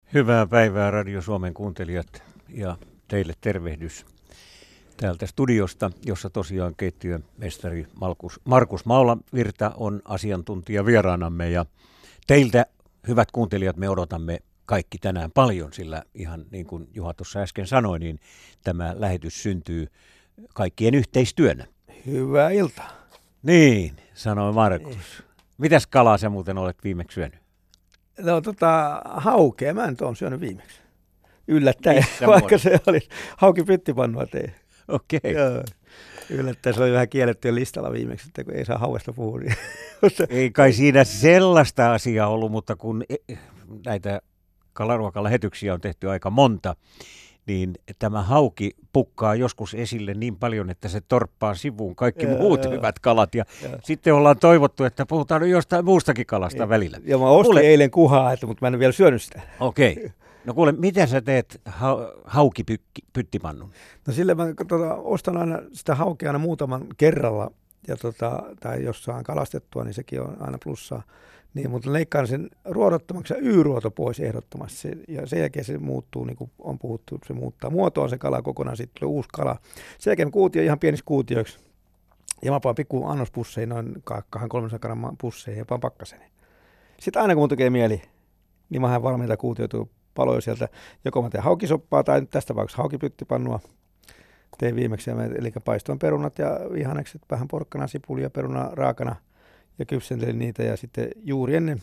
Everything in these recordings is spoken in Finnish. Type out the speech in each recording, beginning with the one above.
Hyvää päivää Radio Suomen kuuntelijat ja teille tervehdys täältä studiosta, jossa tosiaan keittiömestari Markus Maulavirta on asiantuntija vieraanamme ja teiltä, hyvät kuuntelijat, me odotamme kaikki tänään paljon, sillä ihan niin kuin Juha tuossa äsken sanoi, niin tämä lähetys syntyy kaikkien yhteistyönä. Hyvää iltaa. Niin, sanoi Markus. Mitäs kalaa sä muuten olet viimeksi syönyt? No haukea, mä nyt oon syönyt viimeksi. Yllättäen, Missä vaikka muodossa? se oli hauki pyttipannua tein. Okei. Joo. Yllättäen se oli vähän kielletty listalla viimeksi, että kun ei saa hauesta puhua. Niin Ei kai siinä sellaista asiaa ollut, mutta kun näitä kalaruokalähetyksiä on tehty aika monta, niin tämä hauki pukkaa joskus esille niin paljon, että se torppaa sivuun kaikki muut hyvät kalat. Ja sitten ollaan toivottu, että puhutaan jostain muustakin kalasta välillä. Ja mä ostin eilen kuhaa, mutta mä en ole vielä syönyt sitä. Okei. No kuule, miten sä teet haukipyttipannun? No sille mä ostan aina sitä haukea aina muutaman kerralla. Ja tai jos saan kalastettua, niin sekin on aina plussaa. Niin, mutta leikkaan sen ruodottomaksi ja Y-ruoto pois ehdottomasti. Ja sen jälkeen se muuttuu, niin kuin on puhuttu, se muuttaa muotoon se kala kokonaan, sitten tulee uusi kala. Sen jälkeen kuutio ihan pieniksi kuutioiksi. Ja mä paan pikku annospusseja, noin 200-300 grammaa pusseihin ja paan pakkaseni. Sitten aina kun mun tekee mieli, niin mä hän valmiita kuutioituu paloja sieltä. Joko mä teen haukisoppaa tai tästä tapauksessa haukipyttipannua. Tein viimeksi, eli paistoin perunat ja vihannekset, vähän porkkana, sipulia, peruna raakana. Ja kypsentelin niitä ja sitten juuri ennen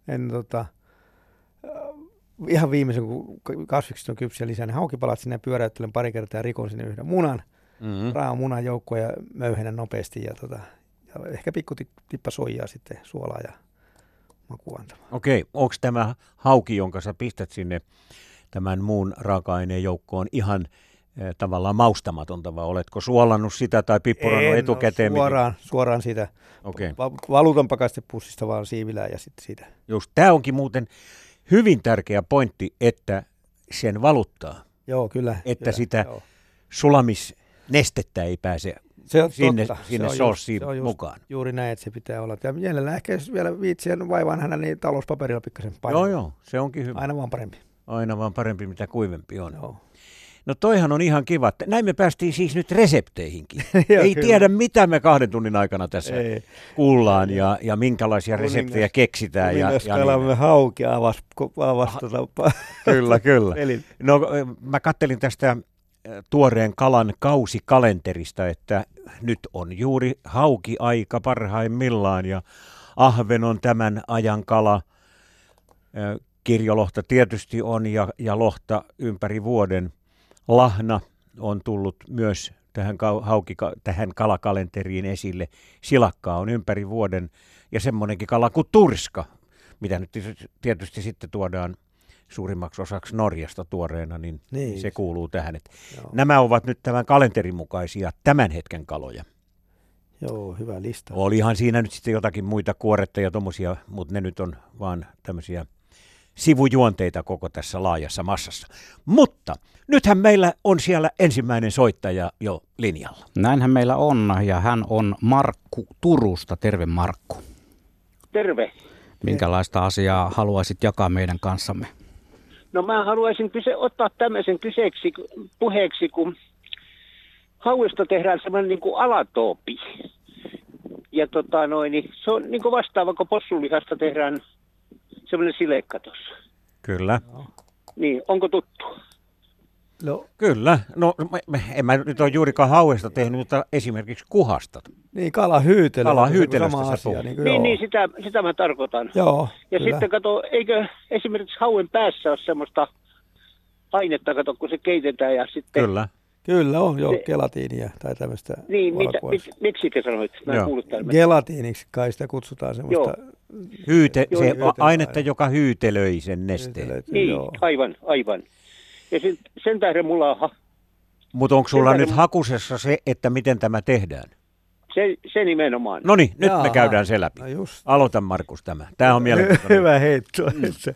ihan viimeisen, kun kasvikset on kypsiä lisää, niin haukipalat sinne pyöräyttelen pari kertaa ja rikon sinne yhden munan. Raaon munan joukkoon ja möyhennän nopeasti ja ehkä pikku tippa soijaa sitten, suolaa ja makua antamaan. Okei, onko tämä hauki, jonka sä pistät sinne tämän muun raaka-aineen joukkoon ihan tavallaan maustamatonta, vai oletko suolannut sitä tai pippurannut etukäteen? Suoraan sitä. Okei. Valutan pakastepussista vaan siivilää ja sitten siitä. Just, tämä onkin muuten hyvin tärkeä pointti, että sen valuttaa. Joo, kyllä. Että sitä sulamisnestettä ei pääse sinne soossiin mukaan. Juuri näin, että se pitää olla. Ja mielellään ehkä jos vielä viitsien vaivaan hänä, niin talouspaperilla pikkasen painaa. Joo, se onkin hyvä. Aina vaan parempi. Aina vaan parempi, mitä kuivempi on. Joo. No toihan on ihan kiva. Näin me päästiin siis nyt resepteihinkin. Ei kyllä. tiedä, mitä me 2 tunnin aikana tässä kuullaan ja minkälaisia reseptejä keksitään. Ja niin. Haukea avasi Kyllä. pelin. No mä kattelin tästä tuoreen kalan kausikalenterista, että nyt on juuri hauki-aika parhaimmillaan ja ahven on tämän ajan kala. Kirjolohta tietysti on ja lohta ympäri vuoden. Lahna on tullut myös tähän kalakalenteriin esille. Silakkaa on ympäri vuoden ja semmoinenkin kala kuin turska, mitä nyt tietysti sitten tuodaan suurimmaksi osaksi Norjasta tuoreena, niin se kuuluu tähän. Nämä ovat nyt tämän kalenterin mukaisia tämän hetken kaloja. Joo, hyvä lista. Olihan siinä nyt sitten jotakin muita kuoretta ja tommosia, mutta ne nyt on vaan tämmöisiä sivujuonteita koko tässä laajassa massassa. Mutta nythän meillä on siellä ensimmäinen soittaja jo linjalla. Näinhän meillä on, ja hän on Markku Turusta. Terve Markku. Terve. Minkälaista asiaa haluaisit jakaa meidän kanssamme? No mä haluaisin ottaa tämmöisen puheeksi, kun hauesta tehdään semmoinen niin kuin alatoopi. Ja niin se on niin kuin vastaava, kun possulihasta tehdään semmoinen silekka tuossa. Kyllä. Niin, onko tuttu? No. Kyllä. No en mä nyt ole juurikaan hauesta tehnyt, mutta esimerkiksi kuhasta. Niin, kalahyytelö. Kalahyytelöstä se puhuu. Niin, sitä mä tarkoitan. Joo, ja kyllä. sitten eikö esimerkiksi hauen päässä ole semmoista ainetta, kun se keitetään ja sitten... Kyllä on, gelatiinia tai tämmöistä. Niin, miksi te sanoit? Mä en kuullut tämän. Gelatiiniksi kai sitä kutsutaan semmoista. Se ainetta, joka hyytelöi sen nesteen. Niin, joo. Aivan. Ja sen tähden mulla on... Mutta onko sulla nyt hakusessa se, että miten tämä tehdään? Se nimenomaan. No niin, nyt me käydään se läpi. No aloita Markus tämä. Tämä on mielenkiintoinen. Hyvä heitto.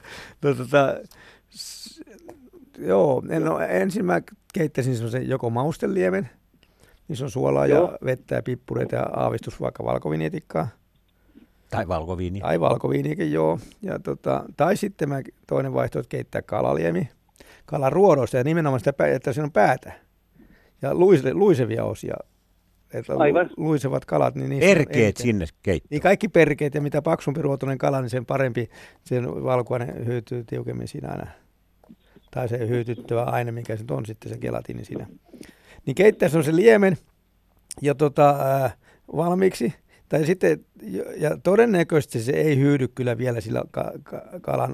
Joo, ensin mä keittäisin semmoisen joko mausteliemen, niin se on suolaa ja vettä ja pippureita ja aavistus vaikka valkovinjetikkaa. Tai valkoviini. Tai valkoviinikin, joo. Ja tai sitten toinen vaihtoehto keittää kalaliemi, kalan ruodosta ja nimenomaan sitä, että siinä on päätä ja luisevia osia. Että luisevat kalat, niin perkeet sinne keittoon. Niin kaikki perkeet, ja mitä paksumpi ruotoinen kala, niin sen parempi, sen valkuaine hyytyy tiukemmin siinä aina. Tai se hyytyttävä aine, mikä se on sitten se gelatiini siinä. Niin keittää se liemen ja valmiiksi. Tai sitten, ja todennäköisesti se ei hyydy kyllä vielä sillä kalan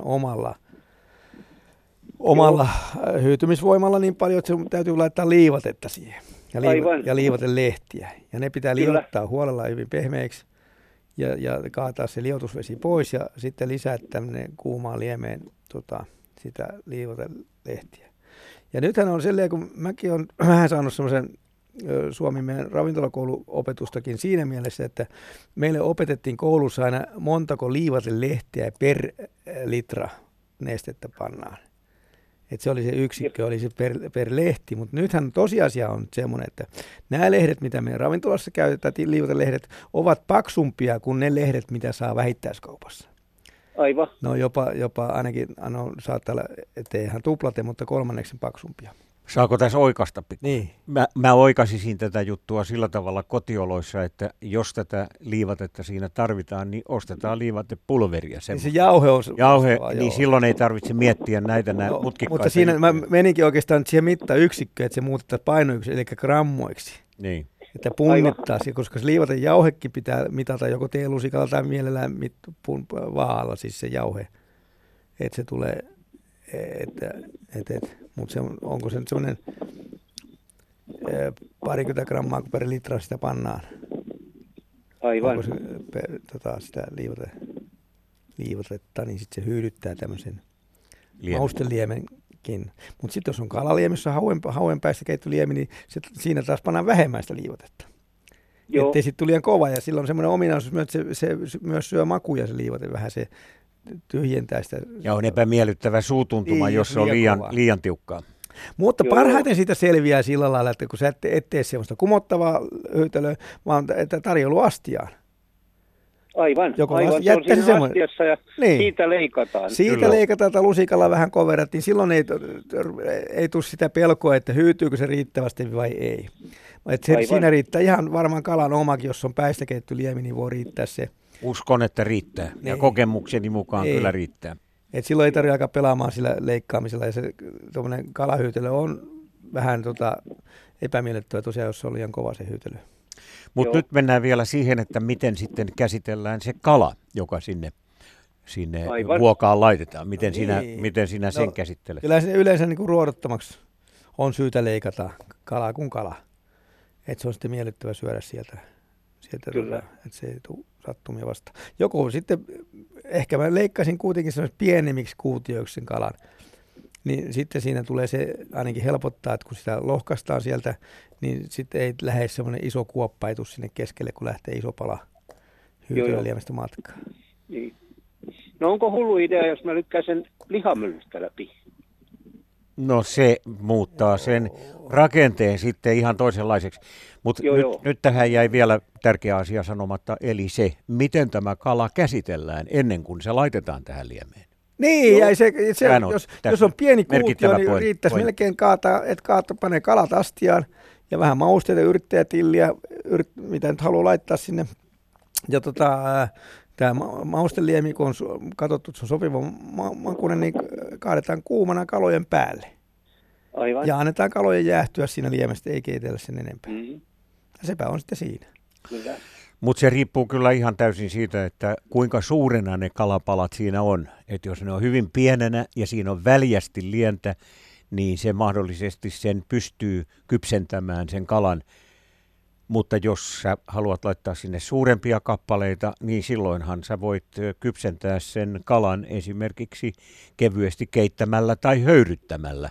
omalla hyytymisvoimalla niin paljon, että se täytyy laittaa liivatetta siihen. Ja liivatelehtiä. Ja ne pitää liottaa huolella hyvin pehmeiksi ja kaataa se liotusvesi pois ja sitten lisää tämmöinen kuumaan liemeen sitä liivotelehtiä. Ja nythän on silleen, kun mäkin olen vähän saanut semmoisen Suomen meidän ravintolakouluopetustakin siinä mielessä, että meille opetettiin koulussa aina montako liivatelehtiä per litra nestettä pannaan. Että se oli se yksikkö, oli se per lehti, mutta nythän tosiasia on semmoinen, että nämä lehdet, mitä me ravintolassa käytetään, liivatelehdet, ovat paksumpia kuin ne lehdet, mitä saa vähittäiskaupassa. Aivan. No jopa ainakin, saattaa olla, ettei ihan tuplate, mutta 3 paksumpia. Saako tässä oikasta? Niin. Mä oikaisisin tätä juttua sillä tavalla kotioloissa, että jos tätä liivatetta siinä tarvitaan, niin ostetaan liivatepulveria. Niin se jauhe on niin silloin ei tarvitse miettiä näitä mutkikkaita. Mutta siinä mä meninkin oikeastaan siihen mittayksikköön, että se muutetaan painoiksi, eli grammoiksi. Niin. Että punnittaisiin, koska se liivatejauhekin pitää mitata joko teelusikalla tai mielellään vaalla, siis se jauhe. Että se tulee, mutta onko se nyt semmoinen 20 grammaa per litra sitä pannaan? Aivan. Onko se sitä liivatetta, niin sitten se hyydyttää tämmöisen mausteliemenkin. Mutta sitten jos on kalaliemissä hauen päästä keitty liemi, niin siinä taas pannaan vähemmän sitä liivatetta. Ettei sitten tule liian kova, ja silloin on semmoinen ominaisuus, että se myös syö makuja se liivate vähän, se tyhjentää sitä. Ja on epämiellyttävä suutuntuma, jos se on liian tiukkaa. Mutta parhaiten siitä selviää sillä lailla, että kun sä et tee semmoista kumottavaa hyytelöä, vaan että tarjoiluastiaan. Aivan. Se on siinä astiassa ja siitä leikataan. Siitä leikataan tai lusikalla vähän koverat, niin silloin ei tule sitä pelkoa, että hyytyykö se riittävästi vai ei. Siinä riittää ihan varmaan kalan omakin, jos on päistä keitty liemi, niin voi riittää se. Uskon, että riittää. Ja kokemukseni mukaan kyllä riittää. Et silloin ei tarvitse alkaa pelaamaan sillä leikkaamisella. Ja se kalahyytelö on vähän epämiellyttävä tosiaan, jos se on liian kova se hyytelö. Mutta nyt mennään vielä siihen, että miten sitten käsitellään se kala, joka sinne vuokaan laitetaan. Miten sinä sen käsittelet? Kyllä yleensä niin kuin ruodottamaksi on syytä leikata kalaa kuin kala. Että se on sitten miellyttävä syödä sieltä että se ei tule sattumia vastaan. Joko sitten, ehkä mä leikkasin kuitenkin sellaisen pienemmiksi kuutioiksi sen kalan, niin sitten siinä tulee se, ainakin helpottaa, että kun sitä lohkaistaan sieltä, niin sitten ei lähde semmoinen iso kuoppa, ei tule sinne keskelle, kun lähtee iso pala hyytelöliemestä matkaa. Niin. No onko hullu idea, jos mä lykkään sen lihamyllystä läpi? No se muuttaa sen rakenteen sitten ihan toisenlaiseksi. Mutta nyt tähän jäi vielä tärkeä asia sanomatta, eli se, miten tämä kala käsitellään ennen kuin se laitetaan tähän liemeen. Niin, ja jos on pieni kuutio, niin riittäisi melkein panee kalat astiaan ja vähän mausteita, yrittäjätilliä, mitä nyt haluaa laittaa sinne. Ja tämä mausteliemi, kun on katsottu, että se on sopiva makuinen, niin kaadetaan kuumana kalojen päälle. Aivan. Ja annetaan kalojen jäähtyä siinä liemestä, ei keitellä sen enempää. Mm-hmm. Ja sepä on sitten siinä. Mutta se riippuu kyllä ihan täysin siitä, että kuinka suurena ne kalapalat siinä on. Että jos ne on hyvin pienenä ja siinä on väljästi lientä, niin se mahdollisesti sen pystyy kypsentämään sen kalan. Mutta jos sä haluat laittaa sinne suurempia kappaleita, niin silloinhan sä voit kypsentää sen kalan esimerkiksi kevyesti keittämällä tai höyryttämällä.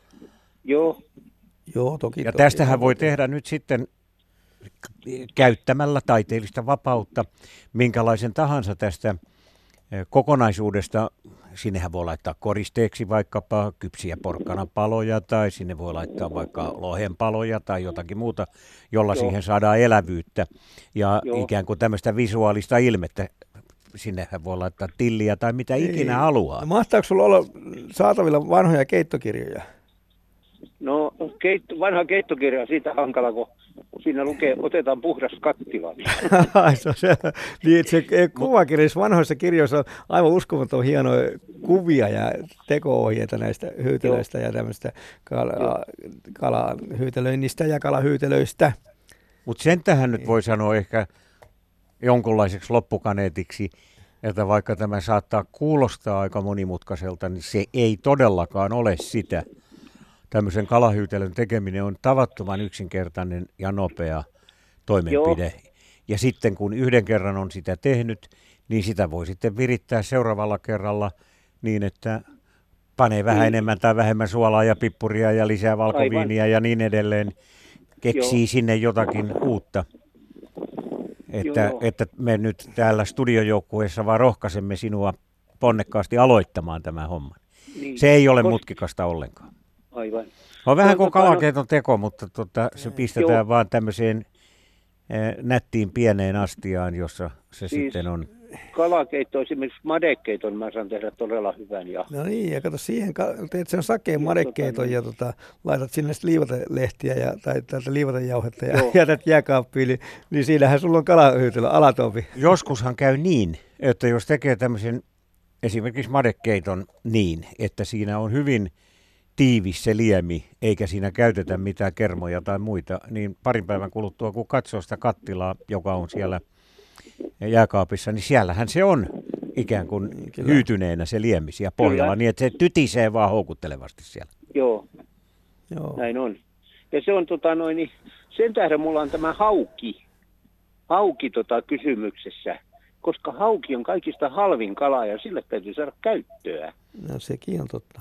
Joo, toki. Ja tästähän voi tehdä nyt sitten käyttämällä taiteellista vapautta minkälaisen tahansa tästä kokonaisuudesta. Sinnehän voi laittaa koristeeksi vaikkapa kypsiä porkkanapaloja tai sinne voi laittaa vaikka lohenpaloja tai jotakin muuta, jolla siihen saadaan elävyyttä ja ikään kuin tämmöistä visuaalista ilmettä. sinnehän voi laittaa tilliä tai mitä ikinä haluaa. No, mahtaako sulla olla saatavilla vanhoja keittokirjoja? No vanha keittokirja, siitä hankala, kun siinä lukee, otetaan puhdas kattila. Niin, se kuvakirjassa, vanhoissa kirjoissa on aivan uskomaton hienoja kuvia ja teko-ohjeita näistä hyytelöistä ja tämmöistä kalahyytelöinnistä ja kalahyytelöistä. Mutta sen tähän nyt voi sanoa ehkä jonkunlaiseksi loppukaneetiksi, että vaikka tämä saattaa kuulostaa aika monimutkaiselta, niin se ei todellakaan ole sitä. Tämmöisen kalahyytelön tekeminen on tavattoman yksinkertainen ja nopea toimenpide. Joo. Ja sitten kun yhden kerran on sitä tehnyt, niin sitä voi sitten virittää seuraavalla kerralla niin, että panee vähän enemmän tai vähemmän suolaa ja pippuria ja lisää valkoviiniä ja niin edelleen. Keksii sinne jotakin uutta. Että me nyt täällä studiojoukkueessa vaan rohkaisemme sinua ponnekkaasti aloittamaan tämän homman. Niin. Se ei ole mutkikasta ollenkaan. Aivan. On vähän kuin kalakeiton teko, mutta se pistetään vaan tämmöiseen nättiin pieneen astiaan, jossa se sitten on. Kalakeitto, esimerkiksi madekeiton mä saan tehdä todella hyvän. No niin, ja kato siihen, teet sen sakeen madekeiton ja laitat sinne liivatelehtiä tai liivatejauhetta ja jätät jääkaappiin, niin siinähän sulla on kalahyytelö, alatopi. Joskushan käy niin, että jos tekee tämmöisen esimerkiksi madekeiton niin, että siinä on hyvin tiivis se liemi, eikä siinä käytetä mitään kermoja tai muita, niin parin päivän kuluttua, kun katsoo sitä kattilaa, joka on siellä jääkaapissa, niin siellähän se on ikään kuin hyytyneenä se liemi siellä pohjalla, niin että se tytisee vaan houkuttelevasti siellä. Joo. Näin on. Ja se on sen tähden mulla on tämä hauki kysymyksessä, koska hauki on kaikista halvin kala ja sille täytyy saada käyttöä. No sekin on totta.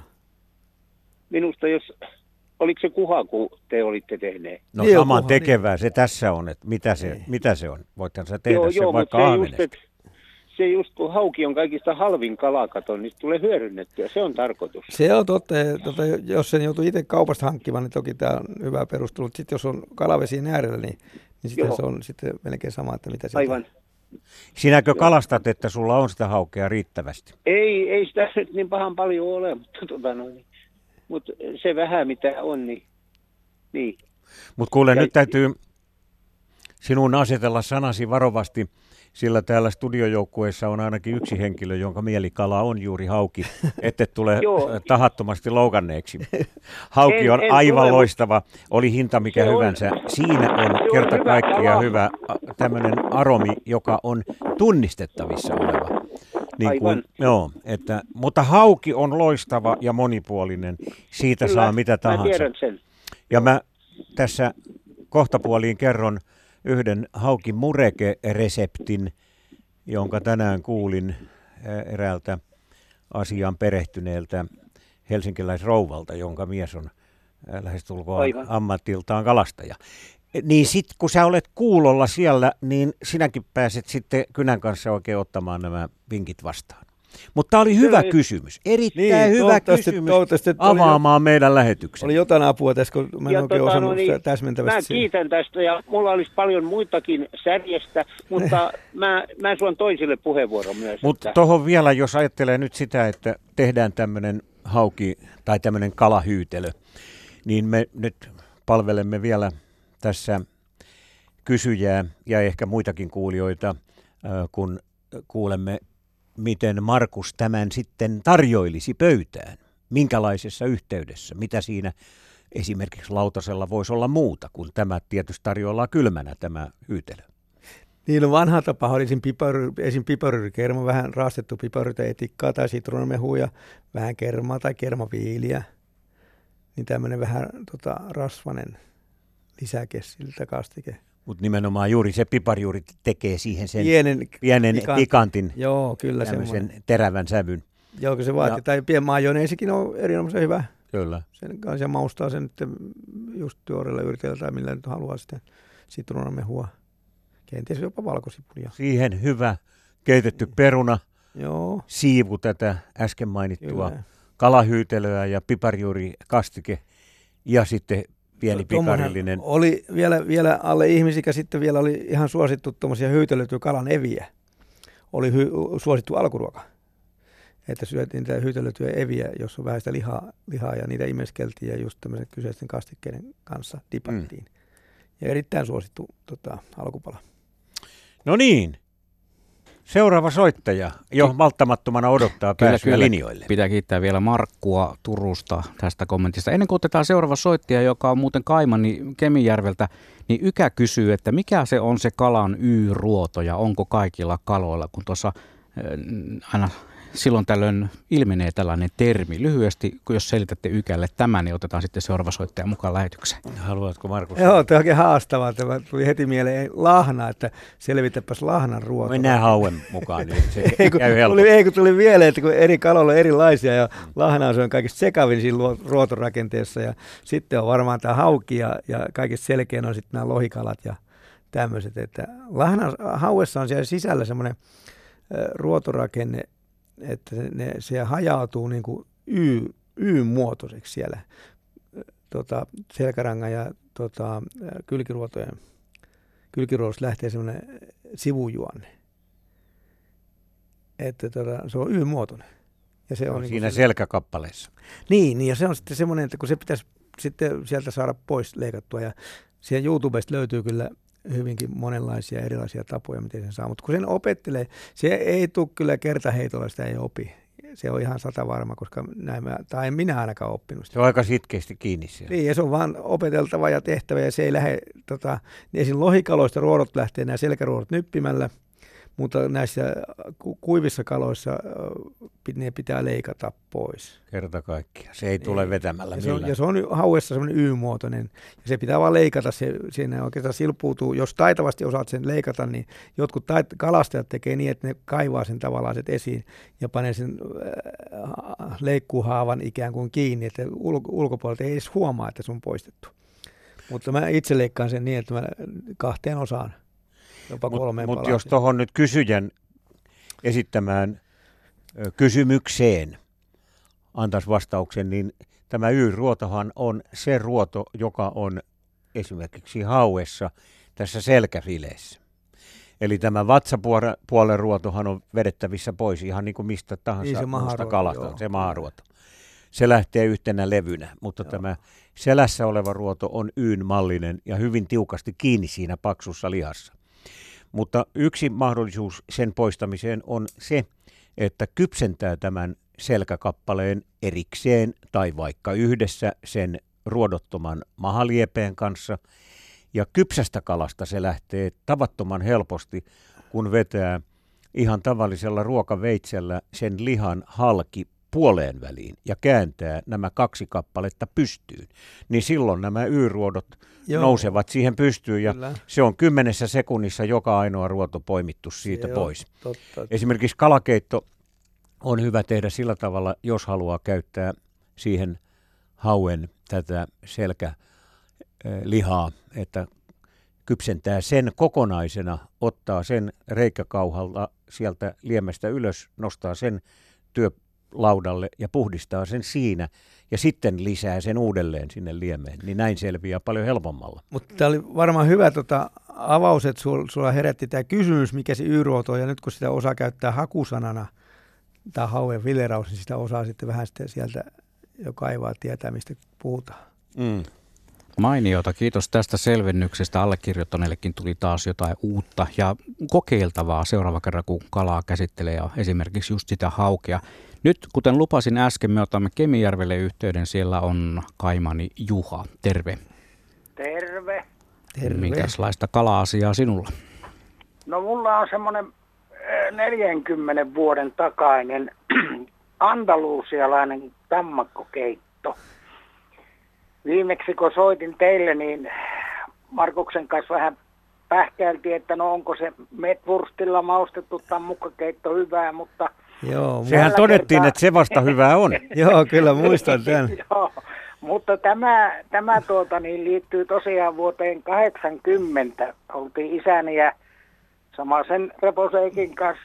Minusta oliko se kuha, kun te olitte tehneet? No niin, saman kuha, tekevää se tässä on, että mitä se on. Voithan sä tehdä sen vaikka ahvenesta. Se just kun hauki on kaikista halvin kalakato, niin tulee hyödynnettyä. Se on tarkoitus. Se on totta. Jos sen joutuu itse kaupasta hankkimaan, niin toki tämä on hyvä perustelu. Sitten jos on kalavesiin äärellä, niin sitten se on sitten melkein sama, että mitä se aivan. Sinäkö kalastat, että sulla on sitä haukea riittävästi? Ei sitä nyt niin pahan paljon ole, mutta se vähän mitä on, niin. Mutta kuule, nyt täytyy sinun asetella sanasi varovasti, sillä täällä studiojoukkueessa on ainakin yksi henkilö, jonka mielikala on juuri hauki, ette tule tahattomasti loukanneeksi. Hauki on aivan loistava, oli hinta mikä hyvänsä. Siinä on kerta kaikkiaan hyvä tämmöinen aromi, joka on tunnistettavissa oleva. Niin kuin, mutta hauki on loistava ja monipuolinen. Siitä kyllä, saa mitä tahansa. Mä tiedän sen. Ja mä tässä kohtapuoliin kerron yhden hauki mureke-reseptin, jonka tänään kuulin eräältä asiaan perehtyneeltä helsinkiläisrouvalta, jonka mies on lähestulkoon ammatiltaan kalastaja. Niin sitten kun sä olet kuulolla siellä, niin sinäkin pääset sitten kynän kanssa oikein ottamaan nämä vinkit vastaan. Mutta tämä oli hyvä kysymys, erittäin hyvä kysymys avaamaan meidän lähetyksen. Oli jotain apua tässä, kun mä en oikein osannut täsmentävästi. Mä kiitän tästä ja mulla olisi paljon muitakin särjestä, mutta mä suon toisille puheenvuoron myös. Mutta tuohon vielä, jos ajattelee nyt sitä, että tehdään tämmöinen hauki tai tämmöinen kalahyytelö, niin me nyt palvelemme vielä tässä kysyjää ja ehkä muitakin kuulijoita, kun kuulemme, miten Markus tämän sitten tarjoilisi pöytään. Minkälaisessa yhteydessä? Mitä siinä esimerkiksi lautasella voisi olla muuta, kun tämä tietysti tarjoillaan kylmänä tämä hyytelö? Niin on vanha tapa, oli esim. Piparyyrikerma, vähän raastettu piparyytä, etikkaa tai sitruunamehua, vähän kermaa tai kermaviiliä. Niin tämmöinen vähän rasvainen lisäke siltä kastike. Mutta nimenomaan juuri se piparjuuri tekee siihen sen pienen pikantin, joo, kyllä tämmöisen terävän sävyn. Joo, kyllä se vaatii. Tai pienmaajoneesikin on erinomaisen hyvä. Kyllä. Sen kanssa ja maustaa sen nyt just tuoreella yriteellä tai millä nyt haluaa sitten sitruunamehua. Kenties jopa valkosipulia. Siihen hyvä keitetty peruna, joo. Siivu tätä äsken mainittua kalahyytelöä ja piparjuurikastike ja sitten pieni pikarillinen. Oli vielä alle ihmisikä sitten vielä oli ihan suosittu tuommoisia hyytelötyjä kalan eviä. suosittu alkuruoka. Että syötiin niitä hyytelötyjä eviä, jossa on vähän sitä lihaa ja niitä imeskeltiin ja just tämmöisen kyseisten kastikkeiden kanssa dipattiin. Ja erittäin suosittu alkupala. No niin. Seuraava soittaja jo malttamattomana odottaa pääsyä linjoille. Pitää kiittää vielä Markkua Turusta tästä kommentista. Ennen kuin otetaan seuraava soittaja, joka on muuten Kaimani Kemijärveltä, niin Ykä kysyy, että mikä se on se kalan Y-ruoto ja onko kaikilla kaloilla, kun tuossa aina silloin tällöin ilmenee tällainen termi. Lyhyesti, jos selitätte Ykälle tämän, niin otetaan sitten seuraava soittaja mukaan lähetykseen. Haluatko Markus? Joo, tämä on oikein haastavaa. Tämä tuli heti mieleen lahna, että selvitäpäs lahnan ruoto. Mennään hauen mukaan, niin se käy helposti. Kun tuli mieleen, että kun eri kaloilla on erilaisia ja lahna on kaikista sekavin siinä ruotorakenteessa. Ja sitten on varmaan tämä hauki ja kaikista selkeän on sitten nämä lohikalat ja tämmöiset. Että hauessa on siellä sisällä semmoinen ruotorakenne, että se hajautuu niin kuin Y-muotoiseksi siellä selkärangan ja kylkiruodosta lähtee semmoinen sivujuonne. Että se on Y-muotoinen. Ja se on niin siinä selkäkappaleessa. Niin, ja se on sitten semmoinen, että kun se pitäisi sitten sieltä saada pois leikattua. Ja siellä YouTubesta löytyy kyllä hyvinkin monenlaisia erilaisia tapoja, miten sen saa. Mutta kun sen opettelee, se ei tule kyllä kertaheitolla, sitä ei opi. Se on ihan 100% varma, koska en minä ainakaan oppinut sitä. Se on aika sitkeästi kiinni siellä. Niin, ja se on vaan opeteltava ja tehtävä, ja se ei lähde, esim. Lohikaloista ruodot lähtee, nämä selkäruodot nyppimällä, mutta näissä kuivissa kaloissa ne pitää leikata pois. Kerta kaikkiaan. Se ei tule vetämällä millään. Ja se on hauessa semmoinen Y-muotoinen. Ja se pitää vaan leikata. Siinä oikeastaan silpuutuu. Jos taitavasti osaat sen leikata, niin jotkut kalastajat tekee niin, että ne kaivaa sen tavallaan esiin ja panee sen leikkuuhaavan ikään kuin kiinni, että ulkopuolelta ei edes huomaa, että se on poistettu. Mutta mä itse leikkaan sen niin, että mä 2 osaan. Mutta jos tuohon nyt kysyjän esittämään kysymykseen antaisi vastauksen, niin tämä Y-ruotohan on se ruoto, joka on esimerkiksi hauessa tässä selkäfileessä. Eli tämä vatsapuolen ruotohan on vedettävissä pois ihan niin kuin mistä tahansa muusta kalasta, se maharuoto. Se lähtee yhtenä levynä, mutta tämä selässä oleva ruoto on Y-mallinen ja hyvin tiukasti kiinni siinä paksussa lihassa. Mutta yksi mahdollisuus sen poistamiseen on se, että kypsentää tämän selkäkappaleen erikseen tai vaikka yhdessä sen ruodottoman mahaliepeen kanssa. Ja kypsästä kalasta se lähtee tavattoman helposti, kun vetää ihan tavallisella ruokaveitsellä sen lihan halki puoleen väliin ja kääntää nämä 2 kappaletta pystyyn, niin silloin nämä Y-ruodot nousevat siihen pystyyn ja kyllä. Se on 10 sekunnissa joka ainoa ruoto poimittu siitä pois. Totta. Esimerkiksi kalakeitto on hyvä tehdä sillä tavalla, jos haluaa käyttää siihen hauen tätä selkälihaa, että kypsentää sen kokonaisena, ottaa sen reikäkauhalla sieltä liemestä ylös, nostaa sen työlaudalle ja puhdistaa sen siinä ja sitten lisää sen uudelleen sinne liemeen, niin näin selviää paljon helpommalla. Mutta tämä oli varmaan hyvä avaus, että sulla herätti tämä kysymys, mikä se Y-ruoto on, ja nyt kun sitä osaa käyttää hakusanana, tämä hauen vileraus, niin sitä osaa sitten vähän sitten sieltä jo kaivaa tietää, mistä puhutaan. Mainiota, kiitos tästä selvennyksestä. Allekirjoittaneellekin tuli taas jotain uutta ja kokeiltavaa seuraava kerran, kun kalaa käsittelee ja esimerkiksi just sitä haukea. Nyt, kuten lupasin äsken, me otamme Kemijärvelle yhteyden. Siellä on Kaimani Juha. Terve. Terve. Minkälaista kala-asiaa sinulla? No mulla on semmoinen 40 vuoden takainen andalusialainen tammakkokeitto. Viimeksi kun soitin teille, niin Markuksen kanssa vähän pähkäiltiin, että no onko se metwurstilla maustettu tammukkakeitto hyvää, mutta... Joo, sehän todettiin, että se vasta hyvää on. Joo, kyllä muistan tämän. Joo, mutta tämä liittyy tosiaan vuoteen 80. Oltiin isäni ja samaisen Reposeikin kanssa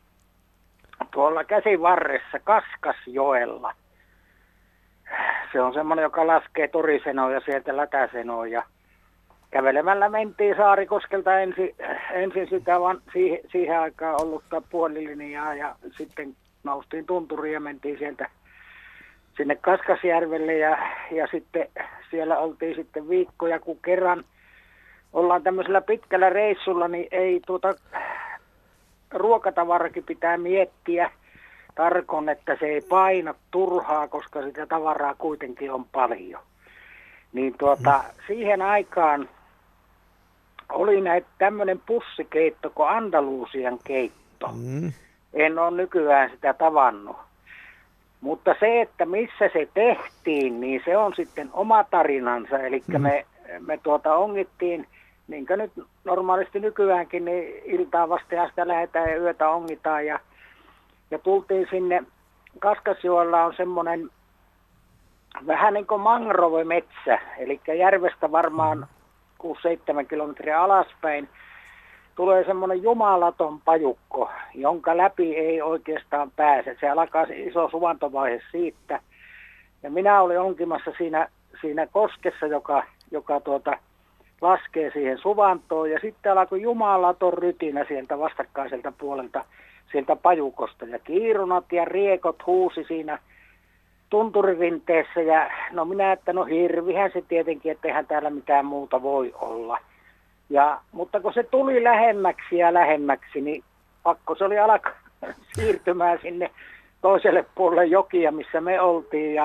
tuolla Käsivarressa Kaskasjoella. Se on semmoinen, joka laskee Torisenoon ja sieltä Lätäsenoon. Ja kävelemällä mentiin Saarikoskelta ensin sitä vaan siihen aikaan ollutta puolilinjaa ja sitten noustiin tunturiin ja mentiin sieltä sinne Kaskasjärvelle ja sitten siellä oltiin sitten viikkoja, kun kerran ollaan tämmöisellä pitkällä reissulla, niin ei ruokatavarakin pitää miettiä tarkon, että se ei paina turhaa, koska sitä tavaraa kuitenkin on paljon. Niin siihen aikaan oli näitä tämmöinen pussikeitto kuin Andalusian keitto. En ole nykyään sitä tavannut. Mutta se, että missä se tehtiin, niin se on sitten oma tarinansa. Eli me ongittiin, niin kuin nyt normaalisti nykyäänkin, niin iltaa vasta ja sitä lähdetään ja yötä ongitaan. Ja tultiin sinne, Kaskasjoella on semmoinen vähän niin kuin mangrovemetsä, eli järvestä varmaan 6-7 kilometriä alaspäin tulee semmoinen jumalaton pajukko, jonka läpi ei oikeastaan pääse. Se alkaa se iso suvantovaihe siitä. Ja minä olin onkimassa siinä koskessa, joka laskee siihen suvantoon. Ja sitten alkoi jumalaton rytinä sieltä vastakkaiselta puolelta sieltä pajukosta. Ja kiirunat ja riekot huusi siinä tunturirinteessä. Ja no minä, että no hirvihän se tietenkin, että eihän täällä mitään muuta voi olla. Mutta kun se tuli lähemmäksi ja lähemmäksi, niin pakko se oli alkaa siirtymään sinne toiselle puolelle jokia, missä me oltiin.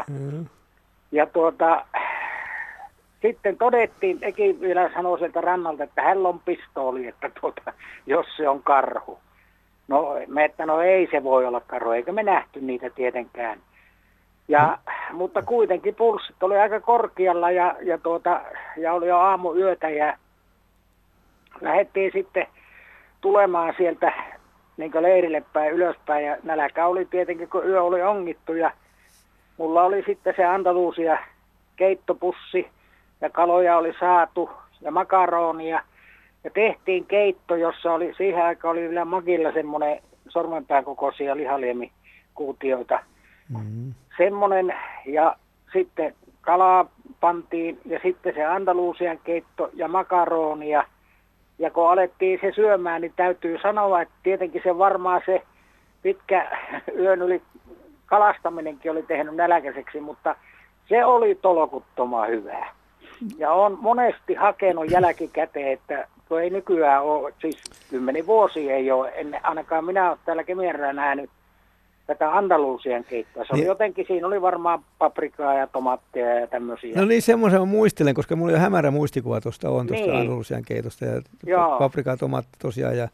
Sitten todettiin, Eki vielä sanoi sieltä rannalta, että hänellä on pistooli, että jos se on karhu. No ei se voi olla karhu, eikä me nähty niitä tietenkään. Mutta kuitenkin pulssit oli aika korkealla ja oli jo aamuyötä ja lähdettiin sitten tulemaan sieltä niin kuin leirille päin ylöspäin ja nälkä oli tietenkin, kun yö oli ongittu ja mulla oli sitten se Andalusia keittopussi ja kaloja oli saatu ja makaronia ja tehtiin keitto, jossa oli siihen aikaan oli vielä magilla semmoinen sormenpään kokoisia lihaliemikuutioita. Semmoinen ja sitten kalaa pantiin ja sitten se Andalusian keitto ja makaronia. Ja kun alettiin se syömään, niin täytyy sanoa, että tietenkin se varmaan se pitkä yön yli kalastaminenkin oli tehnyt nälkäiseksi, mutta se oli tolkuttoman hyvää. Ja on monesti hakenut jälkikäteen, että kun ei nykyään ole, siis 10 vuosia ei ole, ainakaan minä olen täällä Kemijärvellä nähnyt tätä Andalusian keittoa. Se oli jotenkin, siinä oli varmaan paprikaa ja tomaatteja ja tämmöisiä. No niin, semmoisen mä muistelen, koska mulla jo hämärä muistikuva tuosta Andalusian keitosta. Ja paprikaa, tomaatti tosiaan ja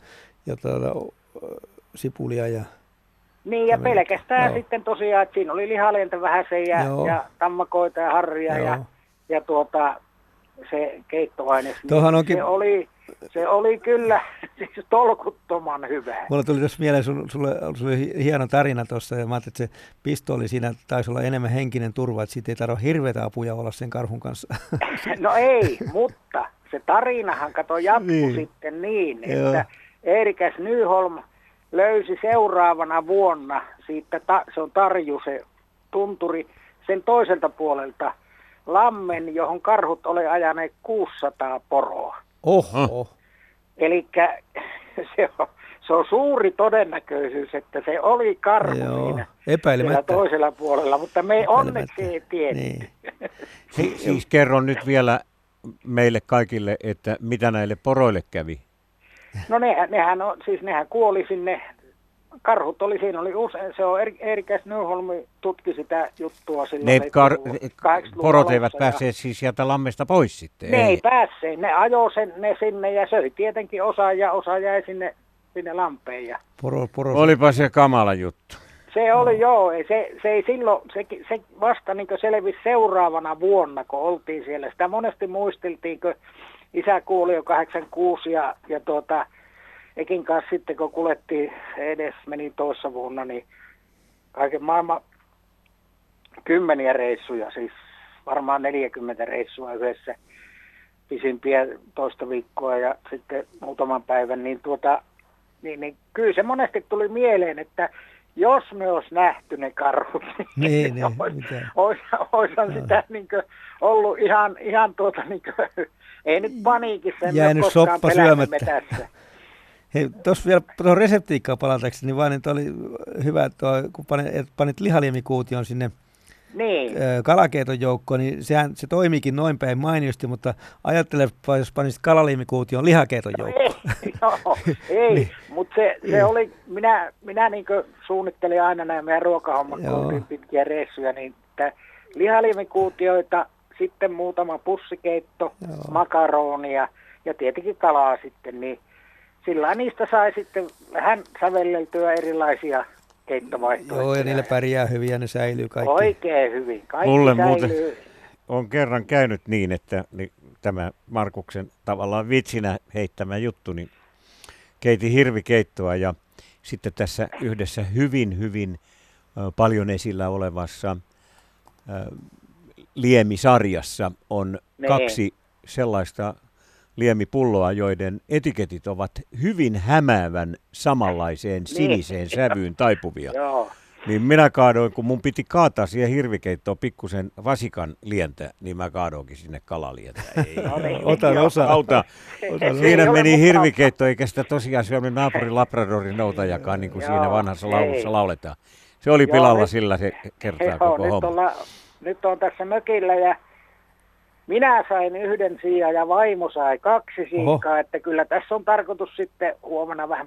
sipulia ja... Niin, ja pelkästään sitten tosiaan, että siinä oli lihalentä vähäsen ja tammakoita ja harria ja se keittoaine. Niin se oli kyllä siis tolkuttoman hyvä. Mulla tuli tuossa mieleen, sulle oli hieno tarina tuossa, ja mä ajattelin, että se pistooli siinä taisi olla enemmän henkinen turva, että siitä ei tarvitse hirveätä apuja olla sen karhun kanssa. No ei, mutta se tarinahan jatkui sitten niin, että Eerikäs Nyholm löysi seuraavana vuonna, siitä se on Tarju se tunturi, sen toiselta puolelta lammen, johon karhut oli ajaneet 600 poroa. Oho. Elikkä se on suuri todennäköisyys, että se oli karhu siinä toisella puolella, mutta me onneksi ei tiedetty. Niin. Siis kerron nyt vielä meille kaikille, että mitä näille poroille kävi. No nehän kuoli sinne. Karhut oli, siinä oli usein, se on Eerikäs Nyholm tutki sitä juttua silloin. Porot eivät päässeet siis sieltä lammesta pois sitten? Ne ei päässeet, ne ajoi ne sinne ja söi tietenkin osa jäi sinne lampeen. Ja... Olipa se kamala juttu. Se oli se ei silloin, se vasta niin selvisi seuraavana vuonna, kun oltiin siellä. Sitä monesti muisteltiin, kun isä kuoli jo 86 ja Ekin kanssa sitten, kun kuljettiin edes, meni toissa vuonna, niin kaiken maailman 10 reissuja, siis varmaan 40 reissua yhdessä, pisimpiä toista viikkoa ja sitten muutaman päivän, niin kyllä se monesti tuli mieleen, että jos me olisi nähty ne karhut, Niin, olisihan sitä niinkö ollut ihan ei nyt paniikissa, en jäänyt ole koskaan soppa pelännyt syömättä. metässä. Hei, tuossa vielä tuohon reseptiikkaan palatakseni, niin vaan niin oli hyvä, että kun panit lihaliemikuution sinne Niin. kalakeiton joukkoon, niin se toimiikin noin päin mainiosti, mutta ajattelepa, jos panisit kalaliemikuution lihakeiton joukkoon. Ei, Niin. mutta se oli, minä niinkö suunnittelin aina nämä meidän ruokahommat, kun oltiin pitkiä reissuja, niin lihaliemikuutioita, sitten muutama pussikeitto, makaronia ja tietenkin kalaa sitten, niin sillä niistä sai sitten vähän sävelleltyä erilaisia keittovaihtoehtoja. Joo, ja niillä pärjää hyvin ja ne säilyy kaikki. Oikein hyvin. Kaikki Mulle säilyy. muuten on kerran käynyt niin, että tämä Markuksen tavallaan vitsinä heittämä juttu, niin keitin hirvikeittoa ja sitten tässä yhdessä hyvin paljon esillä olevassa liemisarjassa on kaksi sellaista liemipulloa, joiden etiketit ovat hyvin hämäävän samanlaiseen siniseen sävyyn taipuvia. Joo. Niin minä kaadoin, kun mun piti kaataa siihen hirvikeittoon pikkusen vasikan lientä, niin mä kaadoinkin sinne kalalientä. Ei, Otan osa. auta. Siinä meni hirvikeitto, eikä sitä tosiaan syönyt naapurin Labradorin noutajakaan, niin kuin siinä vanhassa laulussa lauletaan. Se oli pilalla sillä se kertaa koko homma. Nyt on tässä mökillä ja minä sain 1 siian ja vaimo sai 2 siikaa, että kyllä tässä on tarkoitus sitten huomenna vähän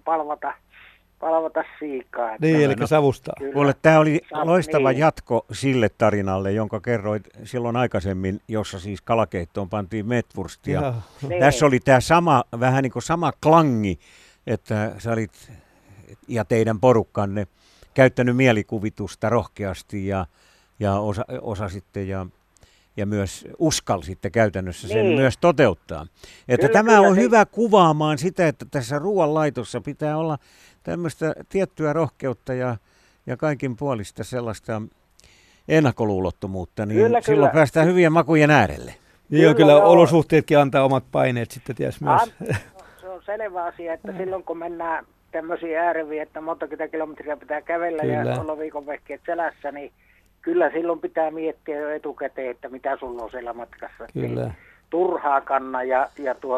palvata siikaa. Että Niin, eli savustaa. Kuule, tämä oli loistava jatko sille tarinalle, jonka kerroit silloin aikaisemmin, jossa siis kalakeittoon pantiin metwurstia. Niin. Tässä oli tämä sama, vähän niin kuin sama klangi, että sä olit ja teidän porukkanne käyttänyt mielikuvitusta rohkeasti ja osasitte ja myös uskalsitte käytännössä sen myös toteuttaa. Että tämä on hyvä kuvaamaan sitä, että tässä ruoanlaitossa pitää olla tämmöistä tiettyä rohkeutta ja kaikin puolista sellaista ennakkoluulottomuutta, niin silloin päästään hyvien makujen äärelle. Joo, kyllä olosuhteetkin antaa omat paineet sitten ties myös. Se on selvä asia, että silloin kun mennään tämmöisiä ääreviä, että monta kilometriä pitää kävellä ja olla viikon vehkeet selässä, niin kyllä silloin pitää miettiä jo etukäteen, että mitä sulla on siellä matkassa. Kyllä. Turhaa kanna ja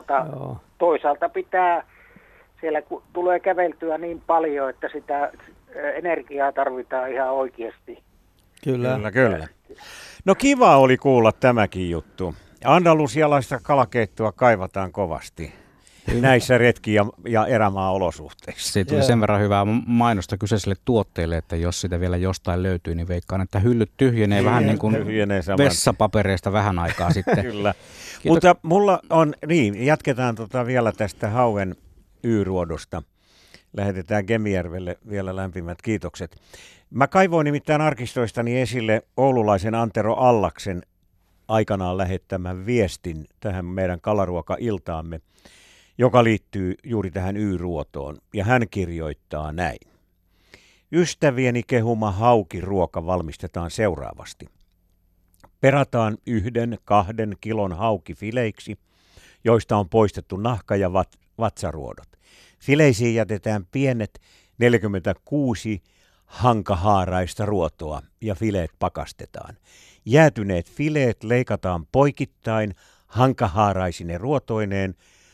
toisaalta pitää, siellä kun tulee käveltyä niin paljon, että sitä energiaa tarvitaan ihan oikeasti. Kyllä. No kiva oli kuulla tämäkin juttu. Andalusialaista kalakeittoa kaivataan kovasti näissä retki- ja erämaa-olosuhteissa. Siitä tuli sen verran hyvää mainosta kyseiselle tuotteelle, että jos sitä vielä jostain löytyy, niin veikkaan, että hyllyt tyhjenee vähän niin kuin vessapapereista vähän aikaa sitten. Kyllä. Mutta mulla on, jatketaan vielä tästä hauen Y-ruodosta. Lähetetään Kemijärvelle vielä lämpimät kiitokset. Mä kaivoin nimittäin arkistoistani esille oululaisen Antero Allaksen aikanaan lähettämän viestin tähän meidän kalaruoka-iltaamme, joka liittyy juuri tähän Y-ruotoon. Ja hän kirjoittaa näin. Ystävieni kehuma haukiruoka valmistetaan seuraavasti. Perataan 1-2 kilon haukifileiksi, joista on poistettu nahka ja vatsaruodot. Fileisiin jätetään pienet 46 hankahaaraista ruotoa ja fileet pakastetaan. Jäätyneet fileet leikataan poikittain hankahaaraisine ruotoineen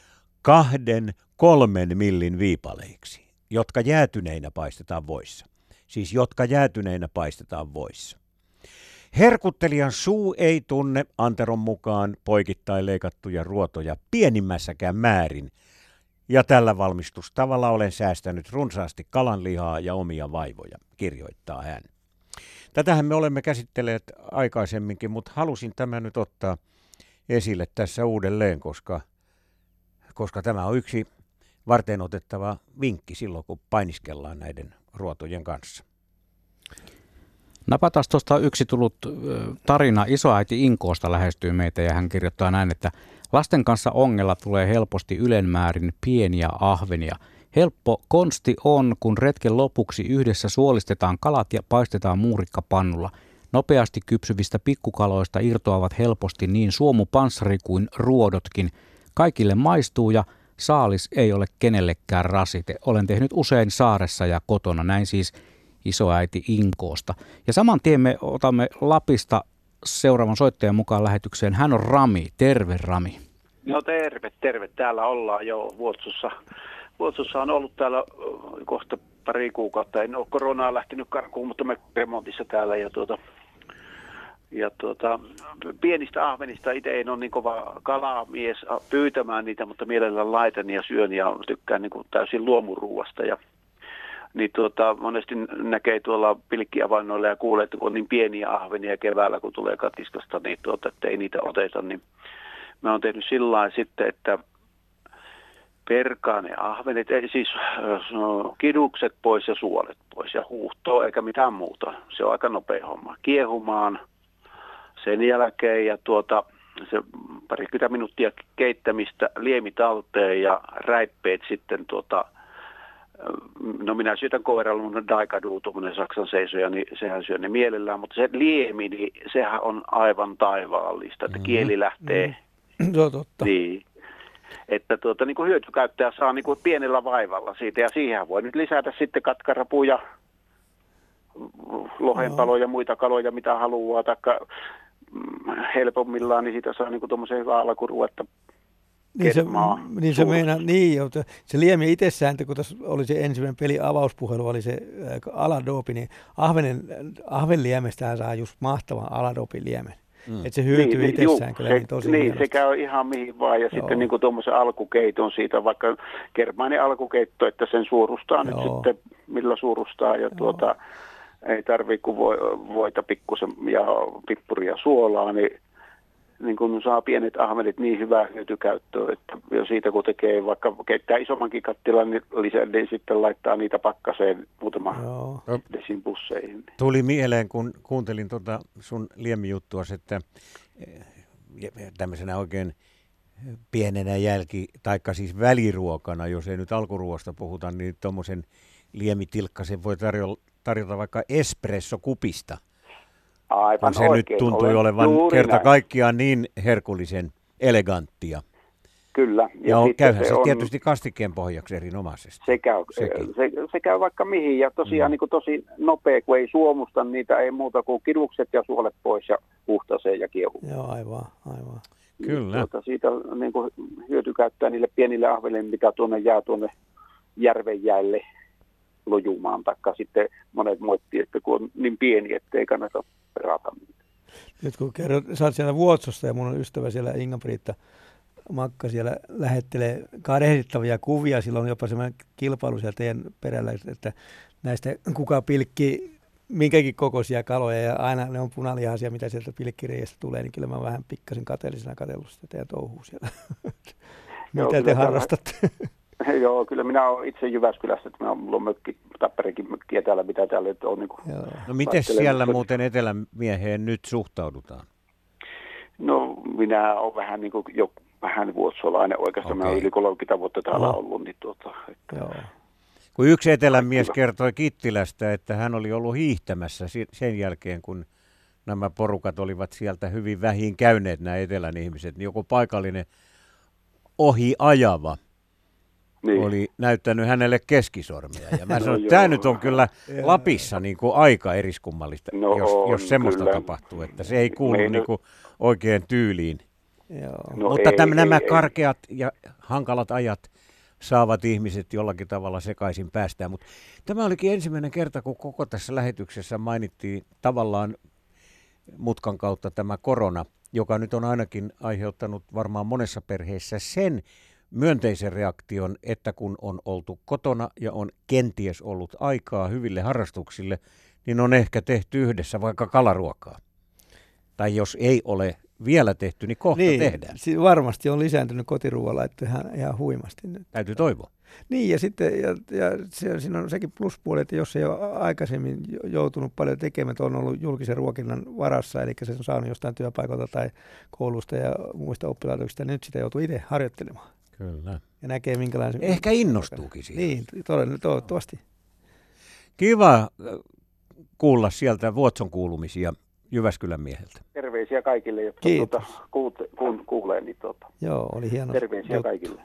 2-3 millin viipaleiksi, jotka jäätyneinä paistetaan voissa. Siis jotka jäätyneinä paistetaan voissa. Herkuttelijan suu ei tunne Anteron mukaan poikittain leikattuja ruotoja pienimmässäkään määrin, ja tällä valmistustavalla olen säästänyt runsaasti kalanlihaa ja omia vaivoja, kirjoittaa hän. Tätähän me olemme käsitelleet aikaisemminkin, mutta halusin tämän nyt ottaa esille tässä uudelleen, koska tämä on yksi varteenotettava vinkki silloin, kun painiskellaan näiden ruotojen kanssa. Napataan tuosta yksi tullut tarina. Isoäiti Inkoosta lähestyy meitä ja hän kirjoittaa näin, että lasten kanssa ongella tulee helposti ylenmäärin pieniä ahvenia. Helppo konsti on, kun retken lopuksi yhdessä suolistetaan kalat ja paistetaan muurikkapannulla. Nopeasti kypsyvistä pikkukaloista irtoavat helposti niin suomupanssari kuin ruodotkin. Kaikille maistuu ja saalis ei ole kenellekään rasite. Olen tehnyt usein saaressa ja kotona. Näin siis isoäiti Inkoosta. Ja saman tien me otamme Lapista seuraavan soittajan mukaan lähetykseen. Hän on Rami. Terve, Rami. No terve. Täällä ollaan jo Vuotsussa. Vuotsussa on ollut täällä kohta pari kuukautta. En ole koronaa lähtenyt karkuun, mutta me remontissa täällä. Ja pienistä ahvenista itse en ole niin kova kalamies pyytämään niitä, mutta mielellään laitan ja syön ja tykkään niin kuin täysin luomuruuasta. Niin monesti näkee tuolla pilkkiavainnoilla ja kuulee, että kun on niin pieniä ahvenia keväällä, kun tulee katiskasta, niin että ei niitä oteta. Niin mä oon tehnyt sillä lailla sitten, että perkaan ne ahvenet, siis kidukset pois ja suolet pois ja huuhtoo eikä mitään muuta. Se on aika nopea homma. Kiehumaan sen jälkeen ja se 20 minuuttia keittämistä, liemi talteen ja räippeet sitten no minä syötän koiralla mun daikadu, tuommoinen Saksan seisoja, niin sehän syö ne mielellään, mutta se liemi, niin sehän on aivan taivaallista, että kieli lähtee. Se on totta. Niin. Että niin kuin hyötykäyttäjä saa niin kuin pienellä vaivalla siitä, ja siihen voi nyt lisätä sitten katkarapuja, lohenpaloja ja muita kaloja, mitä haluaa, taikka helpommillaan, niin siitä saa niin kuin tuommoisen hyvää alkuruetta. Se liemi itsessään, kun tässä oli se ensimmäinen peli avauspuhelu, oli se aladopi, niin ahvenliemestähän saa just mahtavan aladopiliemen. Että se hyytyy itsessään kyllä niin tosi hienosti. Se käy ihan mihin vaan ja sitten niin kuin tuommoisen alkukeiton siitä, vaikka kermainen alkukeitto, että sen suurustaa nyt sitten, millä suurustaa ja ei tarvitse kuin voita pikkusen ja pippuria suolaa, niin kun saa pienet ahvenet niin hyvää hyötykäyttöä, että siitä kun tekee vaikka keittää isommankin kattilan, niin sitten laittaa niitä pakkaseen muutama desin busseihin. Tuli mieleen, kun kuuntelin sun liemijuttuas, että tämmöisenä oikein pienenä taikka siis väliruokana, jos ei nyt alkuruoasta puhuta, niin tuommoisen liemitilkkasen voi tarjota vaikka espressokupista. Aivan se oikein. Nyt tuntui olevan kerta kaikkiaan niin herkullisen eleganttia. Kyllä. Ja käyhän se tietysti kastikkeen pohjaksi erinomaisesti. Se käy vaikka mihin ja tosiaan niin kuin tosi nopea, kun ei suomusta niitä, ei muuta kuin kidukset ja suolet pois ja puhtaseen ja kiehuun. Joo, aivan. Kyllä. Siitä niin kuin hyötykäyttää niille pienille ahvelille, mitä jää tuonne järven jäille lojumaan, taikka sitten monet moittii, että kun on niin pieni, ettei kannata perata niitä. Nyt kun sä oot siellä Vuotsossa ja mun on ystävä siellä Inga-Priitta Makka siellä lähettelee kadehdittavia kuvia, sillä on jopa semmoinen kilpailu siellä teidän perällä, että näistä kuka pilkki minkäkin kokoisia kaloja ja aina ne on punalihaisia, mitä sieltä pilkkireiästä tulee, niin kyllä mä vähän pikkasen kateellisena katsellut sitä teidän touhua siellä. Mitä te harrastatte? Joo, kyllä minä olen itse Jyväskylässä, että mulla on mökki, Tapperikin mökkiä täällä, mitä täällä nyt on. Niin no miten siellä muuten etelän mieheen nyt suhtaudutaan? No minä olen vähän niin kuin jo vähän vuotsolainen oikeastaan, minä olen yli 30 vuotta täällä ollut. Niin Joo. Kun yksi etelän mies kertoi Kittilästä, että hän oli ollut hiihtämässä sen jälkeen, kun nämä porukat olivat sieltä hyvin vähin käyneet, nämä etelän ihmiset, niin joku paikallinen ohi ajava oli näyttänyt hänelle keskisormia. Ja mä sanoin, että tämä nyt on kyllä Lapissa niin kuin aika eriskummallista, jos semmoista kyllä tapahtuu, että se ei kuulu niin kuin oikein tyyliin. No mutta nämä karkeat ja hankalat ajat saavat ihmiset jollakin tavalla sekaisin päästään. Mutta tämä olikin ensimmäinen kerta, kun koko tässä lähetyksessä mainittiin tavallaan mutkan kautta tämä korona, joka nyt on ainakin aiheuttanut varmaan monessa perheessä sen myönteisen reaktion, että kun on oltu kotona ja on kenties ollut aikaa hyville harrastuksille, niin on ehkä tehty yhdessä vaikka kalaruokaa. Tai jos ei ole vielä tehty, niin kohta tehdään. Varmasti on lisääntynyt kotiruoalla, että ihan huimasti nyt. Täytyy toivoa. Niin, ja sitten siinä on sekin pluspuoli, että jos ei ole aikaisemmin joutunut paljon tekemään, että on ollut julkisen ruokinnan varassa, eli se on saanut jostain työpaikalta tai koulusta ja muista oppilaitoksista, niin nyt sitä joutuu itse harjoittelemaan. Kyllä. Ja näkee minkälainen. Ehkä innostuukin siitä. Niin, toivottavasti. Kiva kuulla sieltä Vuotson kuulumisia Jyväskylän mieheltä. Terveisiä kaikille, jotka kuulee. Niin Joo, oli hieno. Terveisiä kaikille.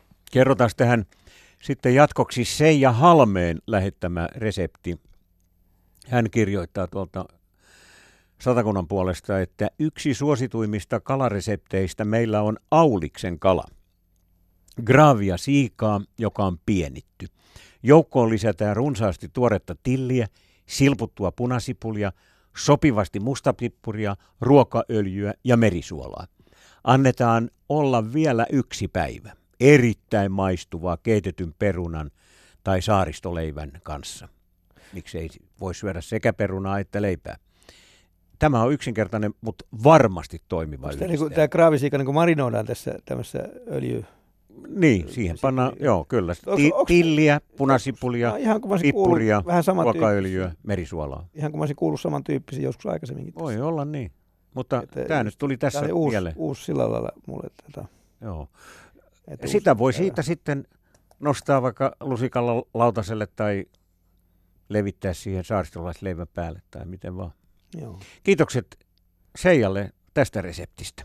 Kerrotaan tähän sitten jatkoksi Seija Halmeen lähettämä resepti. Hän kirjoittaa tuolta Satakunnan puolesta, että yksi suosituimmista kalaresepteistä meillä on auliksen kala. Graavia siikaa, joka on pienitty. Joukkoon lisätään runsaasti tuoretta tilliä, silputtua punasipulia, sopivasti mustapippuria, ruokaöljyä ja merisuolaa. Annetaan olla vielä 1 päivä. Erittäin maistuvaa keitetyn perunan tai saaristoleivän kanssa. Miksei voi syödä sekä perunaa että leipää. Tämä on yksinkertainen, mutta varmasti toimiva yhdistelmä. Tämä graavisiika niin marinoidaan tässä tämmöisessä öljy... Niin, siihen pannaan, joo kyllä. Tilliä, punasipulia, pippuria, ruokaöljyä, merisuolaa. Ihan kun mä olisin kuullut samantyyppisiä joskus aikaisemminkin. Voi olla niin, mutta tämä nyt tuli tässä mieleen. Uusi sillä lailla mulle. Joo. Sitä voi siitä sitten nostaa vaikka lusikalla lautaselle tai levittää siihen saaristolaisleivän päälle tai miten vaan. Joo. Kiitokset Seijalle tästä reseptistä.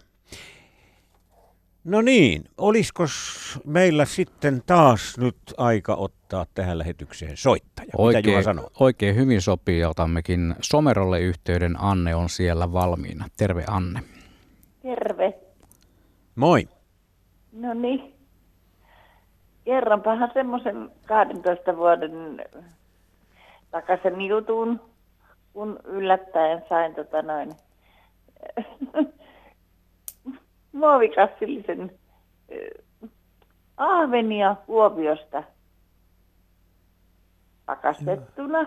No niin, olisiko meillä sitten taas nyt aika ottaa tähän lähetykseen soittaja? Mitä Juha sanoo? Oikein hyvin sopii ja otammekin Somerolle yhteyden. Anne on siellä valmiina. Terve Anne. Terve. Moi. No niin. Kerronpahan semmoisen 12 vuoden takaisen jutun, kun yllättäen sain muovikassillisen ahvenia Kuopiosta pakastettuna.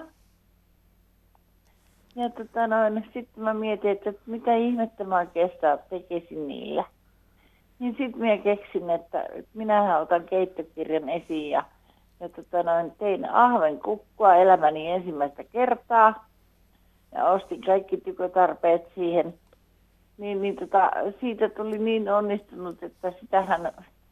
Ja sitten mä mietin, että mitä ihmettä mä oikeastaan tekisin niillä. Niin sitten mä keksin, että minähän otan keittokirjan esiin ja tein ahvenkukkua elämäni ensimmäistä kertaa. Ja ostin kaikki tykötarpeet siihen. Siitä tuli niin onnistunut, että sitähän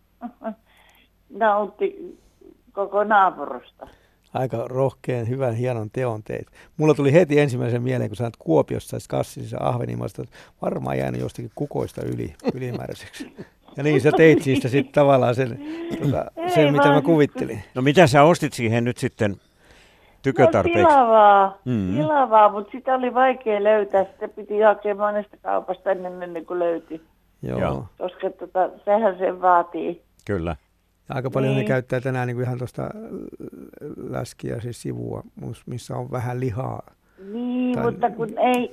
nautti koko naapurusta. Aika rohkean, hyvän, hienon teon teit. Mulla tuli heti ensimmäisen mieleen, kun sä olet Kuopiossa saisit kassillisen ahvenimasta, että varmaan jäänyt jostakin kukoista ylimääräiseksi. Ja niin sä teit siitä sitten tavallaan sen mitä mä kuvittelin. No mitä sä ostit siihen nyt sitten tykötarpeeksi? No tilavaa, mutta sitä oli vaikea löytää. Sitä piti hakea monesta kaupasta ennen kuin löytyi. Joo. Koska sehän sen vaatii. Kyllä. Aika paljon ne käyttää tänään niin kuin ihan tuosta läskiä, siis sivua, missä on vähän lihaa. Niin, mutta kun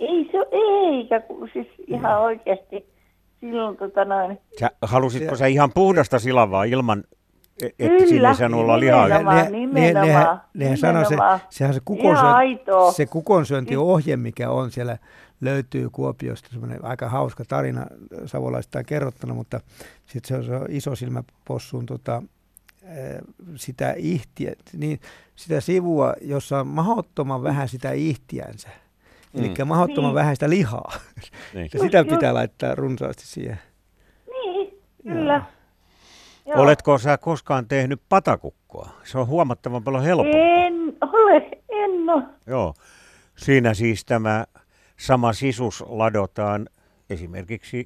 siis ihan oikeasti silloin Halusitko sä ihan puhdasta silavaa ilman, että siinä ei saanut olla lihaa? Nimenomaan. Nehän sanoo, sehän se kukonsyöntiohje, mikä on siellä, löytyy Kuopiosta, semmoinen aika hauska tarina, savolaistaan kerrottuna, mutta sitten se on isosilmäpossun sitä sitä sivua, jossa on mahdottoman vähän sitä ihtiänsä. Eli mahdottoman vähän sitä lihaa. Niin. Ja sitä pitää laittaa runsaasti siihen. Niin, kyllä. Joo. Oletko sä koskaan tehnyt patakukkoa? Se on huomattavan paljon helpompaa. En ole. Joo. Siinä siis tämä sama sisus ladotaan esimerkiksi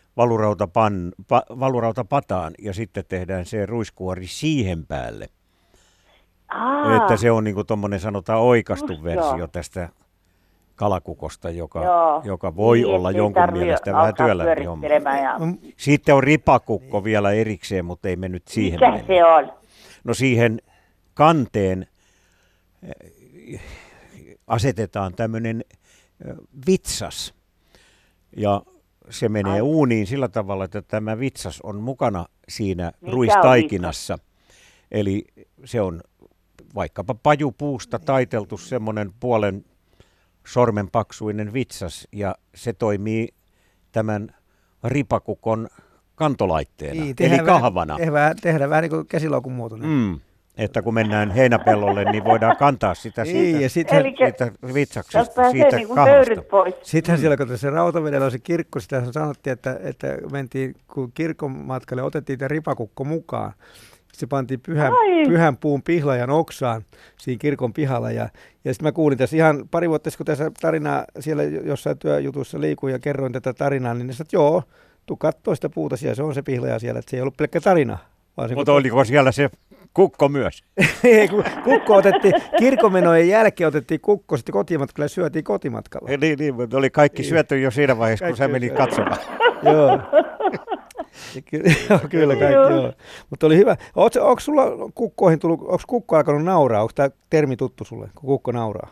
valurautapataan ja sitten tehdään se ruiskuori siihen päälle. Että se on niin kuin tommoinen sanotaan oikaistu versio tästä kalakukosta, joka voi olla jonkun mielestä vähän työlämpi homma. Sitten on ripakukko vielä erikseen, mutta ei me nyt siihen mennä. Mikä se on? No siihen kanteen asetetaan tämmöinen vitsas ja se menee uuniin sillä tavalla, että tämä vitsas on mukana siinä ruistaikinassa. Eli se on vaikkapa pajupuusta taiteltu semmoinen puolen sormen paksuinen vitsas ja se toimii tämän ripakukon kantolaitteena, eli kahvana. Tehdään vähän niin kuin käsilaukun muotoinen. Että kun mennään heinäpellolle, niin voidaan kantaa sitä siitä vitsaksesta, siitä niin kahvasta. Sittenhän siellä, kun se Rautavedellä on se kirkko, sitä sanottiin, että mentiin, kun kirkon matkalle otettiin tämä ripakukko mukaan. Se pantiin pyhän puun pihlajan oksaan siinä kirkon pihalla. Ja sitten mä kuulin tässä ihan pari vuotta, kun tässä tarinaa siellä jossain työjutussa liikuin ja kerroin tätä tarinaa, niin ne sanoivat, että joo, tuu kattoo sitä puuta siellä, se on se pihlaja siellä, että se ei ollut pelkkä tarina. Mutta oliko siellä se Kukko myös. Ei, kukko otettiin, kirkonmenojen jälkeen otettiin kukko, sitten kotimatkalla ja syötiin kotimatkalla. Niin, mutta oli kaikki syöty jo siinä vaiheessa, kun sä menit katsomaan. Joo. Kyllä kaikki, joo. Mutta oli hyvä. Onko sulla kukkoihin tullut, onko kukko alkanut nauraa? Onko tämä termi tuttu sulle, kun kukko nauraa?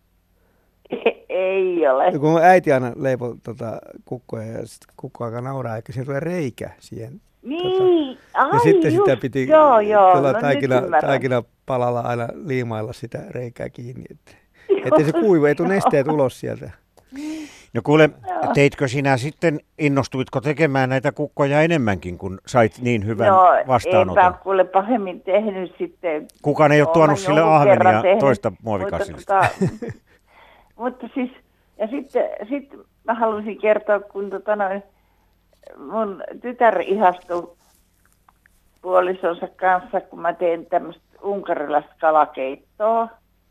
Ei ole. Kun äiti aina leipoi kukkoja ja sitten kukko alkaa nauraa, eikä siinä tulee reikä siihen. Niin, Ja sitten sitä piti joo, tuolla no taikina palalla aina liimailla sitä reikää kiinni, ettei se kuivu, ei tule nesteet ulos sieltä. No kuule, teitkö sinä sitten, innostuitko tekemään näitä kukkoja enemmänkin, kun sait niin hyvän vastaanoton? Eipä kuule pahemmin tehnyt sitten. Kukaan ei ole tuonut sille ahvenia toista muovikassista. Mutta siis, ja sitten mä haluaisin kertoa, kun mun tytär ihastui puolisonsa kanssa, kun mä teen tämmöistä unkarilaista kalakeittoa.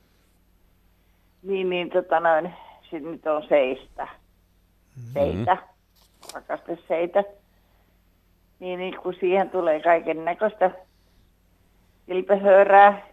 Se nyt on seitä, pakasteseitä. Niin kun siihen tulee kaiken näköistä kilpehöörää,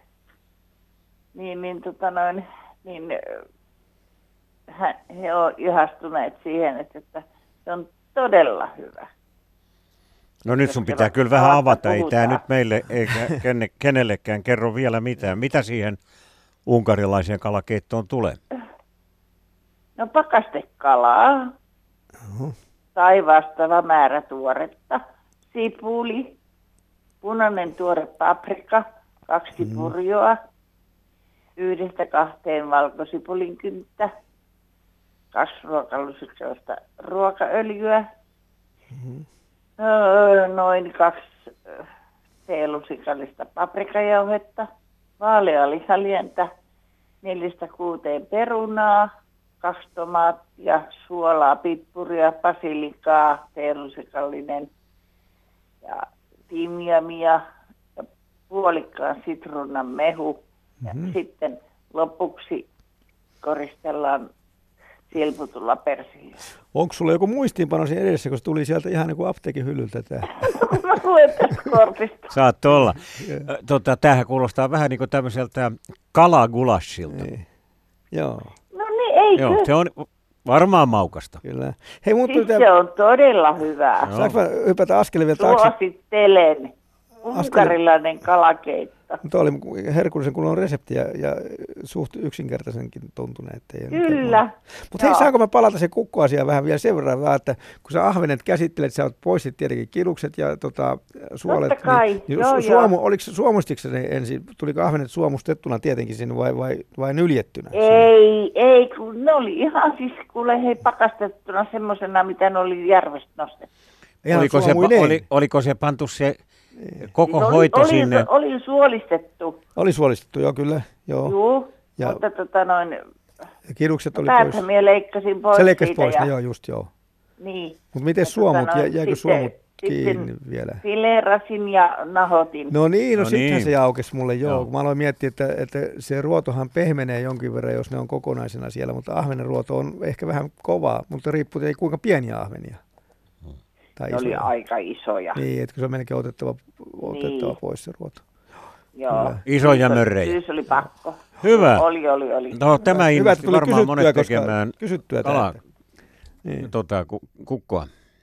he on ihastuneet siihen, että se on todella hyvä. No nyt sun pitää kyllä vähän avata, ei tämä nyt meille eikä kenellekään kerro vielä mitään. Mitä siihen unkarilaiseen kalakeittoon tulee? No pakastekalaa, tai vastaava määrä tuoretta, sipuli, punainen tuore paprika, 2 purjoa, 1-2 valkosipulin kynttä, 2 ruokalusikallista ruokaöljyä, noin 2 teelusikallista paprikajauhetta, vaaleaa lihalientä, 4-6 perunaa, 2 tomaattia, suolaa, pippuria, basilikaa, teelusikallinen ja timjamia ja puolikkaan sitruunan mehu. Ja sitten lopuksi koristellaan silputulla persillä. Onko sulla joku muistiinpano siinä edessä, kun se tuli sieltä ihan niin kuin apteekin hyllyltä tämä? Mä luen tästä kortista. Saat olla. Tämähän kuulostaa vähän niin kuin tämmöiseltä kalagulashilta. Joo. No niin, eikö? Joo, se on varmaan maukasta. Kyllä. Hei, siis se on todella hyvää. Saanko mä hypätä askeleen vielä taakse? Suosittelen. Unkarilainen kalakeitto. Tuo oli herkullisen kunnon resepti ja suht yksinkertaisenkin tuntuneen. Kyllä. Mutta hei, saanko mä palata se kukkoasiaan vähän vielä sen verran, että kun sä ahvenet käsittelet, sä poistit tietenkin kidukset ja suolet. Totta kai, niin oliko suomustiko se ensin, tuliko ahvenet suomustettuna tietenkin sinne vai nyljettynä? Ei, kun ne oli ihan siis kuule pakastettuna semmoisena, mitä ne oli järvestä nostettu. Oliko se pantu se koko hoito sinne? Oli suolistettu. Oli suolistettu, joo kyllä. Joo, mutta ja kidukset oli päätä pois. minä leikkasin pois. Se leikkasi pois, joo just joo. Niin. Mutta miten suomut, jäikö suomut kiinni vielä? Fileerasin ja nahotin. No sittenhän se aukesi mulle, joo. Mä aloin miettiä, että se ruotohan pehmenee jonkin verran, jos ne on kokonaisena siellä, mutta ahvenen ruoto on ehkä vähän kovaa, mutta riippuu kuinka pieniä ahvenia. Ne oli aika isoja. Niin, että se on melkein otettava pois se ruoto. Joo. Kyllä. Isoja mörrejä. Kyllä se oli pakko. Hyvä. Oli. No tämä innosti varmaan monet tekemään kysyttyä niin. Kukkoa.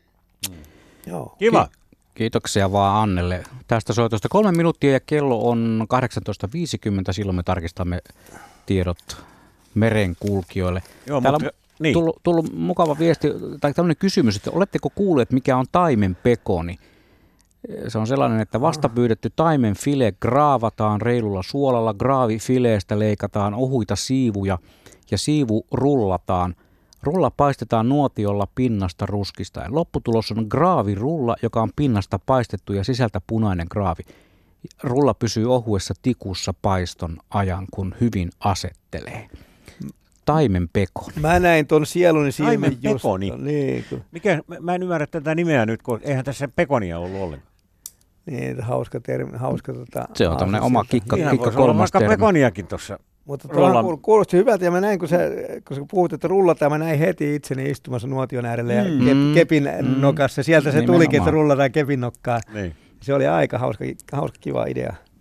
Joo. Kiva. Kiitoksia vaan Annelle tästä soitosta. 3 minuuttia ja kello on 18.50. Silloin me tarkistamme tiedot merenkulkijoille. Joo, täällä mutta on tullut mukava viesti tai tämmöinen kysymys, että oletteko kuulleet, mikä on taimenpekoni? Se on sellainen, että vastapyydetty taimenfile graavataan reilulla suolalla, graavifileestä leikataan ohuita siivuja ja siivu rullataan. Rulla paistetaan nuotiolla pinnasta ruskistaen. Lopputulos on graavirulla, joka on pinnasta paistettu ja sisältä punainen graavi. Rulla pysyy ohuessa tikussa paiston ajan, kun hyvin asettelee. Taimenpekoni. Mä näin ton sieluni silmin Taimenpekoni. Niin, mä en ymmärrä tätä nimeä nyt, kun eihän tässä pekonia ollut ollenkaan. Niin, hauska termi. Se on tämmöinen oma kikka kolmas termi. Pekoniakin tuossa. Mutta tuohon kuulosti hyvältä ja mä näin, kun sä puhut, että rullataan, mä näin heti itseni istumassa nuotion äärelle ja kepin nokassa. Sieltä se tulikin, että rullataan kepin nokkaa. Niin. Se oli aika hauska kiva idea.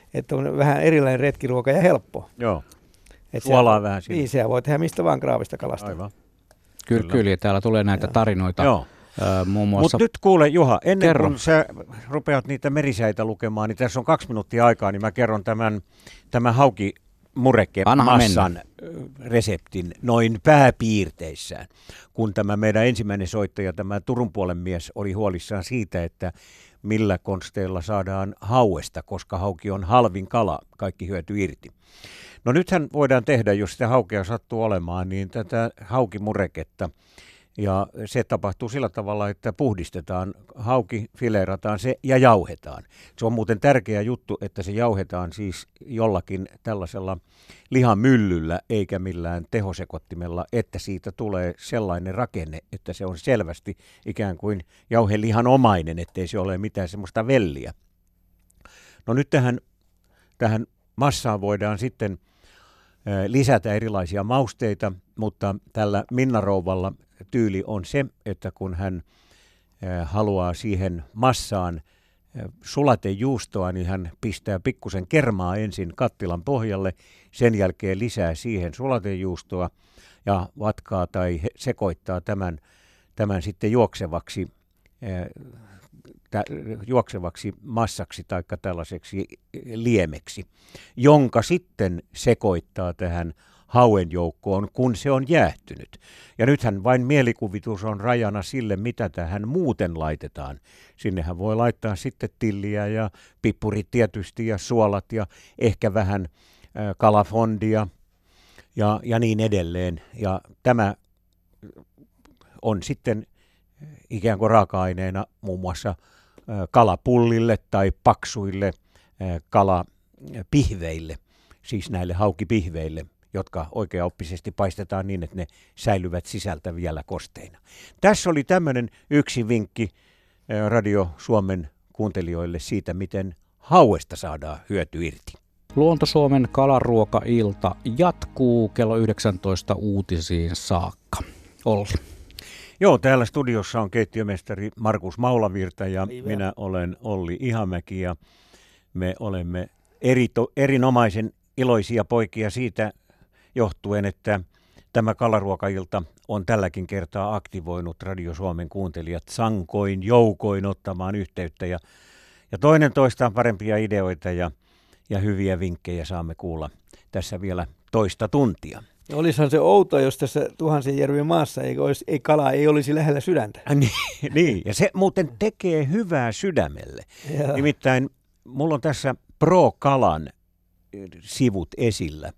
että on vähän erilainen retkiruoka ja helppo. Joo. Et Suolaa vähän sinne. Niin, sehän voi tehdä mistä vaan kraavista kalasta. Aivan. Kyllä, täällä tulee näitä tarinoita. Joo. Muun muassa. Mutta nyt kuule Juha, ennen Kerro. kuin sä rupeat niitä merisäitä lukemaan, niin tässä on 2 minuuttia aikaa, niin mä kerron tämän haukimurekemassan reseptin noin pääpiirteissään. Kun tämä meidän ensimmäinen soittaja, tämä Turun puolen mies, oli huolissaan siitä, että millä konsteilla saadaan hauesta, koska hauki on halvin kala, kaikki hyöty irti. No nythän voidaan tehdä, jos sitä haukea sattuu olemaan, niin tätä haukimureketta. Ja se tapahtuu sillä tavalla, että puhdistetaan hauki, fileerataan se ja jauhetaan. Se on muuten tärkeä juttu, että se jauhetaan siis jollakin tällaisella lihamyllyllä eikä millään tehosekottimella, että siitä tulee sellainen rakenne, että se on selvästi ikään kuin jauhelihan omainen, ettei se ole mitään semmoista velliä. No nyt tähän massaan voidaan sitten lisätä erilaisia mausteita, mutta tällä Minna rouvalla tyyli on se, että kun hän haluaa siihen massaan sulatejuustoa, niin hän pistää pikkusen kermaa ensin kattilan pohjalle, sen jälkeen lisää siihen sulatejuustoa ja vatkaa tai sekoittaa tämän sitten juoksevaksi massaksi tai tällaiseksi liemeksi, jonka sitten sekoittaa tähän hauen joukkoon, kun se on jäähtynyt. Ja nythän vain mielikuvitus on rajana sille, mitä tähän muuten laitetaan. Sinnehän voi laittaa sitten tilliä ja pippurit tietysti ja suolat ja ehkä vähän kalafondia ja niin edelleen. Ja tämä on sitten ikään kuin raaka-aineena muun muassa kalapullille tai paksuille kalapihveille, siis näille haukipihveille, jotka oikeaoppisesti paistetaan niin, että ne säilyvät sisältä vielä kosteina. Tässä oli tämmöinen yksi vinkki Radio Suomen kuuntelijoille siitä, miten hauesta saadaan hyöty irti. Luonto-Suomen kalaruoka-ilta jatkuu kello 19 uutisiin saakka. Olli. Joo, täällä studiossa on keittiömestari Markus Maulavirta ja minä olen Olli Ihamäki ja me olemme erinomaisen iloisia poikia siitä johtuen, että tämä kalaruokailta on tälläkin kertaa aktivoinut Radio Suomen kuuntelijat sankoin joukoin ottamaan yhteyttä ja toinen toistaan parempia ideoita ja hyviä vinkkejä saamme kuulla tässä vielä toista tuntia. Olisihan se outoa, jos tässä tuhansien järvien maassa kalaa ei olisi lähellä sydäntä. Niin, ja se muuten tekee hyvää sydämelle. Ja. Nimittäin mulla on tässä Pro-kalan sivut esillä.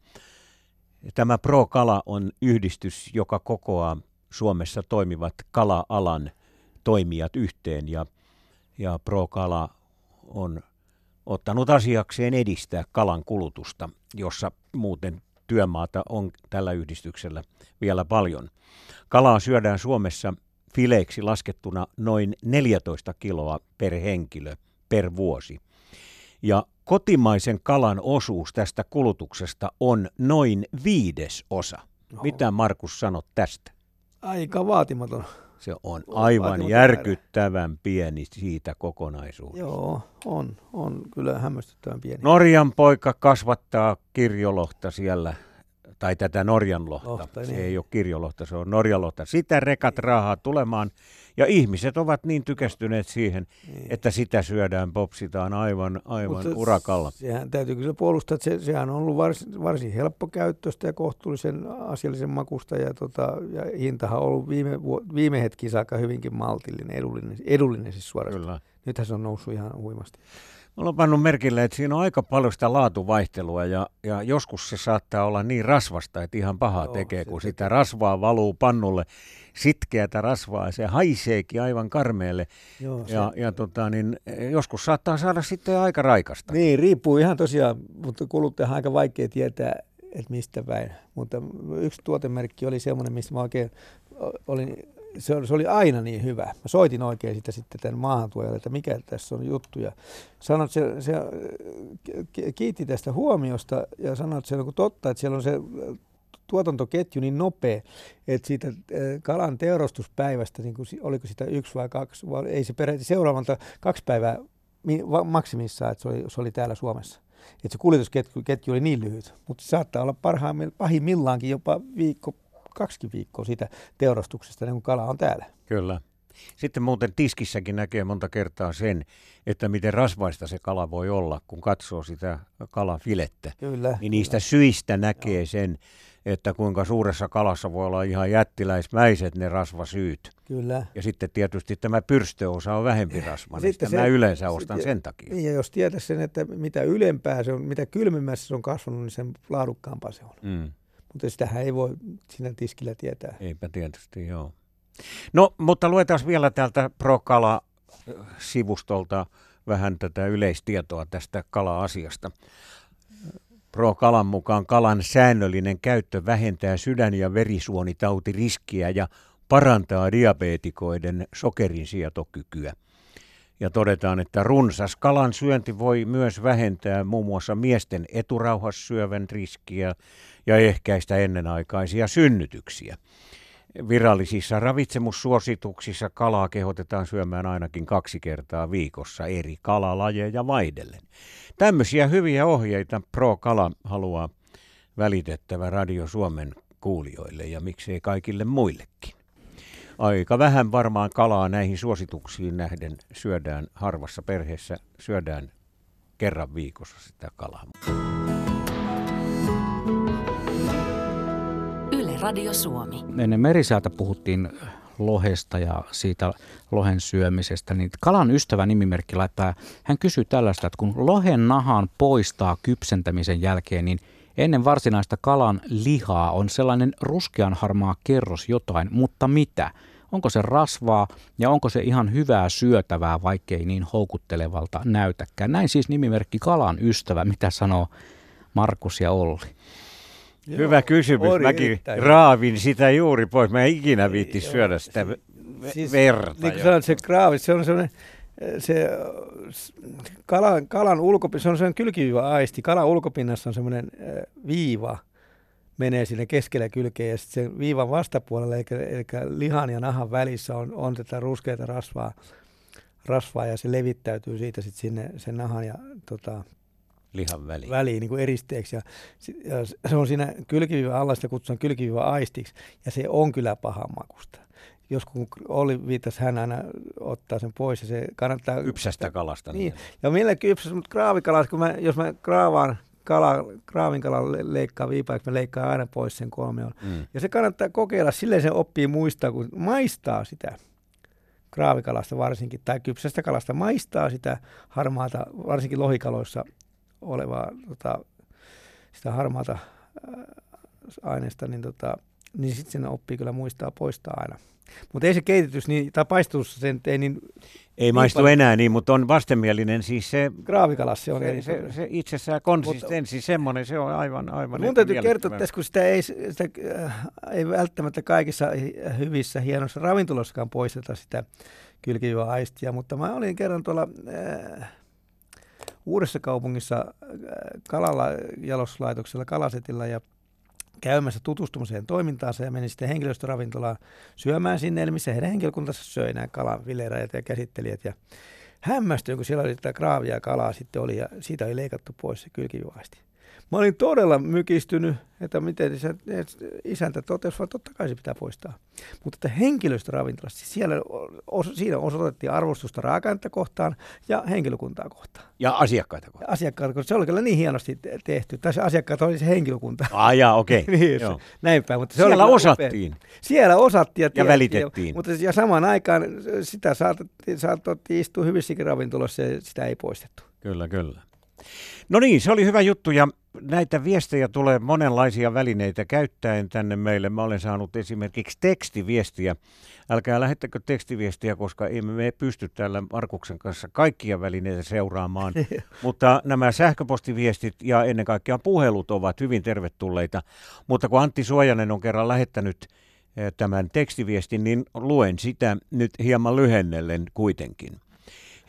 Tämä Pro-kala on yhdistys, joka kokoaa Suomessa toimivat kala-alan toimijat yhteen ja Pro-kala on ottanut asiakseen edistää kalan kulutusta, jossa muuten työmaata on tällä yhdistyksellä vielä paljon. Kalaa syödään Suomessa fileiksi laskettuna noin 14 kiloa per henkilö per vuosi. Ja kotimaisen kalan osuus tästä kulutuksesta on noin 1/5. Mitä Markus sanot tästä? Aika vaatimaton. Se on aivan järkyttävän pieni siitä kokonaisuudesta. Joo, on kyllä hämmästyttävän pieni. Norjan poika kasvattaa kirjolohta siellä, tai tätä Norjan lohta. Se ei ole kirjolohta, se on Norjalohta. Sitä rekat raahaa tulemaan, ja ihmiset ovat niin tykästyneet siihen, että sitä syödään, popsitaan aivan urakalla. Sehän täytyy kyllä puolustaa, että sehän on ollut varsin helppokäyttöistä ja kohtuullisen asiallisen makusta, ja hintahan on ollut viime hetkiin saakka hyvinkin maltillinen, edullinen siis suorastaan. Kyllä. Nythän se on noussut ihan huimasti. Mä olen pannut merkille, että siinä on aika paljon sitä laatuvaihtelua ja joskus se saattaa olla niin rasvasta, että ihan pahaa tekee, kun sitä rasvaa valuu pannulle, sitkeätä rasvaa ja se haiseekin aivan karmeelle. Joo, joskus saattaa saada sitten aika raikasta. Niin, riippuu ihan tosiaan, mutta kuluttajahan aika vaikea tietää, että mistä päin. Mutta yksi tuotemerkki oli semmoinen, missä mä oikein olin. Se oli aina niin hyvä. Mä soitin oikein sitä sitten tämän maahantuojalle, että mikä tässä on juttu. Ja sanoin, että se kiitti tästä huomiosta ja sanoi, että se on totta, että siellä on se tuotantoketju niin nopea, että siitä kalan teurastuspäivästä, niin kuin, oliko sitä 1 vai 2, ei se seuraavalta 2 päivää maksimissaan, että se oli täällä Suomessa. Että se kuljetusketju oli niin lyhyt. Mutta se saattaa olla pahimmillaankin jopa 2 viikkoa siitä teurastuksesta, niin kun kala on täällä. Kyllä. Sitten muuten tiskissäkin näkee monta kertaa sen, että miten rasvaista se kala voi olla, kun katsoo sitä kalafilettä. Kyllä. Niin niistä syistä näkee sen, että kuinka suuressa kalassa voi olla ihan jättiläismäiset ne rasvasyyt. Kyllä. Ja sitten tietysti tämä pyrstöosa on vähempi rasvainen. Sitä mä yleensä ostan sen takia. Niin, ja jos tietäisi sen, että mitä ylempää se on, mitä kylmemmässä se on kasvanut, niin sen laadukkaampaa se on. Mutta sitähän ei voi siinä tiskillä tietää. Eipä tietysti, joo. No, mutta luetaan vielä täältä ProKala-sivustolta vähän tätä yleistietoa tästä kala-asiasta. ProKalan mukaan kalan säännöllinen käyttö vähentää sydän- ja verisuonitautiriskiä ja parantaa diabeetikoiden sokerinsietokykyä. Ja todetaan, että runsas kalan syönti voi myös vähentää muun muassa miesten eturauhassyövän riskiä ja ehkäistä ennenaikaisia synnytyksiä. Virallisissa ravitsemussuosituksissa kalaa kehotetaan syömään ainakin 2 kertaa viikossa eri kalalajeja vaihdellen. Tämmöisiä hyviä ohjeita ProKala haluaa välitettävä Radio Suomen kuulijoille ja miksei kaikille muillekin. Aika vähän varmaan kalaa näihin suosituksiin nähden syödään harvassa perheessä, syödään kerran viikossa sitä kalaa. Yle Radio Suomi. Ennen merisäätä puhuttiin lohesta ja siitä lohen syömisestä, niin kalan ystävä nimimerkki laittaa, hän kysyy tällaista, että kun lohen nahan poistaa kypsentämisen jälkeen, niin ennen varsinaista kalan lihaa on sellainen ruskeanharmaa kerros jotain, mutta mitä? Onko se rasvaa ja onko se ihan hyvää syötävää, vaikkei niin houkuttelevalta näytäkään? Näin siis nimimerkki kalan ystävä, mitä sanoo Markus ja Olli? Hyvä kysymys. Mäkin raavin sitä juuri pois. Mä en ikinä viitti syödä sitä verta. Niin kuin sanoit, se kraavi, se on sellainen, kalan ulkopinnassa, se on sellainen kylkiviiva-aisti. Kalan ulkopinnassa on sellainen viiva, menee sinne keskellä kylkeä ja sitten sen viivan vastapuolella, eli lihan ja nahan välissä on tätä ruskeata rasvaa ja se levittäytyy siitä sitten sinne sen nahan ja lihan väliin niin kuin eristeeksi. Ja se on siinä kylkiviivan alla, sitä kutsutaan kylkiviiva-aistiksi ja se on kyllä pahan makusta. Jos kun Olli viittasi, hän aina ottaa sen pois ja se kannattaa... Kypsästä kalasta. Niin. Ja millä kypsästä, mutta kraavikalasta, jos mä kraavinkalan leikkaa viipaaksi, mä leikkaan aina pois sen kolmion. Ja se kannattaa kokeilla, silleen se oppii muistaa, kun maistaa sitä kraavikalasta varsinkin, tai kypsästä kalasta maistaa sitä harmaata, varsinkin lohikaloissa olevaa sitä harmaata aineesta, niin sitten sen oppii kyllä muistaa poistaa aina. Mutta ei se keitetys tai paistussa sen ei niin... Ei maistu enää niin, mutta on vastenmielinen siis se... Kraavikalassa se on se itsessään konsistenssi, semmoinen, se on aivan mun täytyy kertoa tässä, kun sitä ei välttämättä kaikissa hyvissä, hienoissa ravintolossakaan poisteta sitä kylkiviiva-aistia, mutta mä olin kerran tuolla Uudessa kaupungissa kalalla jalostuslaitoksella Kalasetilla ja käymässä tutustumiseen toimintaansa ja menin sitten henkilöstöravintolaan syömään sinne, eli missä heidän henkilökuntansa söi nämä kalanfileerajat ja käsittelijät. Ja hämmästyin, kun siellä oli tätä kraavia ja kalaa sitten oli ja siitä oli leikattu pois se kylkiviiva-aisti. Mä olin todella mykistynyt, että miten isäntä totesi, vaan totta kai se pitää poistaa. Mutta että henkilöstöravintolassa, siinä osoitettiin arvostusta raaka-ainetta kohtaan ja henkilökuntaa kohtaan. Ja asiakkaita kohtaan. Asiakkaita, koska se oli kyllä niin hienosti tehty. Tässä asiakkaat oli se henkilökunta. Okei. Niin, näin päin. Mutta siellä osattiin. Siellä osattiin ja välitettiin. Mutta ja samaan aikaan sitä saatettiin istua hyvissäkin ravintoloissa ja sitä ei poistettu. Kyllä. No niin, se oli hyvä juttu ja näitä viestejä tulee monenlaisia välineitä käyttäen tänne meille. Mä olen saanut esimerkiksi tekstiviestiä. Älkää lähettäkö tekstiviestiä, koska emme me pysty täällä Markuksen kanssa kaikkia välineitä seuraamaan. Mutta nämä sähköpostiviestit ja ennen kaikkea puhelut ovat hyvin tervetulleita. Mutta kun Antti Suojanen on kerran lähettänyt tämän tekstiviestin, niin luen sitä nyt hieman lyhennellen kuitenkin.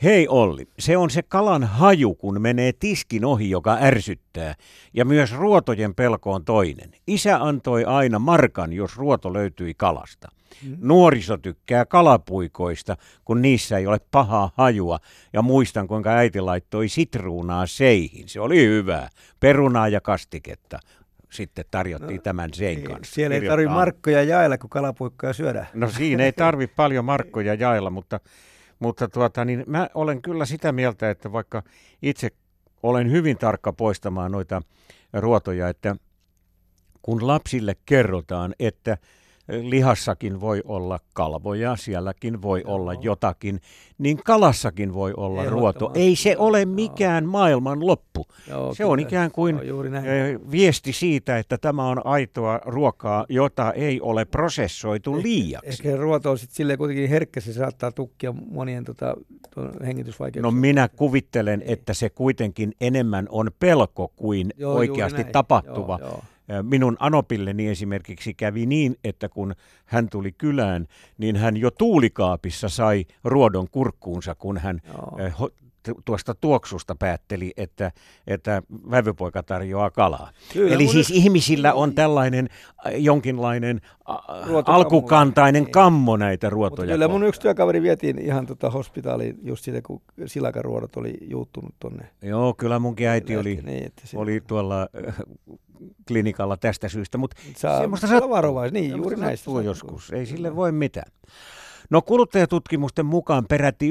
Hei Olli, se on se kalan haju, kun menee tiskin ohi, joka ärsyttää. Ja myös ruotojen pelko on toinen. Isä antoi aina markan, jos ruoto löytyi kalasta. Nuoriso tykkää kalapuikoista, kun niissä ei ole pahaa hajua. Ja muistan, kuinka äiti laittoi sitruunaa seihin. Se oli hyvää. Perunaa ja kastiketta. Sitten tarjottiin tämän sein kanssa. Siellä ei tarvitse markkoja jaella, kun kalapuikkoja syödään. No siinä ei tarvitse paljon markkoja jaella, mutta niin mä olen kyllä sitä mieltä, että vaikka itse olen hyvin tarkka poistamaan noita ruotoja, että kun lapsille kerrotaan, että lihassakin voi olla kalvoja, sielläkin voi olla jotakin, niin kalassakin voi olla ruoto. Ei se ole mikään maailman loppu. Se on ikään kuin viesti siitä, että tämä on aitoa ruokaa, jota ei ole prosessoitu liiaksi. Ehkä ruoto on sitten silleen kuitenkin herkkä, se saattaa tukkia monien hengitysvaikeuksia. No minä kuvittelen, että se kuitenkin enemmän on pelko kuin oikeasti tapahtuva. Minun anopilleni esimerkiksi kävi niin, että kun hän tuli kylään, niin hän jo tuulikaapissa sai ruodon kurkkuunsa, kun hän tuosta tuoksusta päätteli, että vävypoika tarjoaa kalaa. Kyllä, eli siis ihmisillä on tällainen jonkinlainen alkukantainen kammo näitä ruotoja. Kyllä mun yksi työkaveri vietiin ihan hospitaaliin just siitä, kun silakaruodot oli juuttunut tonne. Joo, kyllä munkin äiti oli tuolla klinikalla tästä syystä, mutta semmoista niin, juuri näistä joskus, ei sille voi mitään. No kuluttajatutkimusten mukaan peräti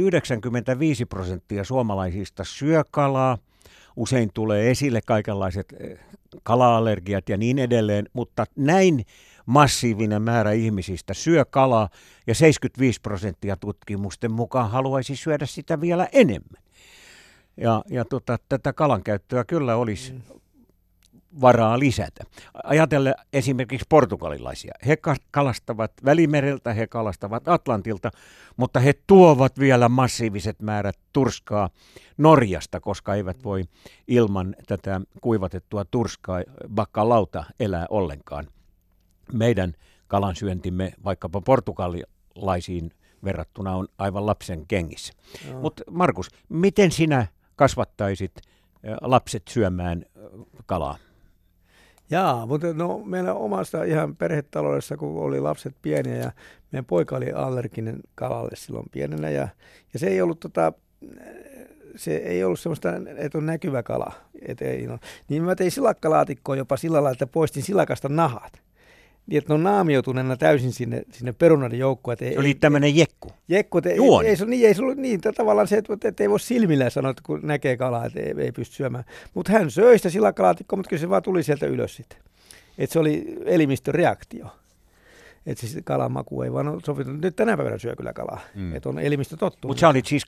95% suomalaisista syö kalaa. Usein tulee esille kaikenlaiset kala-allergiat ja niin edelleen, mutta näin massiivinen määrä ihmisistä syö kalaa ja 75% tutkimusten mukaan haluaisi syödä sitä vielä enemmän. Ja tätä kalan käyttöä kyllä olisi varaa lisätä. Ajatellen esimerkiksi portugalilaisia. He kalastavat Välimereltä, he kalastavat Atlantilta, mutta he tuovat vielä massiiviset määrät turskaa Norjasta, koska eivät voi ilman tätä kuivatettua turskaa baccalauta elää ollenkaan. Meidän kalansyöntimme vaikkapa portugalilaisiin verrattuna on aivan lapsen kengissä. Mutta Markus, miten sinä kasvattaisit lapset syömään kalaa? Jaa, mutta meillä omasta ihan perhetaloudessa, kun oli lapset pieniä ja meidän poika oli allerginen kalalle silloin pienenä ja se ei ollut se ei ollut semmoista, että on näkyvä kala. Niin mä tein silakkalaatikkoon jopa sillä lailla, että poistin silakasta nahat. Niin, että ne on naamioituneena täysin sinne perunoiden joukkoon. Se oli tämmöinen jekku. Ei se ollut niin. Tavallaan se, että ei voi silmillään sanoa, että kun näkee kalaa, että ei pysty syömään. Mutta hän söi sitä silakkalaatikkoa, mutta kyllä se vaan tuli sieltä ylös sitten. Että se oli elimistön reaktio. Että se kalan maku ei vaan ole sovitunut. Nyt tänä päivänä syö kyllä kalaa. Että on elimistö tottunut. Mutta sä olit siis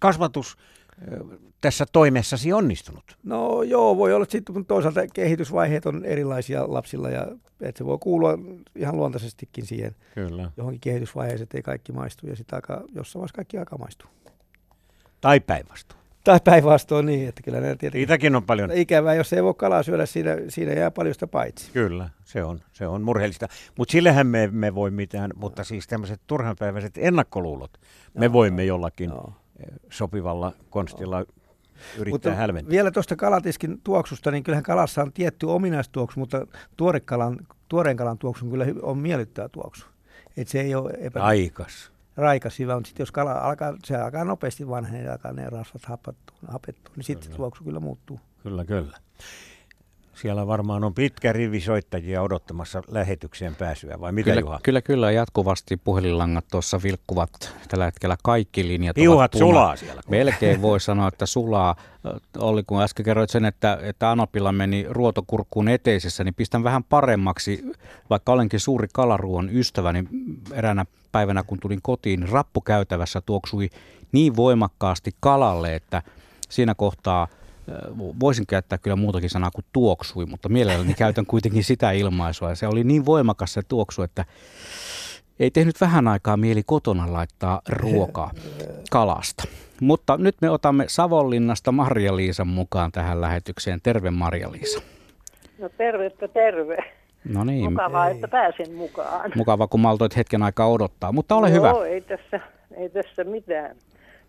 tässä toimessasi onnistunut? No joo, voi olla sitten, mutta toisaalta kehitysvaiheet on erilaisia lapsilla ja että se voi kuulua ihan luontaisestikin siihen johonkin kehitysvaiheeseen, että ei kaikki maistu ja sitten jossain vaiheessa kaikki alkaa maistua. Tai päinvastoin. Tai päinvastoin niin, että kyllä näitä tietenkin. Niitäkin on paljon. Ikävää, jos ei voi kalaa syödä, siinä jää paljon sitä paitsi. Kyllä, se on murheellista. Mutta sillehän me emme voi mitään, mutta siis tämmöiset turhanpäiväiset ennakkoluulot, me voimme jollakin sopivalla konstilla yrittää hälventää. Vielä tuosta kalatiskin tuoksusta, niin kyllähän kalassa on tietty ominaistuoksu, mutta tuoreen kalan tuoksu kyllä on miellyttävä tuoksu. Et se ei ole raikas hyvä, mutta sitten jos kala alkaa nopeasti vanhenee, alkaa ne rasvat hapettua, niin sitten se tuoksu kyllä muuttuu. Kyllä. Siellä varmaan on pitkä rivi soittajia odottamassa lähetykseen pääsyä, vai mitä Juha? Kyllä, jatkuvasti puhelinlangat tuossa vilkkuvat tällä hetkellä kaikki linjat. Piuhat sulaa siellä. Melkein voi sanoa, että sulaa. Olli, kun äsken kerroit sen, että Anopilla meni ruotokurkkuun eteisessä, niin pistän vähän paremmaksi, vaikka olenkin suuri kalaruoan ystävä, niin eräänä päivänä kun tulin kotiin, niin rappukäytävässä tuoksui niin voimakkaasti kalalle, että siinä kohtaa voisin käyttää kyllä muutakin sanaa kuin tuoksui, mutta mielelläni käytän kuitenkin sitä ilmaisua. Ja se oli niin voimakas se tuoksu, että ei tehnyt vähän aikaa mieli kotona laittaa ruokaa kalasta. Mutta nyt me otamme Savonlinnasta Marja-Liisan mukaan tähän lähetykseen. Terve Marja-Liisa. No terve. No niin. Mukavaa, että pääsin mukaan. Mukava, kun maltoit hetken aikaa odottaa, mutta ole hyvä. Joo, ei tässä mitään.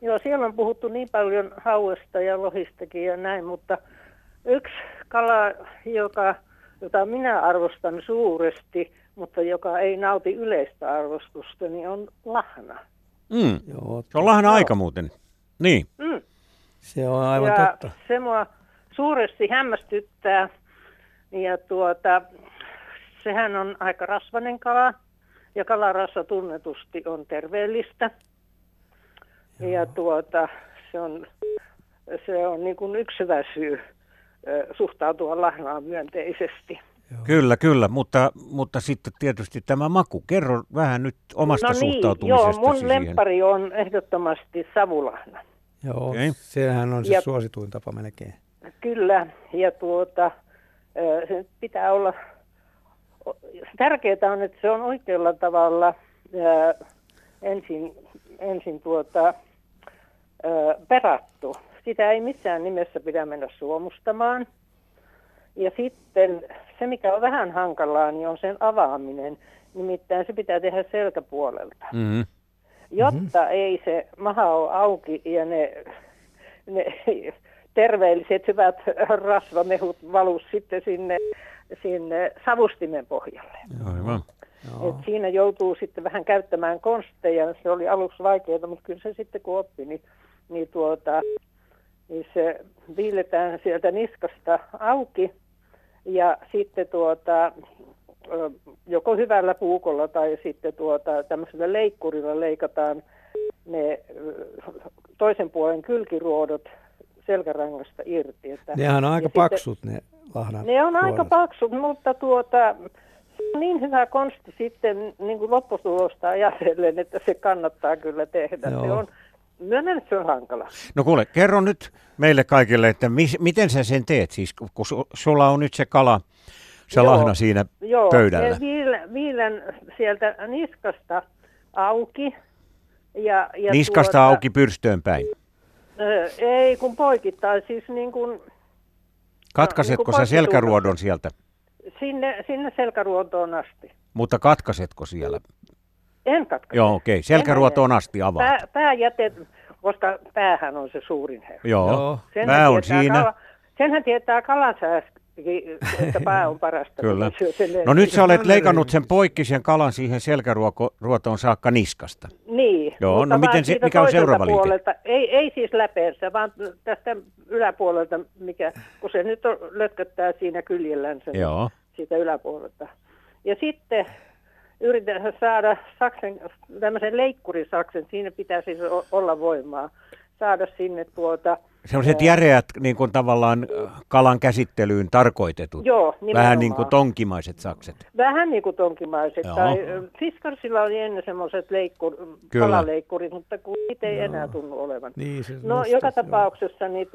Joo, siellä on puhuttu niin paljon hauesta ja lohistakin ja näin, mutta yksi kala, jota minä arvostan suuresti, mutta joka ei nauti yleistä arvostusta, niin on lahna. Joo, Se on lahna aika muuten. Niin. se on aivan ja totta. se mua suuresti hämmästyttää. Ja sehän on aika rasvainen kala. Ja kalarasva tunnetusti on terveellistä. Ja se on niin kuin yksi hyvä syy suhtautua lahnaan myönteisesti. Kyllä, mutta sitten tietysti tämä maku. Kerro vähän nyt omasta suhtautumisestasi mun siihen. lemppari on ehdottomasti savulahna. Joo, Okei. sehän on se suosituin tapa melkein. Kyllä, ja se pitää olla, tärkeää on, että se on oikealla tavalla ensin perattu. Sitä ei missään nimessä pidä mennä suomustamaan. Ja sitten se, mikä on vähän hankalaa, niin on sen avaaminen. Nimittäin se pitää tehdä selkäpuolelta. Mm-hmm. Jotta ei se maha ole auki ja ne terveelliset hyvät rasvamehut valu sitten sinne savustimen pohjalle. Aivan. Et siinä joutuu sitten vähän käyttämään konsteja. Se oli aluksi vaikeaa, mutta kyllä se sitten kun oppi, niin se viiletään sieltä niskasta auki ja sitten joko hyvällä puukolla tai sitten tämmöisellä leikkurilla leikataan ne toisen puolen kylkiruodot selkärangasta irti. Nehän on aika paksut ne lahnan Ne on ruodot. aika paksut, mutta se on niin hyvä konsti sitten niin kuin lopputulosta ajatellen, että se kannattaa kyllä tehdä. Joo. Se on, myönnän, että se on hankala. No kuule, kerro nyt meille kaikille, että miten sä sen teet? Siis kun sulla on nyt se kala, se lahna siinä pöydällä. Joo, viilän sieltä niskasta auki. Niskasta auki pyrstöön päin. Ei, kun poikittain, siis niin kuin... Katkaisetko sä selkäruodon sieltä? Sinne selkäruotoon asti. Mutta katkaisetko siellä? En katkaise. Joo, okei. Selkäruotoon asti avaat. Pääjäte, koska päähän on se suurin herra. Joo. Pää on siinä. Senhän tietää kalansäässäkin, että pää on parasta. Kyllä. No nyt sä olet leikannut sen poikki sen kalan siihen selkäruotoon saakka niskasta. Niin. Joo, no miten mikä on seuraava liike? Puolelta, ei siis läpeensä, vaan tästä yläpuolelta, kun se nyt lötköttää siinä kyljellänsä siitä yläpuolelta. Ja sitten yritän saada tämmöisen leikkurisaksen, siinä pitää siis olla voimaa, saada sinne sellaiset järeät niin kuin tavallaan kalan käsittelyyn tarkoitetut. Joo, nimenomaan. Vähän niin kuin tonkimaiset sakset. Vähän niin kuin tonkimaiset. Tai Fiskarsilla oli ennen semmoiset kalaleikkurit, mutta kun niitä ei enää tunnu olevan. Niin, joka tapauksessa niin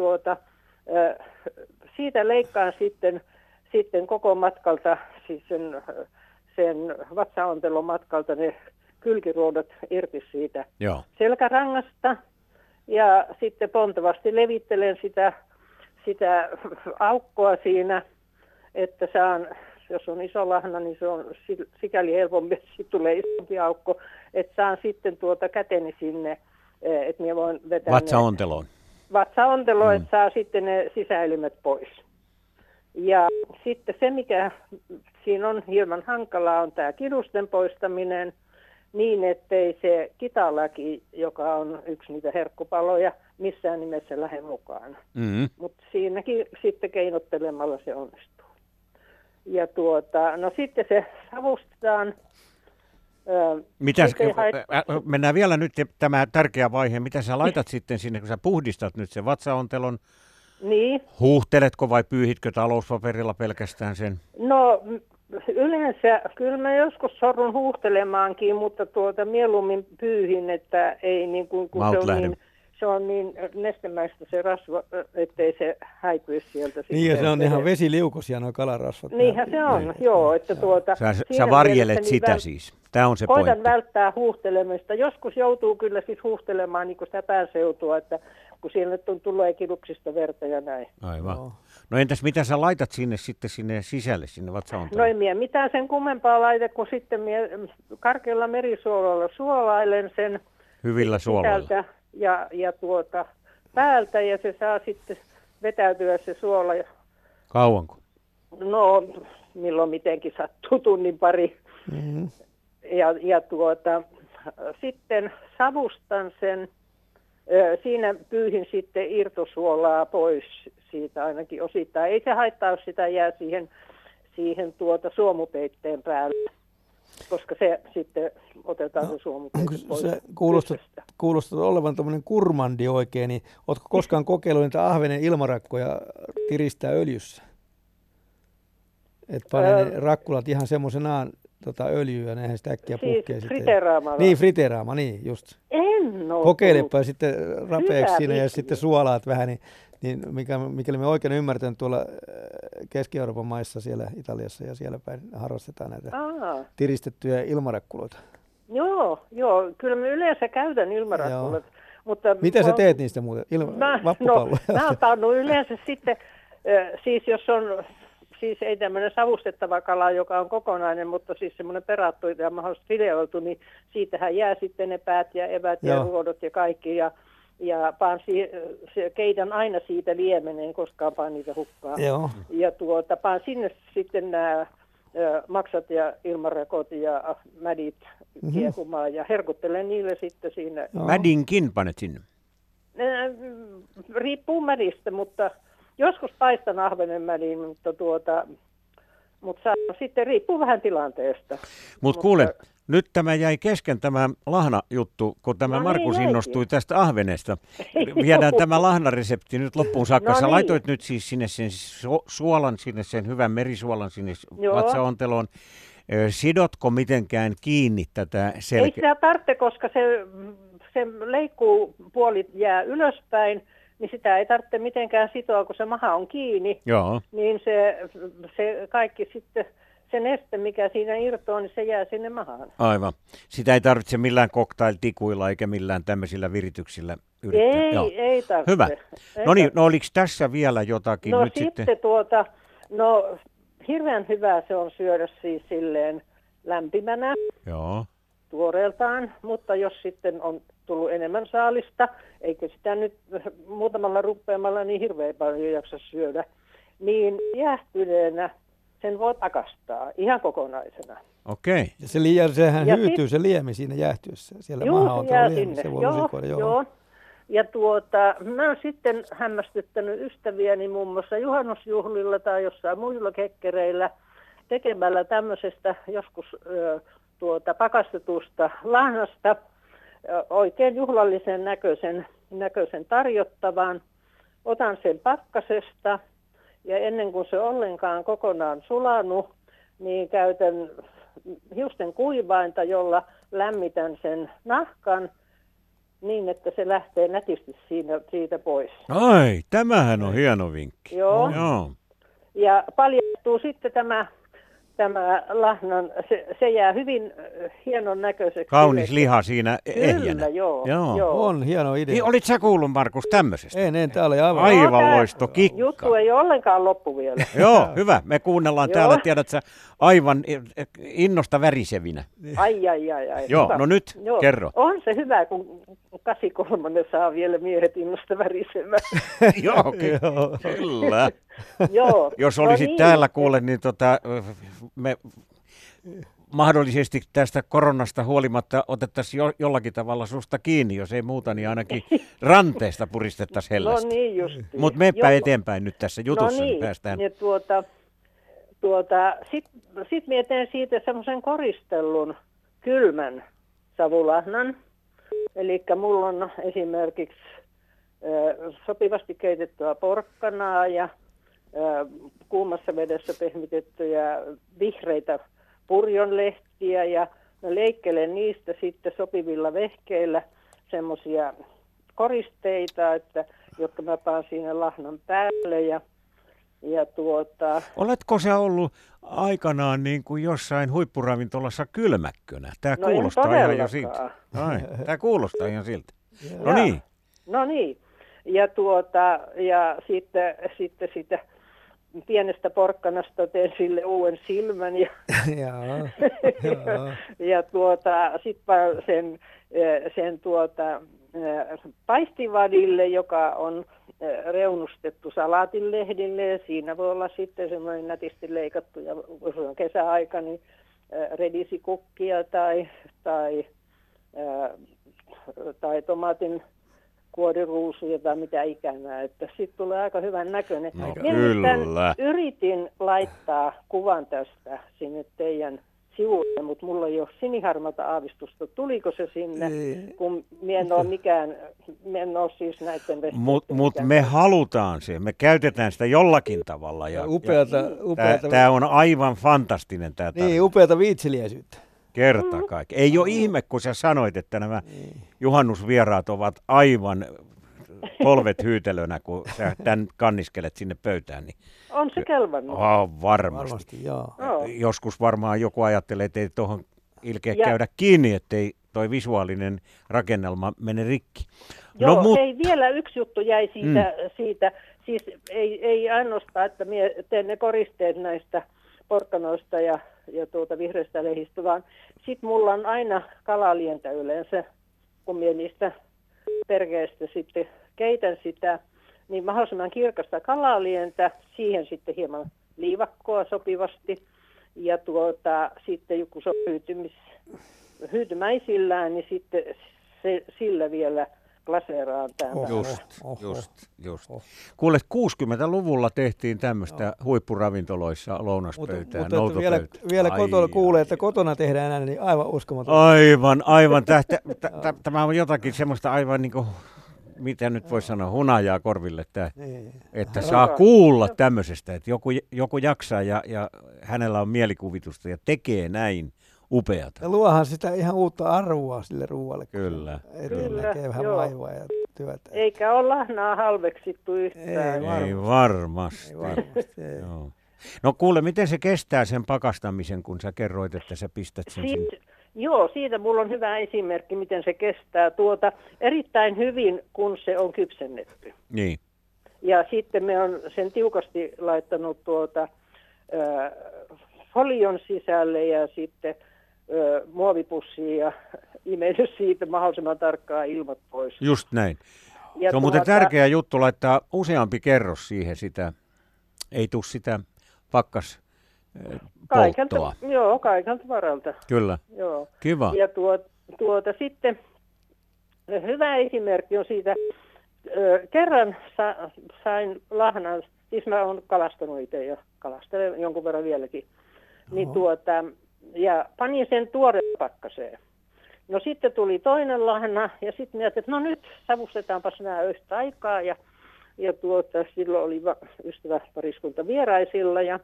siitä leikkaan sitten koko matkalta, siis sen vatsaontelomatkalta ne kylkiruodot irti siitä selkärangasta. Ja sitten pontevasti levittelen sitä aukkoa siinä, että jos on iso lahna, niin se on sikäli helpompi, että siitä tulee isompi aukko, että saan sitten käteni sinne, että minä voin vetää vatsaonteloon, että saa sitten ne sisäelimet pois. Ja sitten se, mikä siinä on hieman hankalaa, on tämä kidusten poistaminen, niin ettei se kitalaki, joka on yksi niitä herkkupaloja, missään nimessä lähde mukaan. Mm-hmm. Mutta siinäkin sitten keinottelemalla se onnistuu. Ja no sitten se savustetaan. Mennään vielä nyt tämä tärkeä vaihe. Mitä sä laitat sitten sinne, kun sä puhdistat nyt sen vatsaontelon? Niin. Huuhteletko vai pyyhitkö talouspaperilla pelkästään sen? No yleensä kyllä mä joskus sorrun huuhtelemaankin, mutta mieluummin pyyhin, että ei niin kuin kun se on niin nestemäistä se rasva, ettei se häipyisi sieltä. Niin ja se on ihan vesiliukoisia nuo kalarasvat. Niinhän se on, joo. Että sä varjelet sitä siis. Tämä on se pointti. Koitan välttää huuhtelemista. Joskus joutuu kyllä siis huuhtelemaan niin kuin sitä pääseutua, että kun siellä nyt tulee kiduksista verta ja näin. Aivan. No entäs mitä sä laitat sinne sisälle, sinne vatsaonteloon? No en minä mitään sen kummempaa laita, kun sitten karkealla merisuolalla suolailen sen. Hyvillä suolalla. ja päältä ja se saa sitten vetäytyä se suola. Kauanko? No, milloin mitenkin sattuu, tunnin pari. Mm-hmm. Ja sitten savustan sen, siinä pyyhin sitten irtosuolaa pois siitä ainakin osittain. Ei se haittaa, jos sitä jää siihen suomupeitteen päälle, koska se sitten otetaan se suomupeite pois. Se kuulostaa olevan tuommoinen kurmandi oikein, niin ootko koskaan kokeillut niitä ahvenen ilmarakkoja tiristää öljyssä? Että panee ne rakkulat ihan semmoisenaan öljyä ja nehän sitä äkkiä puhkee. Friteeraamalla? Niin, friteeraama, niin just. En ole. Kokeilepa sitten rapeaksi siinä ja sitten suolaat vähän, niin mikäli me oikein ymmärtän, tuolla Keski-Euroopan maissa, siellä Italiassa ja siellä päin harrastetaan näitä tiristettyjä ilmarakkuloita. Joo, kyllä mä yleensä käytän ilmarakkuloita. Mutta mitä sä teet niistä muuten? Vappupalloja? Mä otan yleensä sitten, siis jos on... Siis ei tämmöinen savustettava kala, joka on kokonainen, mutta siis semmoinen perattu ja mahdollisesti fileoitu, niin siitähän jää sitten ne päät ja evät ja ruodot ja kaikki. Ja keitän aina siitä liemeneen, koskaan paan niitä hukkaan. Joo. Ja paan sinne sitten nämä maksat ja ilmarakot ja mädit kiehumaan ja herkuttelen niille sitten siinä. Joo. Mädinkin panet sinne? Riippuu mädistä, mutta... Joskus paistan ahvenen mädin, mutta sitten riippuu vähän tilanteesta. Mutta kuule, nyt tämä jäi kesken tämä lahnajuttu, kun tämä Markus innostui tästä ahvenesta. Viedään tämä lahnaresepti nyt loppuun saakka. Sä laitoit nyt siis sinne sen suolan, sinne sen hyvän merisuolan sinne vatsaonteloon. Sidotko mitenkään kiinni tätä selkeä? Ei sitä tarvitse, koska se leikkuu puolit jää ylöspäin. Niin sitä ei tarvitse mitenkään sitoa, kun se maha on kiinni. Joo. Niin se kaikki sitten, se neste, mikä siinä irtoaa, niin se jää sinne mahaan. Aivan. Sitä ei tarvitse millään cocktail-tikuilla eikä millään tämmöisillä virityksillä yrittää. Ei tarvitse. Hyvä. No niin, no oliko tässä vielä jotakin no nyt sitten? Hirveän hyvä se on syödä siis silleen lämpimänä. Joo. Tuoreeltaan, mutta jos sitten on tullut enemmän saalista, eikä sitä nyt muutamalla ruppeamalla niin hirveän paljon jaksa syödä, niin jäähtyneenä sen voi pakastaa ihan kokonaisena. Okei. Ja sehän hyytyy se liemi siinä jäähtyessä. Siellä maha on tuo liemi, se voi lusikoida. Joo. Ja mä oon sitten hämmästyttänyt ystäviäni muun muassa juhannusjuhlilla tai jossain muilla kekkereillä tekemällä tämmöisestä joskus pakastetusta lahnasta oikein juhlallisen näköisen tarjottavan. Otan sen pakkasesta ja ennen kuin se ollenkaan kokonaan sulanut, niin käytän hiusten kuivainta, jolla lämmitän sen nahkan niin, että se lähtee nätisti siitä pois. Ai, tämähän on hieno vinkki. Joo. Ja paljastuu sitten tämä lahnan, se jää hyvin hienon näköiseksi. Kaunis liha siinä ehjänä. Kyllä, joo. On hieno idea. Niin, olit sä kuullut, Markus, tämmöisestä? En, tää oli aivan loisto kikka. Juttu ei ole ollenkaan loppu vielä. Joo, hyvä. Me kuunnellaan täällä, tiedät sä, aivan innosta värisevinä. Ai. Joo, hyvä. No nyt kerro. On se hyvä, kun 83 saa vielä miehet innosta värisemään. Joo, kyllä. Joo. Jos olisit täällä kuule, niin me mahdollisesti tästä koronasta huolimatta otettaisiin jollakin tavalla susta kiinni, jos ei muuta, niin ainakin ranteesta puristettaisiin hellästä. No niin justiin. Mutta meepä eteenpäin nyt tässä jutussa, niin päästään. Ja sit mä teen siitä semmoisen koristellun kylmän savulahnan. Eli mulla on esimerkiksi sopivasti keitettyä porkkanaa ja kuumassa vedessä pehmitettyjä vihreitä purjonlehtiä ja mä leikkelen niistä sitten sopivilla vehkeillä semmoisia koristeita, jotka mä paan siinä lahnan päälle ja Oletko sä ollut aikanaan niin kuin jossain huippuravintolassa kylmäkkönä? Tämä kuulostaa ihan jo siltä. Tämä kuulostaa ihan siltä. No niin. Ja sitten sitä pienestä porkkanasta teen sille uuden silmän ja sitten sen paistivadille, joka on reunustettu salaatinlehdille, ja siinä voi olla sitten semmoinen nätisti leikattu, ja jos on kesäaika, niin redisikukkia tai tomaatin kuoriruusuja tai mitä ikänä, että sitten tulee aika hyvän näköinen. No, kyllä. Yritin laittaa kuvan tästä sinne teidän sivuille, mutta mulla ei ole siniharmata aavistusta. Tuliko se sinne, kun minä en ole siis näiden Mutta me halutaan se, me käytetään sitä jollakin tavalla. Ja tämä on aivan fantastinen tämä tarina. Niin, upeata viitseliäisyyttä. Kerta kaikki. Ei ole ihme, kun sä sanoit, että nämä juhannusvieraat ovat aivan polvet hyytelönä, kun sä tämän kanniskelet sinne pöytään. Niin on se kelvannut. Varmasti joo. Joskus varmaan joku ajattelee, että ei tuohon ilkeä käydä kiinni, ettei toi visuaalinen rakennelma mene rikki. Hei, vielä yksi juttu jäi siitä. Siis ei ainoastaan, että minä teen ne koristeet näistä porkkanoista ja vihreästä lehistä, vaan sitten mulla on aina kalalientä yleensä, kun minä niistä perkeistä sitten keitän sitä, niin mahdollisimman kirkasta kalalientä, siihen sitten hieman liivakkoa sopivasti, ja sitten kun se on hyytymäisillään, niin sitten sillä vielä glaseeraan tämän. Just. Kuule, 60-luvulla tehtiin tämmöistä huippuravintoloissa lounaspöytää, noutopöytää. Vielä kotona kuulee, että kotona tehdään näin, niin aivan uskomaton. Aivan. Tämä on jotakin semmoista aivan niin kuin, mitä nyt voi sanoa, hunajaa korville, että saa kuulla tämmöisestä, että joku jaksaa ja hänellä on mielikuvitusta ja tekee näin upeata. Ja luohan sitä ihan uutta arvoa sille ruualle. Kyllä. Näkee vähän vaivaa ja työtä. Eikä ole lahnaa halveksittu yhtään. Ei varmasti. Joo. No kuule, miten se kestää sen pakastamisen, kun sä kerroit, että sä pistät sen sinne? Joo, siitä mulla on hyvä esimerkki, miten se kestää erittäin hyvin, kun se on kypsennetty. Niin. Ja sitten me on sen tiukasti laittanut folion sisälle ja sitten muovipussiin ja imennyt siitä mahdollisimman tarkkaan ilmat pois. Just näin. Ja se on muuten tärkeä juttu laittaa useampi kerros siihen sitä, ei tule sitä pakkaspolttoa. Joo, kaikelta varalta. Kyllä. Joo. Kiva. Ja sitten hyvä esimerkki on siitä, kerran sain lahnan, siis mä oon kalastanut itse ja kalastelen jonkun verran vieläkin, niin ja panin sen tuoreen pakkaseen. No sitten tuli toinen lahna ja sitten mietin, että no nyt savustetaanpas nämä yhtä aikaa ja silloin oli ystäväpariskunta vieraisilla ja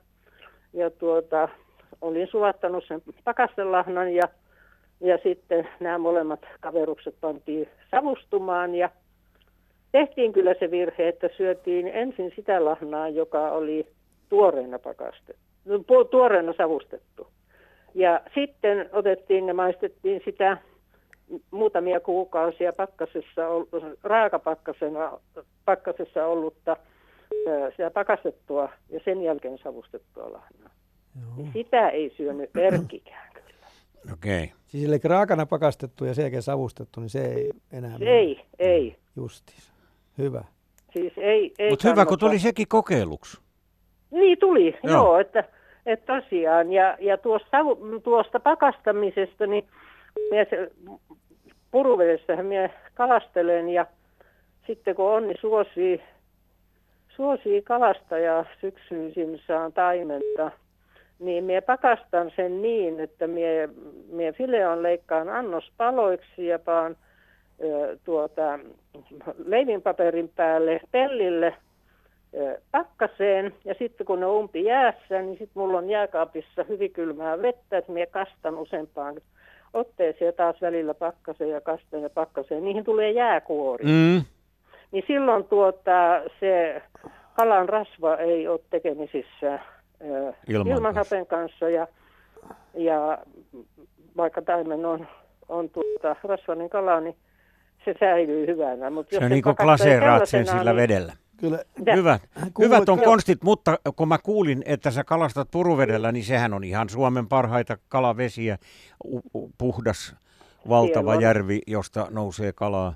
olin sulattanut sen pakastelahnan ja sitten nämä molemmat kaverukset pantiin savustumaan ja tehtiin kyllä se virhe, että syötiin ensin sitä lahnaa, joka oli tuoreena savustettu. Ja sitten otettiin ja maistettiin sitä muutamia kuukausia raakapakkasessa ollutta sitä pakastettua ja sen jälkeen savustettua lahnaa. Niin sitä ei syönyt erkkikään kyllä. Okei. Siis eli raakana pakastettu ja sen jälkeen savustettu, niin se ei enää Ei. Justiinsa. Hyvä. Siis ei mutta hyvä, kun tuli sekin kokeiluksi. Niin tuli, joo että tosiaan. Ja tuosta pakastamisesta, niin puruvedessähän minä kalastelen ja sitten kun Onni suosii kalastajaa syksyisin saan taimenta, niin minä pakastan sen niin, että minä fileon leikkaan annospaloiksi ja paan leivinpaperin päälle pellille pakkaseen ja sitten kun ne on umpi jäässä, niin sitten mulla on jääkaapissa hyvin kylmää vettä, että minä kastan useampaan otteeseen taas välillä pakkaseen ja kastan ja pakkaseen. Niihin tulee jääkuori. Niin silloin se kalan rasva ei ole tekemisissä ilmanhapen kanssa ja vaikka taimen on rasvainen kala, niin se säilyy hyvänä. Se on niin kuin glaseeraat sen sillä vedellä. Kyllä. Hyvät on konstit, mutta kun mä kuulin, että sä kalastat puruvedellä, niin sehän on ihan Suomen parhaita kalavesiä. Puhdas, valtava järvi, josta nousee kalaa.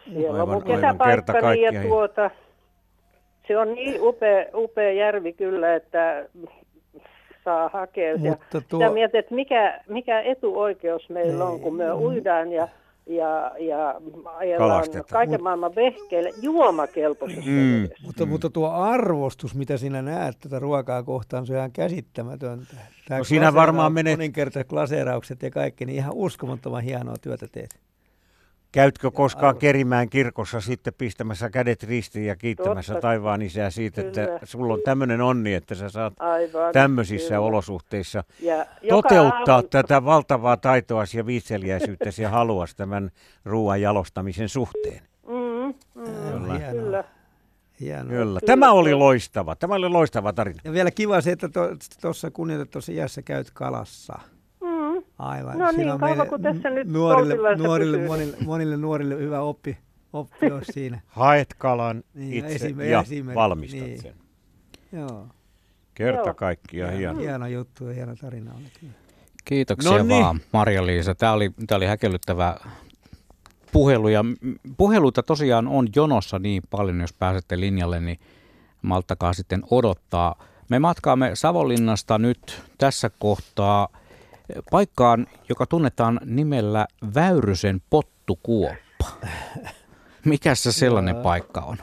Siellä on mun kesäpaikkani ja se on niin upea järvi kyllä, että saa hakea. Sitä mietin, että mikä etuoikeus meillä on, kun me uidaan ja ajellaan kaiken maailman vehkeille juomakelpoisessa vedessä. Mutta tuo arvostus, mitä sinä näet tätä ruokaa kohtaan, se on ihan käsittämätöntä. No siinä varmaan menet... Moninkertaiset glaseeraukset ja kaikki, niin ihan uskomattoman hienoa työtä teet. Käytkö koskaan Kerimäen kirkossa sitten pistämässä kädet ristiin ja kiittämässä taivaan isää siitä, että sulla on tämmöinen onni, että sä saat tämmöisissä olosuhteissa toteuttaa tätä valtavaa taitoasi ja viitseliäisyyttäsi ja haluasi tämän ruoan jalostamisen suhteen? Kyllä. Kyllä. Tämä oli loistava tarina. Ja vielä kiva se, että tuossa kunnioitettavassa iässä käyt kalassa. Aivan. No niin, kauan kun tässä nyt monille nuorille hyvä oppi olisi siinä. Haet kalan itse ja valmistat sen. Joo. Kerta kaikkiaan hieno. Hieno juttu ja hieno tarina oli kyllä. Kiitoksia vaan, Marja-Liisa. Tämä oli häkellyttävä puhelu. Ja puheluita tosiaan on jonossa niin paljon, jos pääsette linjalle, niin malttakaa sitten odottaa. Me matkaamme Savonlinnasta nyt tässä kohtaa paikkaan, joka tunnetaan nimellä Väyrysen pottukuoppa. Mikäs se sellainen paikka on?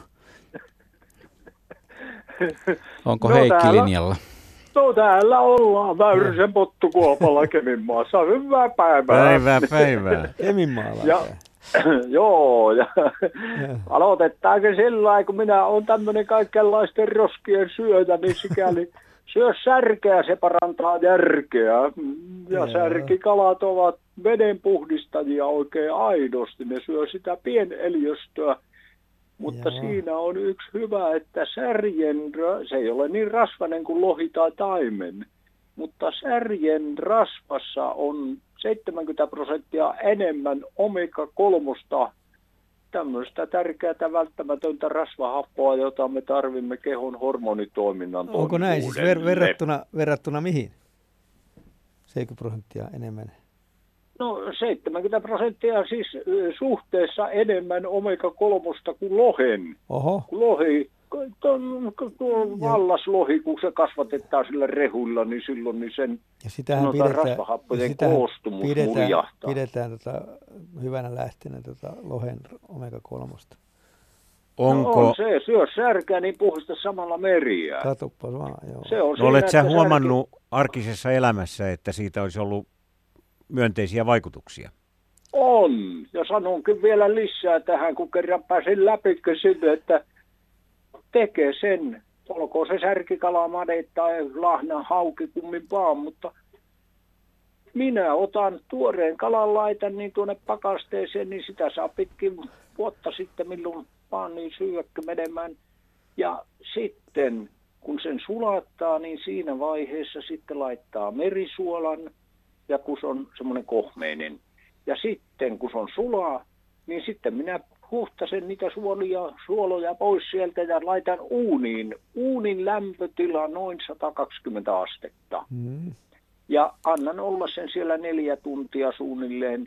Onko Heikki linjalla? No täällä ollaan Väyrysen pottukuopalla Keminmaassa. Hyvää päivää. Päivää. Keminmaalla. Joo, ja aloitetaanko sillä lailla, kun minä olen tämmöinen kaikenlaisten roskien syöjä, niin sikäli syö särkeä, se parantaa järkeä. Ja särkikalat ovat vedenpuhdistajia oikein aidosti. Ne syö sitä pieneliöstöä. Mutta siinä on yksi hyvä, että se ei ole niin rasvainen kuin lohi tai taimen. Mutta särjen rasvassa on 70% enemmän omega-3, tämmöistä tärkeää välttämätöntä rasvahappoa, jota me tarvimme kehon hormonitoiminnan toimivuudelle. Onko näin siis verrattuna mihin? 70% enemmän? No 70% siis suhteessa enemmän omega-3 kuin lohen. Oho. Lohi, vallaslohi, kun se kasvatetaan sillä rehuilla, niin silloin niin sen rasvahappojen koostumus murjahtaa. Pidetään hyvänä lähteenä lohen omega-3. Onko... No on se, syö särkää, niin puhdista samalla meriä. Katoppas vaan, joo. Se on Olet sä huomannut arkisessa elämässä, että siitä olisi ollut myönteisiä vaikutuksia? On, ja sanonkin vielä lisää tähän, kun kerran pääsin läpi sinne, että tekee sen, olkoon se särkikalamade tai lahna, hauki, kummin vaan, mutta minä otan tuoreen kalan, laitan niin tuonne pakasteeseen, niin sitä saa pitkin vuotta sitten, milloin vaan niin syökkö menemään. Ja sitten, kun sen sulattaa, niin siinä vaiheessa sitten laittaa merisuolan, ja kun se on semmoinen kohmeinen. Ja sitten, kun se on sulaa, niin sitten minä huhtasen niitä suoloja pois sieltä ja laitan uuniin. Uunin lämpötila noin 120 astetta. Ja annan olla sen siellä 4 tuntia suunnilleen.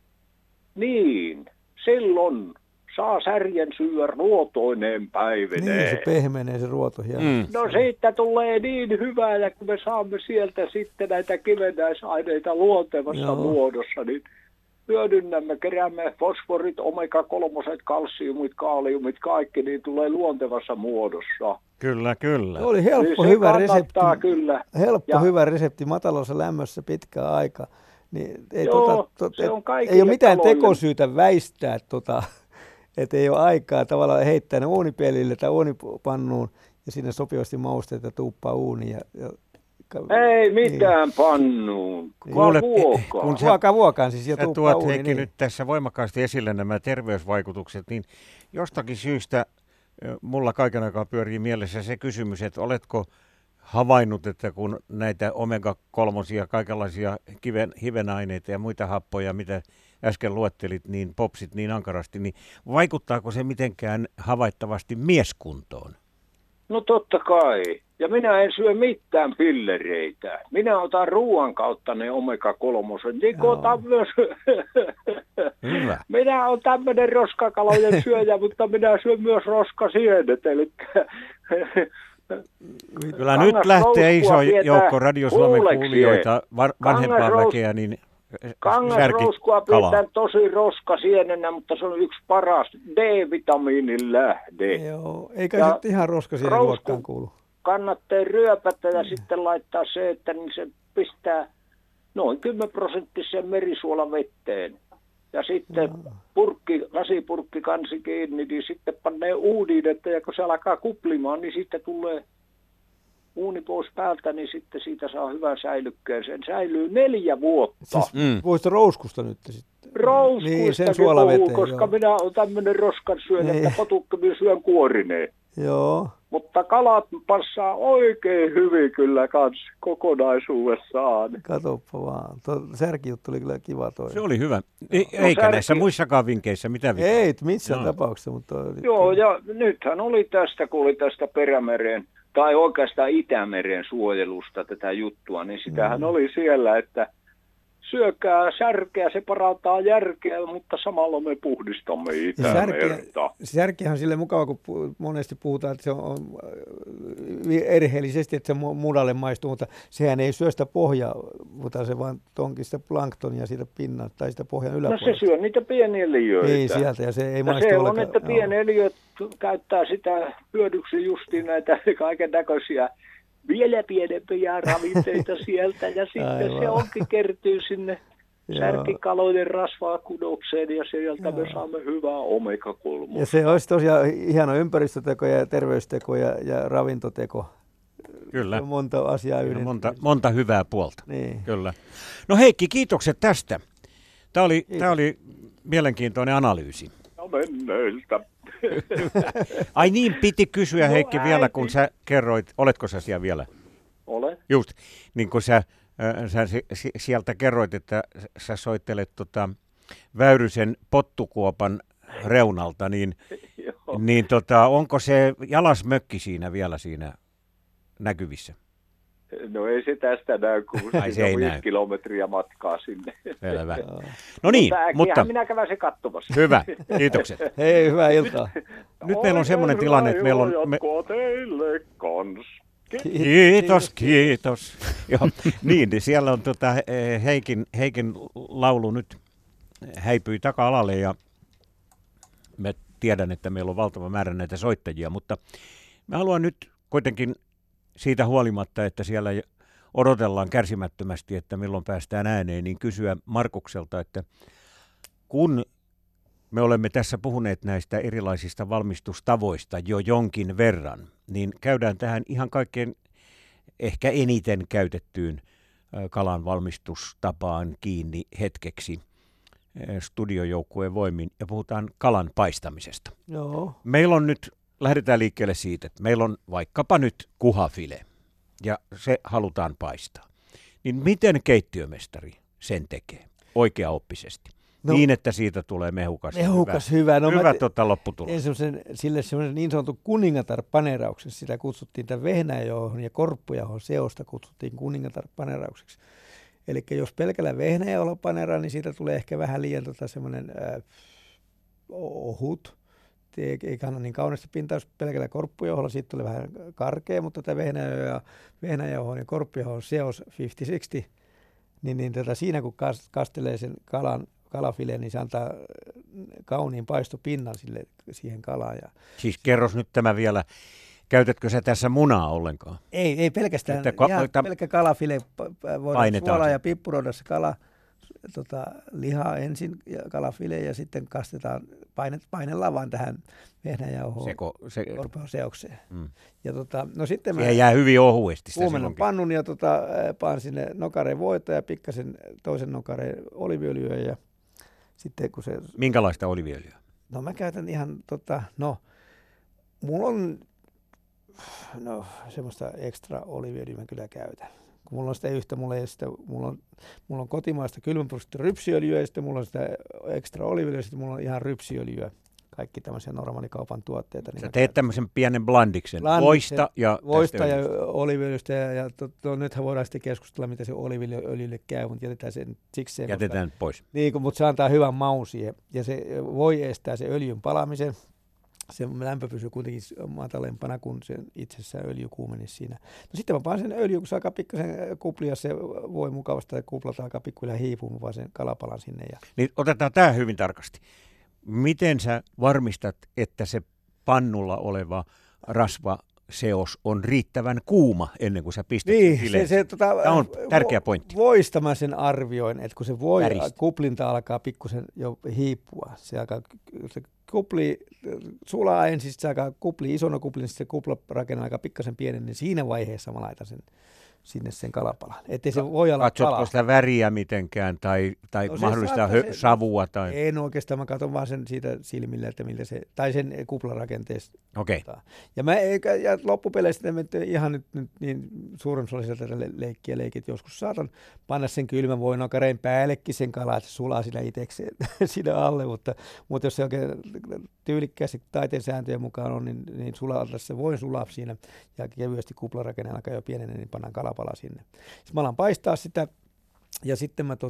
Niin, silloin saa särjen syödä ruotoineen päivineen. Niin, se pehmenee se ruoto hieman. No siitä tulee niin hyvää, ja kun me saamme sieltä sitten näitä kivennäisaineita luontevassa muodossa, niin hyödynnämme, keräämme fosforit, omega-3, kalsiumit, kaaliumit, kaikki, niin tulee luontevassa muodossa. Kyllä. Se oli helppo, niin hyvä resepti. Kyllä. Hyvä resepti matalassa lämmössä pitkään aikaa. Niin ei, ei ole mitään tekosyytä väistää, että ei ole aikaa tavallaan heittää ne uunipelille tai uunipannuun ja sinne sopivasti mausteita tuuppaa uuniin. Ei mitään pannuun, vaan vuokaan. Vuokaan siis ja tuuppaa uuniin. Heikki niin. Nyt tässä voimakkaasti esille nämä terveysvaikutukset, niin jostakin syystä mulla kaiken aikaa pyörii mielessä se kysymys, että oletko havainnut, että kun näitä omega-3 ja kaikenlaisia hivenaineita ja muita happoja, mitä äsken luettelit, niin popsit niin ankarasti, niin vaikuttaako se mitenkään havaittavasti mieskuntoon? No totta kai. Ja minä en syö mitään pillereitä. Minä otan ruoan kautta ne omega-3. Niin otan myös. Hyvä. Minä olen tämmöinen roskakalojen syöjä, mutta minä syön myös roskasienet. Eli kyllä nyt lähtee iso joukko Radio Suomen kuulijoita, vanhempaa väkeä, niin kangasrouskua pidetään tosi roskasienenä, mutta se on yksi paras D-vitamiinin lähde. Joo, eikä sitten ihan roskasienen luokkaan kuulu. Kannattaa ryöpätä ja sitten laittaa se, että niin se pistää noin 10% merisuolavetteen. Ja sitten lasipurkki kansi kiinni, niin sitten pannee uuniin, että ja kun se alkaa kuplimaan, niin sitten tulee uuni pois päältä, niin sitten siitä saa hyvän säilykkeen. Sen säilyy 4 vuotta. Siis voisitko rouskusta nyt sitten? Rouskuistakin puhuu, koska minä olen tämmöinen roskan syöjä, että potukkamin syön kuorineen. Joo. Mutta kalat passaa oikein hyvin kyllä kans kokonaisuudessaan. Katoppa vaan. Tuo särkijuttu oli kyllä kiva toi. Se oli hyvä. Eikä näissä muissakaan vinkkeissä mitään vikaa. Ei, missään tapauksessa. Mutta joo, ja nythän oli tästä, kun oli tästä Perämeren, tai oikeastaan Itämeren suojelusta tätä juttua, niin sitähän oli siellä, että syökää särkeä, se parantaa järkeä, mutta samalla me puhdistamme Itämerta. Särkeä on sille mukava, kun monesti puhutaan, että se on erheellisesti, että se mudalle maistuu, mutta sehän ei syö sitä pohjaa, mutta se vaan tonkii sitä planktonia siitä pinnalta tai sitä pohjan yläpuolelta. No se syö niitä pieneliöitä. Niin sieltä, ja se ei maistu se on, että pieneliöt käyttää sitä hyödyksi justiin näitä kaiken näköisiä vielä pienempiä ravinteita sieltä, ja sitten se onkin kertyy sinne särkikaloiden rasvaakudokseen, ja sieltä me saamme hyvää omega-3. Ja se olisi tosiaan hieno ympäristöteko ja terveysteko ja ravintoteko. Kyllä. Monta asiaa monta hyvää puolta. Niin. Kyllä. No Heikki, kiitokset tästä. Tämä oli mielenkiintoinen analyysi. No menneiltä. Ai niin, piti kysyä Heikki vielä, kun sä kerroit, oletko sä siellä vielä? Olen. Just, niin kun sä sieltä kerroit, että sä soittelet Väyrysen pottukuopan reunalta, niin onko se jalasmökki siinä vielä siinä näkyvissä? No ei se tästä näy, kun se on 5 kilometriä matkaa sinne. Selvä. No niin, mutta minä kävin se katsomassa. Hyvä, kiitokset. Hei, hyvää iltaa. Nyt meillä on semmoinen tilanne, että meillä on... teille kans. Kiitos. Joo, niin, siellä on Heikin laulu nyt häipyi taka-alalle ja mä tiedän, että meillä on valtava määrä näitä soittajia, mutta mä haluan nyt kuitenkin siitä huolimatta, että siellä odotellaan kärsimättömästi, että milloin päästään ääneen, niin kysyä Markukselta, että kun me olemme tässä puhuneet näistä erilaisista valmistustavoista jo jonkin verran, niin käydään tähän ihan kaikkein ehkä eniten käytettyyn kalan valmistustapaan kiinni hetkeksi studiojoukkueen voimin ja puhutaan kalan paistamisesta. Joo. Meillä on nyt, lähdetään liikkeelle siitä, että meillä on vaikkapa nyt kuhafile ja se halutaan paistaa. Niin miten keittiömestari sen tekee oikeaoppisesti? No, niin, että siitä tulee mehukas hyvä. No, hyvä lopputulos. Sille semmoisen niin sanotun kuningatar-paneerauksen, sitä kutsuttiin tämän vehnäjauhon ja korppujauhon seosta kutsuttiin kuningatar-paneeraukseksi. Eli jos pelkällä vehnäjauholla paneeraa, niin siitä tulee ehkä vähän liian semmoinen ohut. Eikä ole niin kaunista pintaa, jos pelkällä korppujauholla siitä tulee vähän karkea, mutta tämä vehnäjauhon ja korppujauhon seos 50-60, niin siinä kun kastelee sen kalafileen, niin se antaa kauniin paistopinnan siihen kalaan. Siis kerros nyt tämä vielä. Käytätkö sä tässä munaa ollenkaan? Ei pelkästään. Pelkkä kalafile. Voidaan suolaa ja pippuroida se liha ensin ja kalafile ja sitten kastetaan, painellaan vaan tähän vehnäjauhoon seokseen. Ja no sitten mä jää hyvin ohuesti. Kuumennan pannun ja paan sinne nokareen voita ja pikkasen toisen nokareen oliviöljyä ja sitten kun se... Minkälaista oliviöljyä? No mä käytän ihan mulla on semmoista ekstra oliviöljyä mä kyllä käytän. Kun mulla on sitä yhtä, mulla on kotimaista kylmäpurskista rypsiöljyä ja sitten mulla on sitä ekstra oliviöljyä ja sitten mulla on ihan rypsiöljyä kaikki tämmöisiä normaalikaupan tuotteita. Sä teet tämmöisen pienen blandiksen voista ja oliiviöljystä ja nythän voidaan sitten keskustella, mitä se oliiviöljylle käy, mutta jätetään sen sikseen. Jätetään pois. Niin, mutta se antaa hyvän maun siihen ja se voi estää se öljyn palamisen. Se lämpö pysyy kuitenkin matalempana, kun se itsessään öljy kuumenisi siinä. No sitten mä panen sen öljy, kun se alkaa pikkasen kuplia, se voi mukavasti ja kuplata alkaa pikkuhiljaa hiipua, mä vaan sen kalapalan sinne. Niin otetaan tämä hyvin tarkasti. Miten sä varmistat, että se pannulla oleva rasvaseos on riittävän kuuma ennen kuin sä pistät sen tämä on tärkeä pointti. Voista mä sen arvioin, että kun se kuplinta alkaa pikkusen jo hiipua, se kupli sulaa ensin, se alkaa kupli isona kuplin, sitten se kuplarakenne alkaa pikkasen pienen, niin siinä vaiheessa mä laitan sinne sen kalapalan. Ettei se voi olla katsotko kalaa. Sitä väriä mitenkään tai mahdollista savua? Tai... En oikeastaan, mä katson vaan sen siitä silmillä, että miltä se, tai sen kuplarakenteesta. Okei. Ja loppupeleistä ihan nyt niin suurennusollisella leikit. Joskus saatan panna sen kylmän voinokareen päällekin sen kalaa, että se sulaa siinä itsekseen siinä alle, mutta jos se oikein tyylikkäästi taiteen sääntöjen mukaan on, niin se voi sulaa siinä ja kevyesti kuplarakenne alkaa jo pienenä, niin pannaan kalapala sinne. Sitten mä alan paistaa sitä ja sitten mä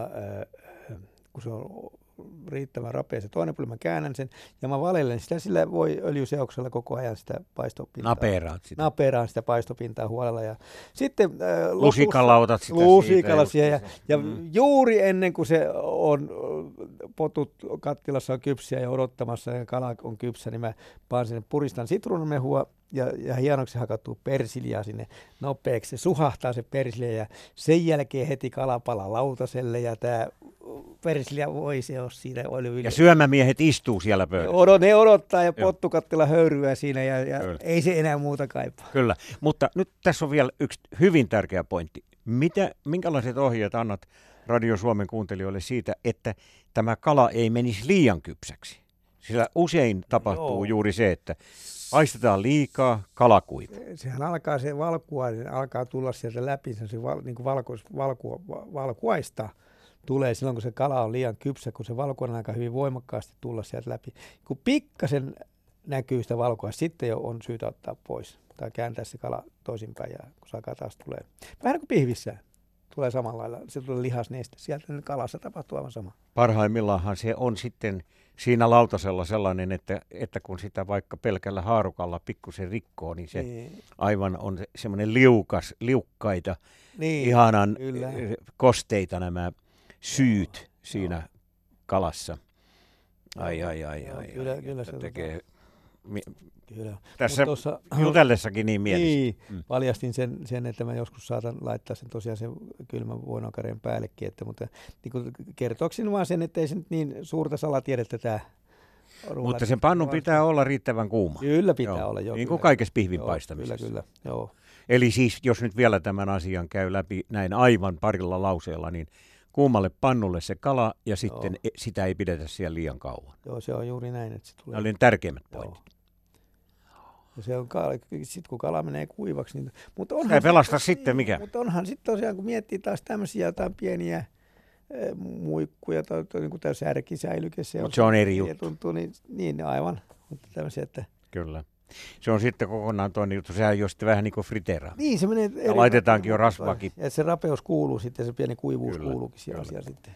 kun se on riittävän rapea se toinen puoli, mä käännän sen ja mä valellen sitä, sillä voi öljyseoksella koko ajan sitä paistopintaa. Naperaan sitä paistopintaa huolella ja sitten lusikalla otat sitä siitä. Ja juuri ennen kuin se on potut kattilassa on kypsiä ja odottamassa ja kala on kypsä, niin mä puristan sitruunamehua ja hienoksi hakattua persiljaa sinne nopeaksi. Se suhahtaa se persilja ja sen jälkeen heti kalapala lautaselle ja tämä persilja voi se ole siinä öljyllä. Ja syömämiehet istuu siellä pöydässä. Ne odottaa ja pottukattila höyryää siinä ja ei se enää muuta kaipaa. Kyllä, mutta nyt tässä on vielä yksi hyvin tärkeä pointti. Minkälaiset ohjeet annat Radio Suomen kuuntelijoille siitä, että tämä kala ei menisi liian kypsäksi? Sillä usein tapahtuu juuri se, että paistetaan liikaa, kala kuivaa. Sehän alkaa se alkaa tulla sieltä läpi, se niin kuin valkuaista tulee silloin, kun se kala on liian kypsä, kun se valkuainen alkaa hyvin voimakkaasti tulla sieltä läpi. Kun pikkasen näkyy sitä valkuaista, sitten jo on syytä ottaa pois tai kääntää se kala toisinpäin ja kun se alkaa taas tulee. Vähän kuin pihvissään. Tulee samalla lailla, se tulee lihasneste. Sieltä kalassa tapahtuu aivan sama. Parhaimmillaanhan se on sitten siinä lautasella sellainen, että kun sitä vaikka pelkällä haarukalla pikkusen rikkoo, niin se aivan on semmoinen liukkaita, ihanan kosteita nämä syyt siinä kalassa. Ai. Kyllä se tekee... Kyllä. Tässä jutellessakin niin mielessä. Paljastin sen, että mä joskus saatan laittaa sen tosiaan sen kylmän voinokareen päällekin, mutta niin kertooksin vaan sen, että ei se nyt niin suurta salatiedettä tämä ruola. Mutta sen pannun pitää olla riittävän kuuma. Kyllä pitää olla. Niin kuin kaikessa pihvin paistamisessa. Kyllä, joo. Eli siis, jos nyt vielä tämän asian käy läpi näin aivan parilla lauseella, niin kuumalle pannulle se kala ja sitten sitä ei pidetä siellä liian kauan. Joo, se on juuri näin, että se tulee. Nämä oli tärkeimmät pointit. Ja se on sitten kun kala menee kuivaksi, niin... Mutta ei pelasta sitten mikä. Mutta onhan sitten tosiaan, kun miettii taas tämmöisiä jotain pieniä muikkuja tai niin kuin tämä särkisäilyke. Mutta se on eri juttu. Tuntuu, niin aivan. Mutta tämmöisiä, että... Kyllä. Se on sitten kokonaan toinen juttu. Sehän jo sitten vähän niin kuin friteeraa. Niin, se menee... Ja laitetaankin jo rasvaakin. Ja se rapeus kuuluu sitten, se pieni kuivuus kuuluukin siellä sitten.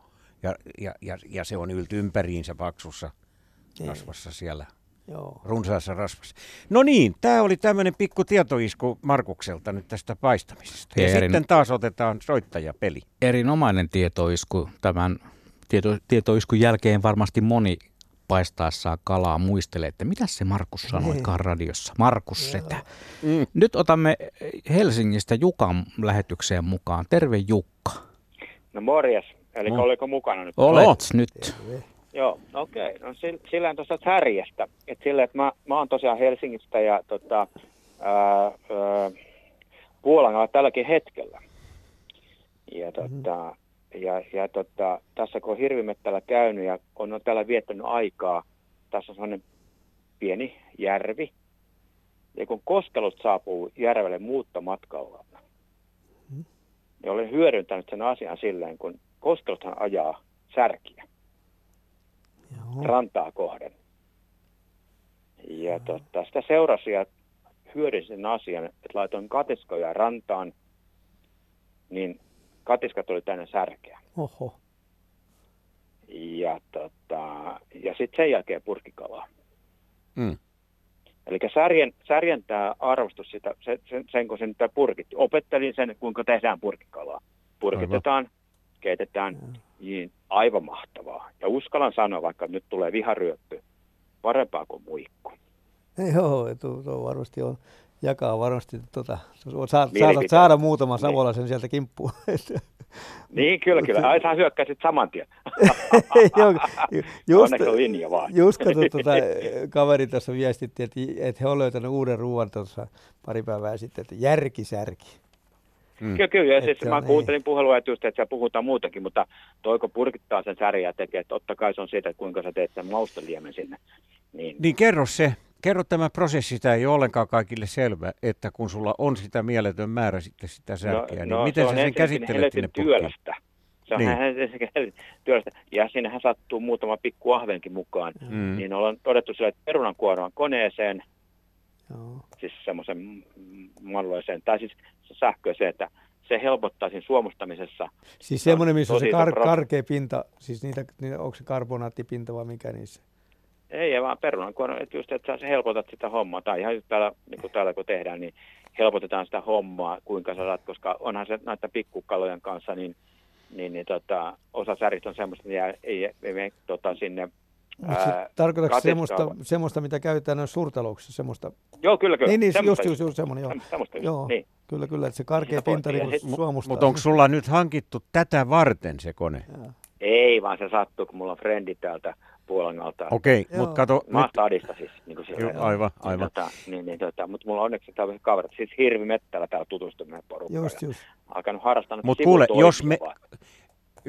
Ja se on ympäriinsä paksussa rasvassa siellä. Joo. Runsaassa rasvassa. No niin, tämä oli tämmöinen pikku tietoisku Markukselta nyt tästä paistamisesta. Ja sitten taas otetaan soittajapeli. Erinomainen tietoisku. Tämän tietoiskun jälkeen varmasti moni paistaessaan kalaa muistelee, että mitä se Markus sanoikaan radiossa. Markus Setä. Nyt otamme Helsingistä Jukan lähetykseen mukaan. Terve Jukka. No morjes. Eli oliko mukana nyt? Olet nyt. Terve. Joo, okei. No silleen tuosta härjestä. Että silleen, että mä oon tosiaan Helsingistä ja Puolangalla tälläkin hetkellä. Ja tässä kun on hirvimettällä käynyt ja on täällä viettänyt aikaa, tässä on sellainen pieni järvi. Ja kun koskelut saapuu järvelle muuttomatkalla, niin olen hyödyntänyt sen asian silleen, kun koskeluthan ajaa särkiä rantaa kohden. Ja sitä seurasi ja hyödynsin asian, että laitoin katiskoja rantaan, niin katiskat oli täynnä särkeä. Oho. Ja sitten sen jälkeen purkkikalaa. Eli särjen tämä arvostus sitä, sen kun sen purkitti. Opettelin sen, kuinka tehdään purkkikalaa. Purkitetaan, keitetään, niin aivan mahtavaa. Ja uskallan sanoa, vaikka nyt tulee viharyöppy, parempaa kuin muikku. Joo, tuo varmasti on. Jakaa varmasti. Saatat saada muutaman savolaisen sieltä kimppuun. Niin, kyllä. Ai sä hyökkäsit saman tien. Just kaveri tuossa viestitti, että he on löytänyt uuden ruoan tuossa pari päivää sitten, että järkisärki. Kyllä, ja siis mä kuuntelin puhelua, että siellä puhutaan muutakin, mutta toiko purkittaa sen särjää ja tekee, että totta kai se on siitä, että kuinka sä teet sen maustoliemen sinne. Niin kerro tämä prosessi, sitä ei ole ollenkaan kaikille selvä, että kun sulla on sitä mieletön määrä sitten sitä särkeä, niin miten sä sen käsittelet sinne purkkiin? Se on työlästä. Ja siinähän sattuu muutama pikku ahvenkin mukaan. Niin ollaan todettu sille, että perunankuoron koneeseen, siis semmoisen manuaaliseen, tai siis sähköiseen, että se helpottaa siinä suomustamisessa. Siis semmoinen, missä on se karkea pinta, siis niitä, onko se karbonaattipinta vai mikä niissä? Ei, vaan perunankuoron, että just, että sä helpotat sitä hommaa. Tai ihan täällä, niin kuin täällä kun tehdään, niin helpotetaan sitä hommaa, kuinka sä saat, koska onhan se näitä pikkukalojen kanssa, niin osa säristä on semmoista, että ei mene sinne. Tarkoitatko semmoista, mitä käytetään noissa suurtalouksissa? Semmoista? Joo, kyllä. Niin, just semmoinen, joo. Joo, niin. Kyllä, että se karkea pinta niin suomustaa. Mutta onko sulla nyt hankittu tätä varten se kone? Ei, vaan se sattuu, kun mulla on frendi täältä Puolangalta. Okei, mutta kato. Maastadista siis. Niin kuin aivan. Mutta mulla on onneksi tällaisia kavereita, siis hirvimettällä täällä tutustuminen porukkaan. Just. Alkanut harrastanut. Mutta kuule, jos me 99,9%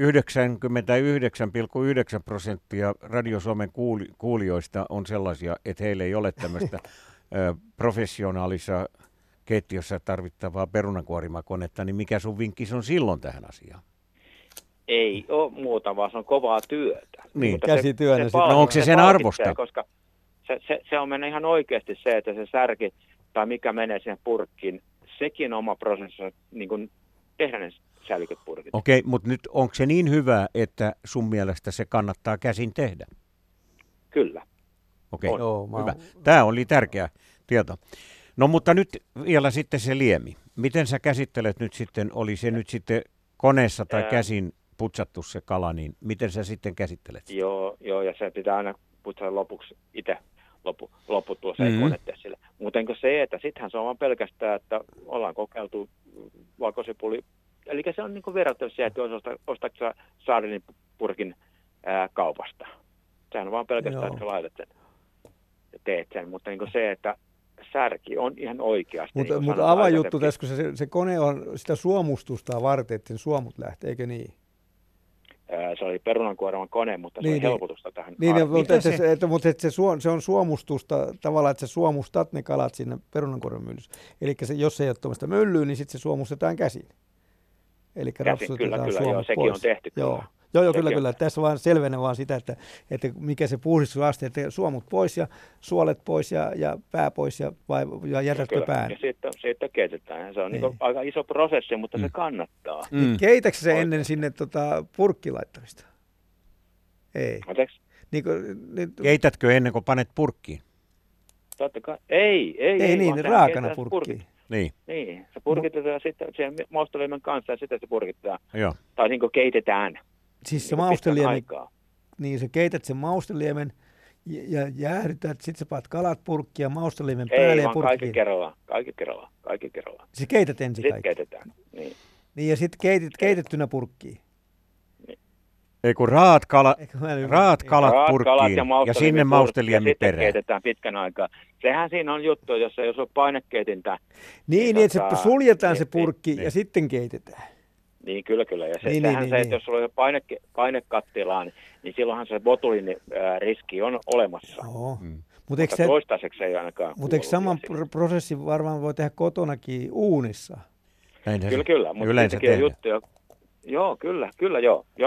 Radio Suomen kuulijoista on sellaisia, että heillä ei ole tämmöistä professionaalissa keittiössä tarvittavaa perunankuorimakonetta, niin mikä sun vinkkis on silloin tähän asiaan? Ei ole muuta, vaan se on kovaa työtä. Niin, käsityönä. No onko se sen arvosta? Koska se on mennyt ihan oikeasti se, että se särki tai mikä menee siihen purkkiin, sekin on oma prosessi, niin kuin tehdä ne säilyköt purkit. Okei, mutta nyt onko se niin hyvä, että sun mielestä se kannattaa käsin tehdä? Kyllä. Okei, hyvä. Tämä oli tärkeä tieto. No mutta nyt vielä sitten se liemi. Miten sä käsittelet nyt sitten, oli se nyt sitten koneessa tai käsin putsattu se kala, niin miten sä sitten käsittelet sitä? Joo, ja se pitää aina putsata lopuksi itse loppu tuossa konetessille. Muutenko se, että sittenhän se on vaan pelkästään, että ollaan kokeiltu valkosipuli. Eli se on niin kuin verrattavissa siihen, että jos ostatko sä sardinipurkin kaupasta. Sehän on vaan pelkästään, että laitat sen ja teet sen. Mutta niin kuin se, että särki on ihan oikeasti. Mutta avainjuttu tässä, kun se kone on sitä suomustusta varten, että sen suomut lähtee, eikö niin? Se oli perunankuoreman kone, mutta se oli helpotusta tähän. Mutta se on suomustusta tavallaan, että sä suomustat ne kalat sinne perunankuoreman myllyssä. Eli jos ei ole tuommoista myllyä, niin sitten se suomustetaan käsin. Eli rapsutetaan suomut sekin pois. On tehty. Joo, kyllä. Tässä vaan selvennä vaan sitä, että mikä se puhdistusaste, että suomut pois ja suolet pois ja pää pois ja jätätkö pään. Ja sitten keitetään. Se on niin aika iso prosessi, mutta se kannattaa. Keitätkö se ennen sinne purkkiin laittamista? Ei. Keitätkö ennen kuin panet purkkiin? Totta kai. Ei niin, raakana purkkiin. Niin, se purkitetaan sitten sen maustoliemen kanssa ja sitten se purkitetaan. Joo. Tai niin kuin keitetään. Siis se mausteliemen, niin sä keität sen mausteliemen ja jäähdytät, sitten sä paat kalat purkkiin ja mausteliemen päälle ja purkkiin. Kaikki kerrallaan. Siis keität ensin kaikki? Sitten keitetään, niin. Niin ja sitten keitettynä purkkiin? Niin. Ei kun raat kalat purkkiin ja sinne mausteliemen perään. Ja sitten keitetään pitkän aikaa. Sehän siinä on juttu, jos on painekeitintä. Niin että se suljetaan se purkki ja sitten keitetään. Niin, kyllä. Ja että jos sulla on painekattilaa, niin silloinhan se botuliniriski on olemassa. Joo. Mutta toistaiseksi ei ainakaan. Mutta eikö saman prosessin varmaan voi tehdä kotonakin uunissa? Kyllä, mutta siitäkin on juttuja. Joo, kyllä.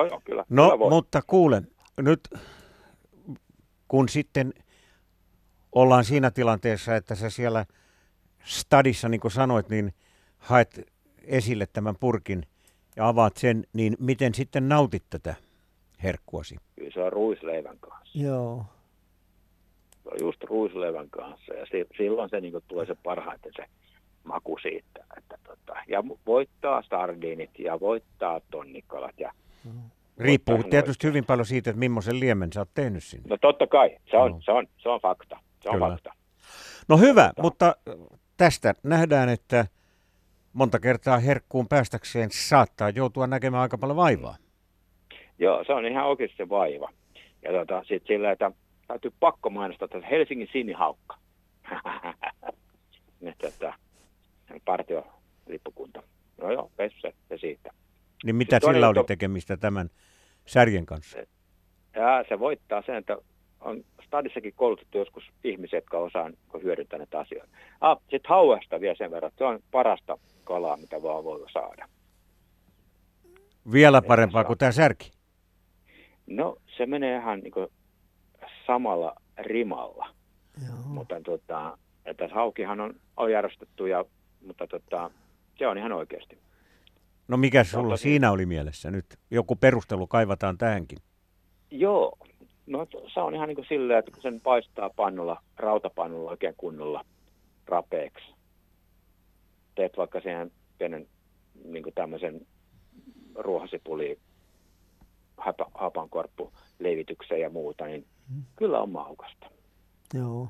No, mutta kuulen, nyt kun sitten ollaan siinä tilanteessa, että sä siellä stadissa, niin kuin sanoit, niin haet esille tämän purkin ja avaat sen, niin miten sitten nautit tätä herkkuasi? Kyllä se on ruisleivän kanssa. Joo. Se on just ruisleivän kanssa ja silloin se niin kuin tulee se parhaiten se maku siitä. Ja voittaa sardiinit ja voittaa tonnikalat. Riippuu tietysti hyvin paljon siitä, että millaisen liemen sä oot tehnyt sinne. No totta kai, se on fakta. Se on fakta. No hyvä, mutta tästä nähdään, että monta kertaa herkkuun päästäkseen saattaa joutua näkemään aika paljon vaivaa. Joo, se on ihan oikeasti se vaiva. Ja sitten sillä, että täytyy pakko mainostaa, että Helsingin sinihaukka. Partiolippukunta. No joo, se siitä. Niin mitä sillä oli tekemistä tämän särjen kanssa? Ja se voittaa sen, että on stadissakin koulutettu joskus ihmisiä, jotka osaa hyödyntää näitä asioita. Sitten hauesta vielä sen verran, että se on parasta kalaa, mitä vaan voi saada. Vielä parempaa kuin tämä särki? No, se menee ihan niin kuin samalla rimalla. Joo. Mutta että haukihan on järjestetty, mutta se on ihan oikeasti. No mikä sulla siinä oli mielessä nyt? Joku perustelu kaivataan tähänkin. Joo, no se on ihan niin kuin silleen, että kun sen paistaa rautapannulla oikein kunnolla rapeeksi. Teet vaikka siihen pienen niin kuin tämmöisen ruohosipuli hapankorppuleivityksen ja muuta, niin kyllä on maukasta. Joo.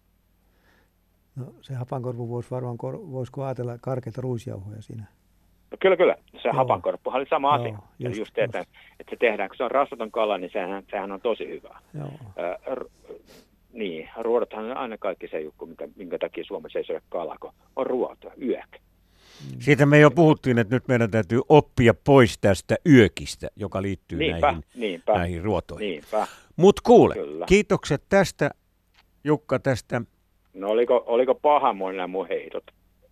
No se hapankorppu voisiko ajatella karkeita ruisjauhoja siinä? No kyllä. Se hapankorppuhan oli sama asia. Just. Että se tehdään, kun se on rasvaton kala, niin sehän on tosi hyvä. Joo. Niin, ruodothan on aina kaikki se juttu, minkä takia Suomessa ei syö kalaa, kun on ruoto, yök. Siitä me jo puhuttiin, että nyt meidän täytyy oppia pois tästä yökistä, joka liittyy näihin ruotoihin. Mutta kuule, kiitokset tästä, Jukka, tästä. No oliko paha nämä mun heitot?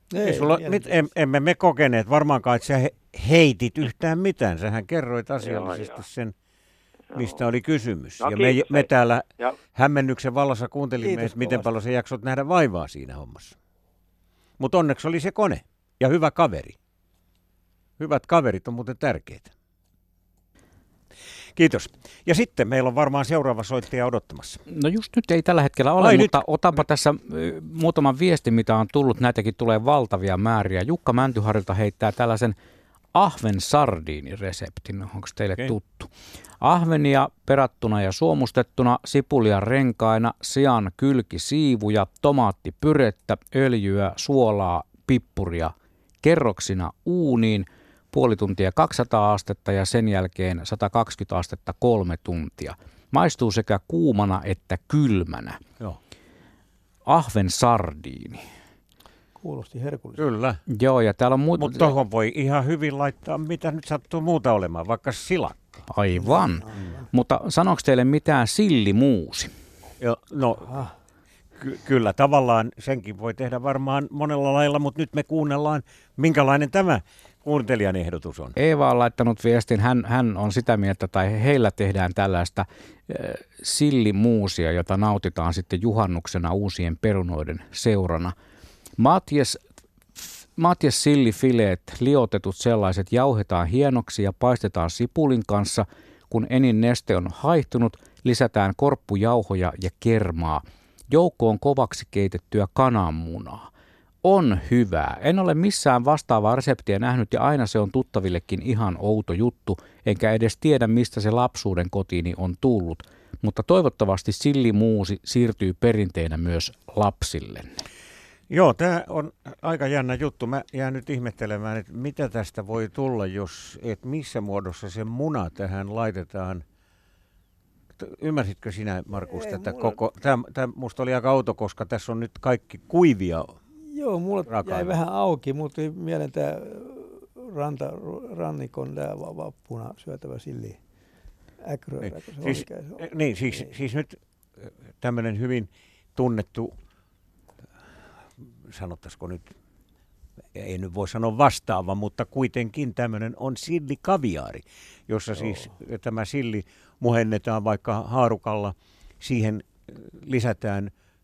Emme me kokeneet varmaankaan, että sä heitit yhtään mitään. Sähän kerroit asiallisesti sen, mistä oli kysymys. No, ja me täällä hämmennyksen vallassa kuuntelimme, että miten paljon sä jaksot nähdä vaivaa siinä hommassa. Mutta onneksi oli se kone ja hyvä kaveri. Hyvät kaverit on muuten tärkeitä. Kiitos. Ja sitten meillä on varmaan seuraava soittaja odottamassa. No just nyt ei tällä hetkellä ole, mutta otanpa tässä muutaman viestin, mitä on tullut. Näitäkin tulee valtavia määriä. Jukka Mäntyharjulta heittää tällaisen ahven-sardiinireseptin. Onko teille tuttu? Ahvenia perattuna ja suomustettuna, sipulia renkaina, sian kylkisiivuja, tomaattipyrettä, öljyä, suolaa, pippuria kerroksina uuniin. Puoli tuntia 200 astetta ja sen jälkeen 120 astetta 3 tuntia. Maistuu sekä kuumana että kylmänä. Joo. Ahven sardiini. Kuulosti herkulliselta. Kyllä. Joo, ja täällä on muuta. Mutta tuohon voi ihan hyvin laittaa, mitä nyt sattuu muuta olemaan, vaikka silakka. Aivan. Mutta sanoiko teille mitään sillimuusi? Joo, no kyllä tavallaan senkin voi tehdä varmaan monella lailla, mutta nyt me kuunnellaan, minkälainen tämä kuuntelijan ehdotus on. Eeva on laittanut viestin, hän on sitä mieltä, tai heillä tehdään tällaista sillimuusia, jota nautitaan sitten juhannuksena uusien perunoiden seurana. Matjes sillifileet, liotetut sellaiset, jauhetaan hienoksi ja paistetaan sipulin kanssa. Kun enin neste on haihtunut, lisätään korppujauhoja ja kermaa. Joukkoon kovaksi keitettyä kananmunaa. On hyvää. En ole missään vastaavaa reseptiä nähnyt ja aina se on tuttavillekin ihan outo juttu, enkä edes tiedä mistä se lapsuuden kotiini on tullut. Mutta toivottavasti sillimuusi siirtyy perinteenä myös lapsille. Joo, tämä on aika jännä juttu. Mä jään nyt ihmettelemään, että mitä tästä voi tulla, että missä muodossa se muna tähän laitetaan. Ymmärsitkö sinä, Markus, tätä koko? Tämä musta oli aika outo, koska tässä on nyt kaikki kuivia. Joo, mulle jäi vähän auki. Mulle tuli mieleen tämä rannikon vappuna syötävä silli. Siis nyt tämmöinen hyvin tunnettu, sanottaisiko nyt, ei nyt voi sanoa vastaava, mutta kuitenkin tämmöinen on sillikaviaari, jossa siis tämä silli muhennetaan vaikka haarukalla, siihen lisätään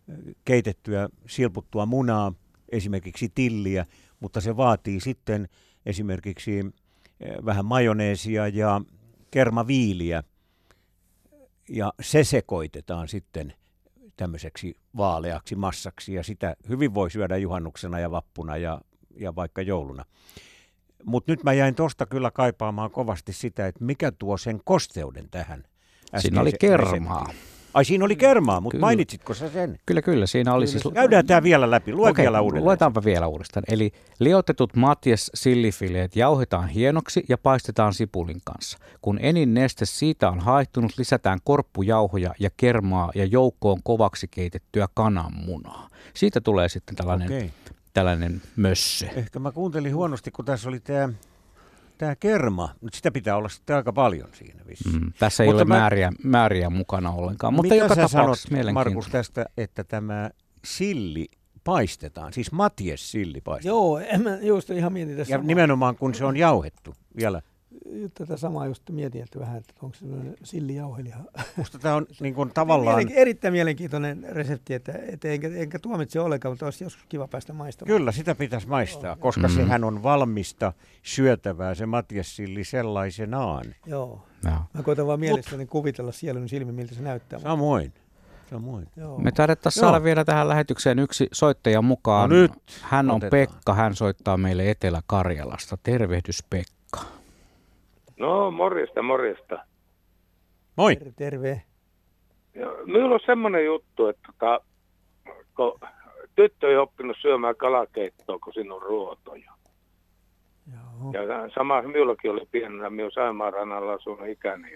keitettyä, silputtua munaa, esimerkiksi tilliä, mutta se vaatii sitten esimerkiksi vähän majoneesia ja kermaviiliä, ja se sekoitetaan sitten tämmöiseksi vaaleaksi massaksi, ja sitä hyvin voi syödä juhannuksena ja vappuna ja vaikka jouluna. Mutta nyt mä jäin tuosta kyllä kaipaamaan kovasti sitä, että mikä tuo sen kosteuden tähän. Siinä oli kermaa. Reseptiin. Ai siinä oli kermaa, mutta mainitsitko sä sen? Kyllä, siinä oli siis... Käydään tämä vielä läpi, vielä uudelleen. Luetaanpa vielä uudestaan. Eli liotetut Matjes sillifileet jauhetaan hienoksi ja paistetaan sipulin kanssa. Kun enin neste siitä on haihtunut, lisätään korppujauhoja ja kermaa ja joukkoon kovaksi keitettyä kananmunaa. Siitä tulee sitten tällainen mössö. Ehkä mä kuuntelin huonosti, kun tässä oli tämä kerma, mutta sitä pitää olla sitten aika paljon siinä vissiin. Tässä ei ole määriä mukana ollenkaan, mutta joka tapauksessa mielenkiintoista. Markus, tästä, että tämä silli paistetaan, siis Matjes silli paistetaan? Joo, mä just ihan mietin tässä. Ja nimenomaan kun se on jauhettu vielä. Tätä samaa just mietin, että vähän, että onko se sillijauheliha. Musta tämä on niin kuin tavallaan... Erittäin mielenkiintoinen resepti, että enkä tuomitse ollenkaan, mutta olisi joskus kiva päästä maistamaan. Kyllä, sitä pitäisi maistaa, koska sehän on valmista syötävää, se Matjes silli sellaisenaan. Joo. Mä koitan vaan mielessäni kuvitella sielun silmin, miltä se näyttää. Samoin. Joo. Me taidettaisiin saada vielä tähän lähetykseen yksi soittaja mukaan. No nyt hän on Pekka, hän soittaa meille Etelä-Karjalasta. Tervehdys Pekka. No, morjesta. Moi. Terve. Minulla on semmoinen juttu, että kun tyttö ei oppinut syömään kalakeittoa, kun siinä on ruotoja. Joo. Ja sama minullakin oli pienenä, minun Saimaan rannalla asunut ikäni.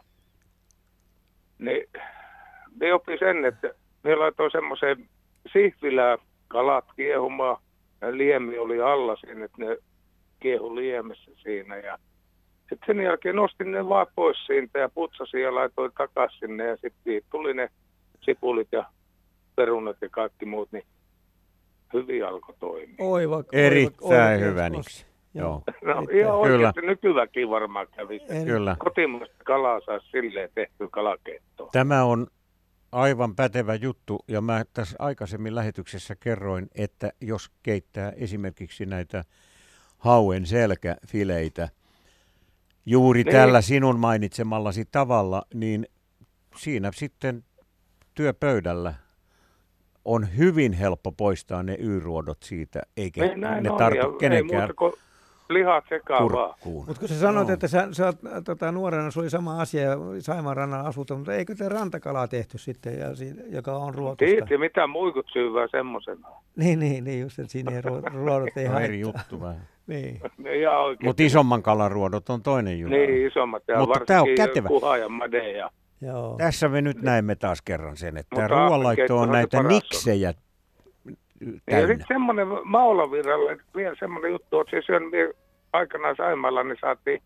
Niin, me opin sen, että me laitoin semmoiseen sihvilään kalat kiehumaan, ja liemi oli alla siinä, että ne kiehu liemessä siinä, ja sitten sen jälkeen nostin ne vaan pois siitä ja putsasin ja laitoin takaisin sinne ja sitten tuli ne sipulit ja perunat ja kaikki muut, niin hyvin alkoi toimia. Erittäin hyvä, Niksi. Joo. No ihan oikeasti nykyväkin varmaan kävisi. Kyllä. Kotimaista kalaa saisi silleen tehtyä kalakeittoa. Tämä on aivan pätevä juttu, ja mä tässä aikaisemmin lähetyksessä kerroin, että jos keittää esimerkiksi näitä hauen selkäfileitä, juuri tällä sinun mainitsemallasi tavalla, niin siinä sitten työpöydällä on hyvin helppo poistaa ne y-ruodot siitä, eikä ne tartu kenenkään lihat sekaan vaan. Mutta kun sä sanoit, että sä oot nuorena, se oli sama asia ja Saimaan rannalla asuta, mutta eikö te rantakalaa tehty sitten, joka on ruotusta? Tiedätkö, mitä muikut syyvää semmosena? Niin, just, että siinä ei ruodot ei haittaa. Eri juttu vähän. Niin. Mutta isomman kalan ruodot on toinen juttu. Niin, isommat ja mutta tämä on kätevä. Kuha ja made ja... Joo. Tässä me nyt näemme taas kerran sen, että ruoanlaitto on näitä niksejä täynnä. Ja sitten semmoinen Maulavirralle, vielä semmoinen juttu, että se on aikanaan Saimaalla, niin saatiin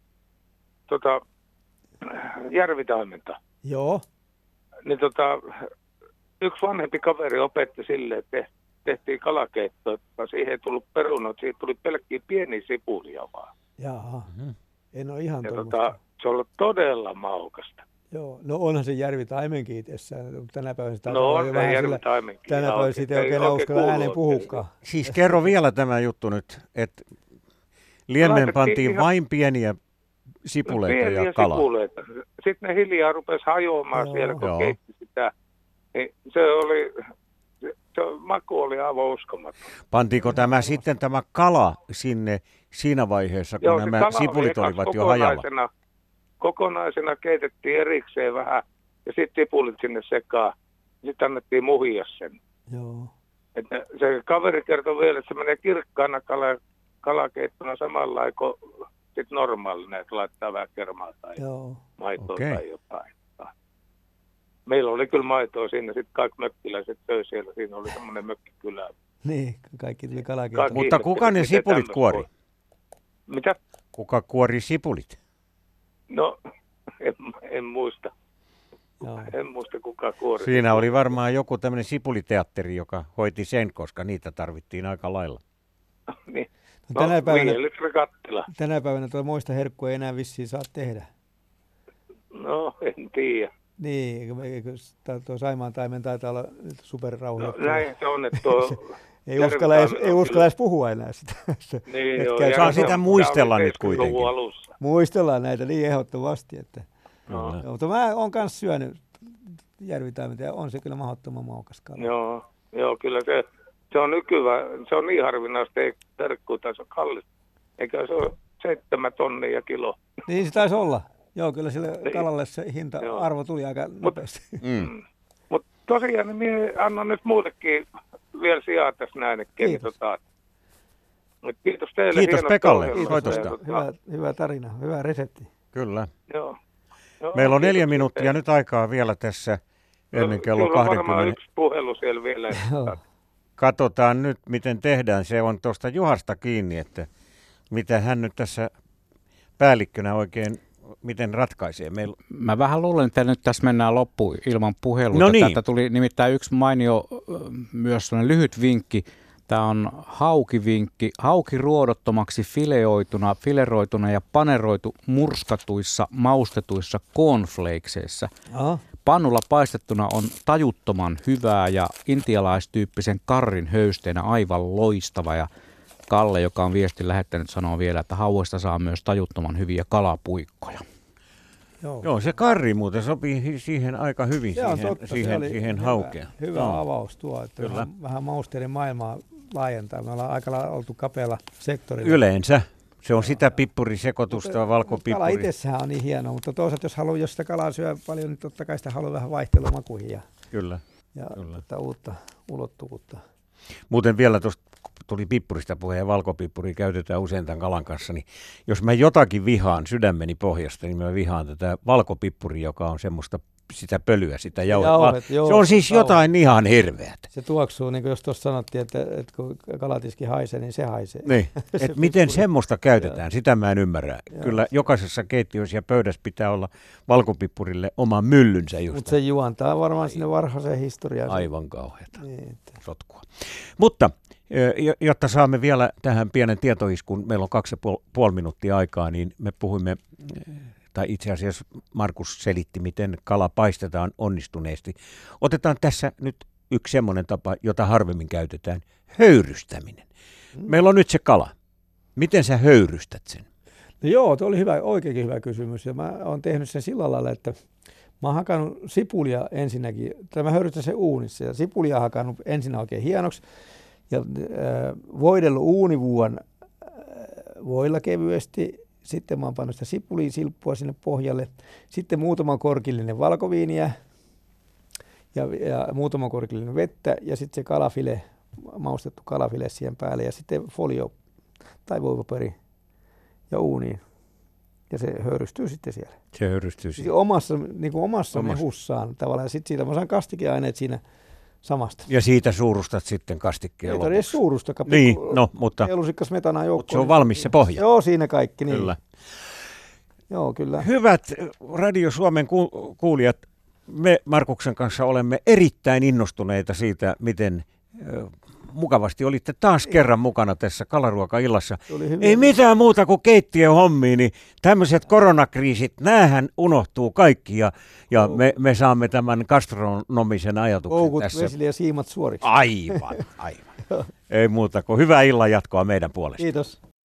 järvitaimenta. Joo. Niin yksi vanhempi kaveri opetti silleen, että tehtiin kalakeittoa, että siihen ei tullut perunat, siihen tuli pelkkiä pieniä sipulia vaan. Jaa, en ole ihan tuommoista. Se on ollut todella maukasta. Joo, no onhan se järvitaimenkin itsessään, tänä päivänä sitä on se järvitaimenkin. Tänä päivänä siitä ei oikein uskalla ääneen puhukaan. Siis kerro vielä tämä juttu nyt, että liemeen pantiin vain pieniä sipuleita ja kalaa. Sipuleita. Sitten ne hiljaa rupesi hajoamaan siellä, kun keitti sitä. Niin se maku oli aivan uskomaton. Pantiinko tämä kala sinne siinä vaiheessa, kun nämä sipulit olivat jo hajalla? Kokonaisena keitettiin erikseen vähän ja sitten sipulit sinne sekaan. Sitten annettiin muhia sen. Joo. Että se kaveri kertoi vielä, että se menee kirkkaana kalakeittona samalla lailla kuin normaalina, että laittaa vähän kermaa tai maitoa tai jotain. Meillä oli kyllä maitoa siinä, sitten kaikki mökkiläiset söi siellä, siinä oli semmoinen mökkikylä. Niin, kaikki tuli kalakeittoon. Mutta kuka ne sipulit kuori? Mitä? Kuka kuori sipulit? No, en muista. En muista kuka kuori. Siinä oli varmaan joku tämmöinen sipuliteatteri, joka hoiti sen, koska niitä tarvittiin aika lailla. Niin. No, tänä päivänä tuo moista herkkua ei enää vissiin saa tehdä. No, en tiedä. Niin, tuo Saimaan taimen taitaa olla superrauhoitettu. No, näin se on, että tuo ei uskalla edes puhua enää sitä. Niin, joo, saa sitä muistella nyt kuitenkin. Muistellaan näitä niin ehdottomasti. Että. No. Mutta mä oon kanssa syönyt järvitaimet ja on se kyllä mahdottoman maukas kala. Joo, kyllä se on nykyään, se on niin harvinaista, ei terkkuu, tai se on kallis. Eikä se ole 7 tonnia kilo. Niin se taisi olla. Joo, kyllä sille kalalle se hinta-arvo tuli aika nopeasti. Mutta tosiaan, niin minä annan nyt muillekin vielä sijaa tässä näin. Kiitos. Kiitos teille. Kiitos Pekalle soitosta. Hyvä tarina, hyvä resepti. Kyllä. Joo. Meillä on 4 minuuttia nyt aikaa vielä tässä ennen kello 20. Kyllä varmaan yksi puhelu siellä vielä. Katsotaan nyt, miten tehdään. Se on tuosta Juhasta kiinni, että mitä hän nyt tässä päällikkönä oikein, miten ratkaisee. Mä vähän luulen, että nyt tässä mennään loppuun ilman puheluita. No niin. Täältä tuli nimittäin yksi mainio, myös sellainen lyhyt vinkki. Tämä on haukivinkki. Hauki ruodottomaksi fileroituna ja paneroitu murskatuissa, maustetuissa cornflakeseissa. Pannulla paistettuna on tajuttoman hyvää ja intialaistyyppisen karrin höysteenä aivan loistava. Ja Kalle, joka on viestin lähettänyt, sanoo vielä, että hauesta saa myös tajuttoman hyviä kalapuikkoja. Joo, se karri muuten sopii siihen aika hyvin, siihen haukeen. Hyvä avaus tuo, että vähän mausteiden maailmaa laajentaa. Me ollaan aika lailla oltu kapealla sektorilla. Yleensä. Se on sitä pippurisekoitusta, valkopippuri. Kala itsessään on niin hienoa, mutta toisaalta jos sitä kalaa syö paljon, niin totta kai sitä haluaa vähän vaihtelua makuihin Kyllä. Uutta ulottuvuutta. Muuten vielä tuosta tuli pippurista puheen ja valkopippuri käytetään usein tämän kalan kanssa, niin jos mä jotakin vihaan sydämeni pohjasta, niin mä vihaan tätä valkopippuria, joka on semmoista sitä pölyä, sitä jauhet. Se on siis jotain ihan hirveätä. Se tuoksuu, niin kuin jos tuossa sanottiin, että kun kalatiski haisee, niin se haisee. Niin, että miten semmoista käytetään, sitä mä en ymmärrä. Kyllä jokaisessa keittiössä ja pöydässä pitää olla valkopippurille oma myllynsä just. Mutta se juontaa varmaan sinne varhaiseen historiaan. Aivan kauheata sotkua. Mutta jotta saamme vielä tähän pienen tietoiskun, meillä on 2,5 minuuttia aikaa, niin me puhuimme, tai itse asiassa Markus selitti, miten kala paistetaan onnistuneesti. Otetaan tässä nyt yksi semmoinen tapa, jota harvemmin käytetään, höyrystäminen. Meillä on nyt se kala. Miten sä höyrystät sen? No joo, tuo oli oikeinkin hyvä kysymys, ja mä oon tehnyt sen sillä lailla, että mä oon hakannut sipulia ensinnäkin, tai mä höyrystän sen uunissa, ja sipulia hakannut ensin oikein hienoksi, ja voidellut uunivuon voilla kevyesti. Sitten mä oon pannut sitä sipulisilppua sinne pohjalle. Sitten muutama korkillinen valkoviiniä ja muutama korkillinen vettä. Ja sitten se kalafile, maustettu kalafile siihen päälle. Ja sitten folio tai voipaperi ja uuniin. Ja se höyrystyy sitten siellä. Se höyrystyy siellä. Omassa mehussaan tavallaan. Ja sitten siitä mä saan kastikeaineet siinä samasta. Ja siitä suurustat sitten kastikkeen lopuksi. Ei edes suurustakaan. Niin, mutta se on valmis se pohja. Joo, siinä kaikki. Niin. Kyllä. Joo, kyllä. Hyvät Radio Suomen kuulijat, me Markuksen kanssa olemme erittäin innostuneita siitä, miten mukavasti olitte taas kerran mukana tässä Kalaruoka-illassa. Ei mitään muuta kuin keittiöhommia, niin tämmöiset koronakriisit, näähän unohtuu kaikki ja me saamme tämän gastronomisen ajatuksen Koukut, tässä. vesili ja siimat suoriksi. Aivan. Ei muuta kuin hyvää illan jatkoa meidän puolesta. Kiitos.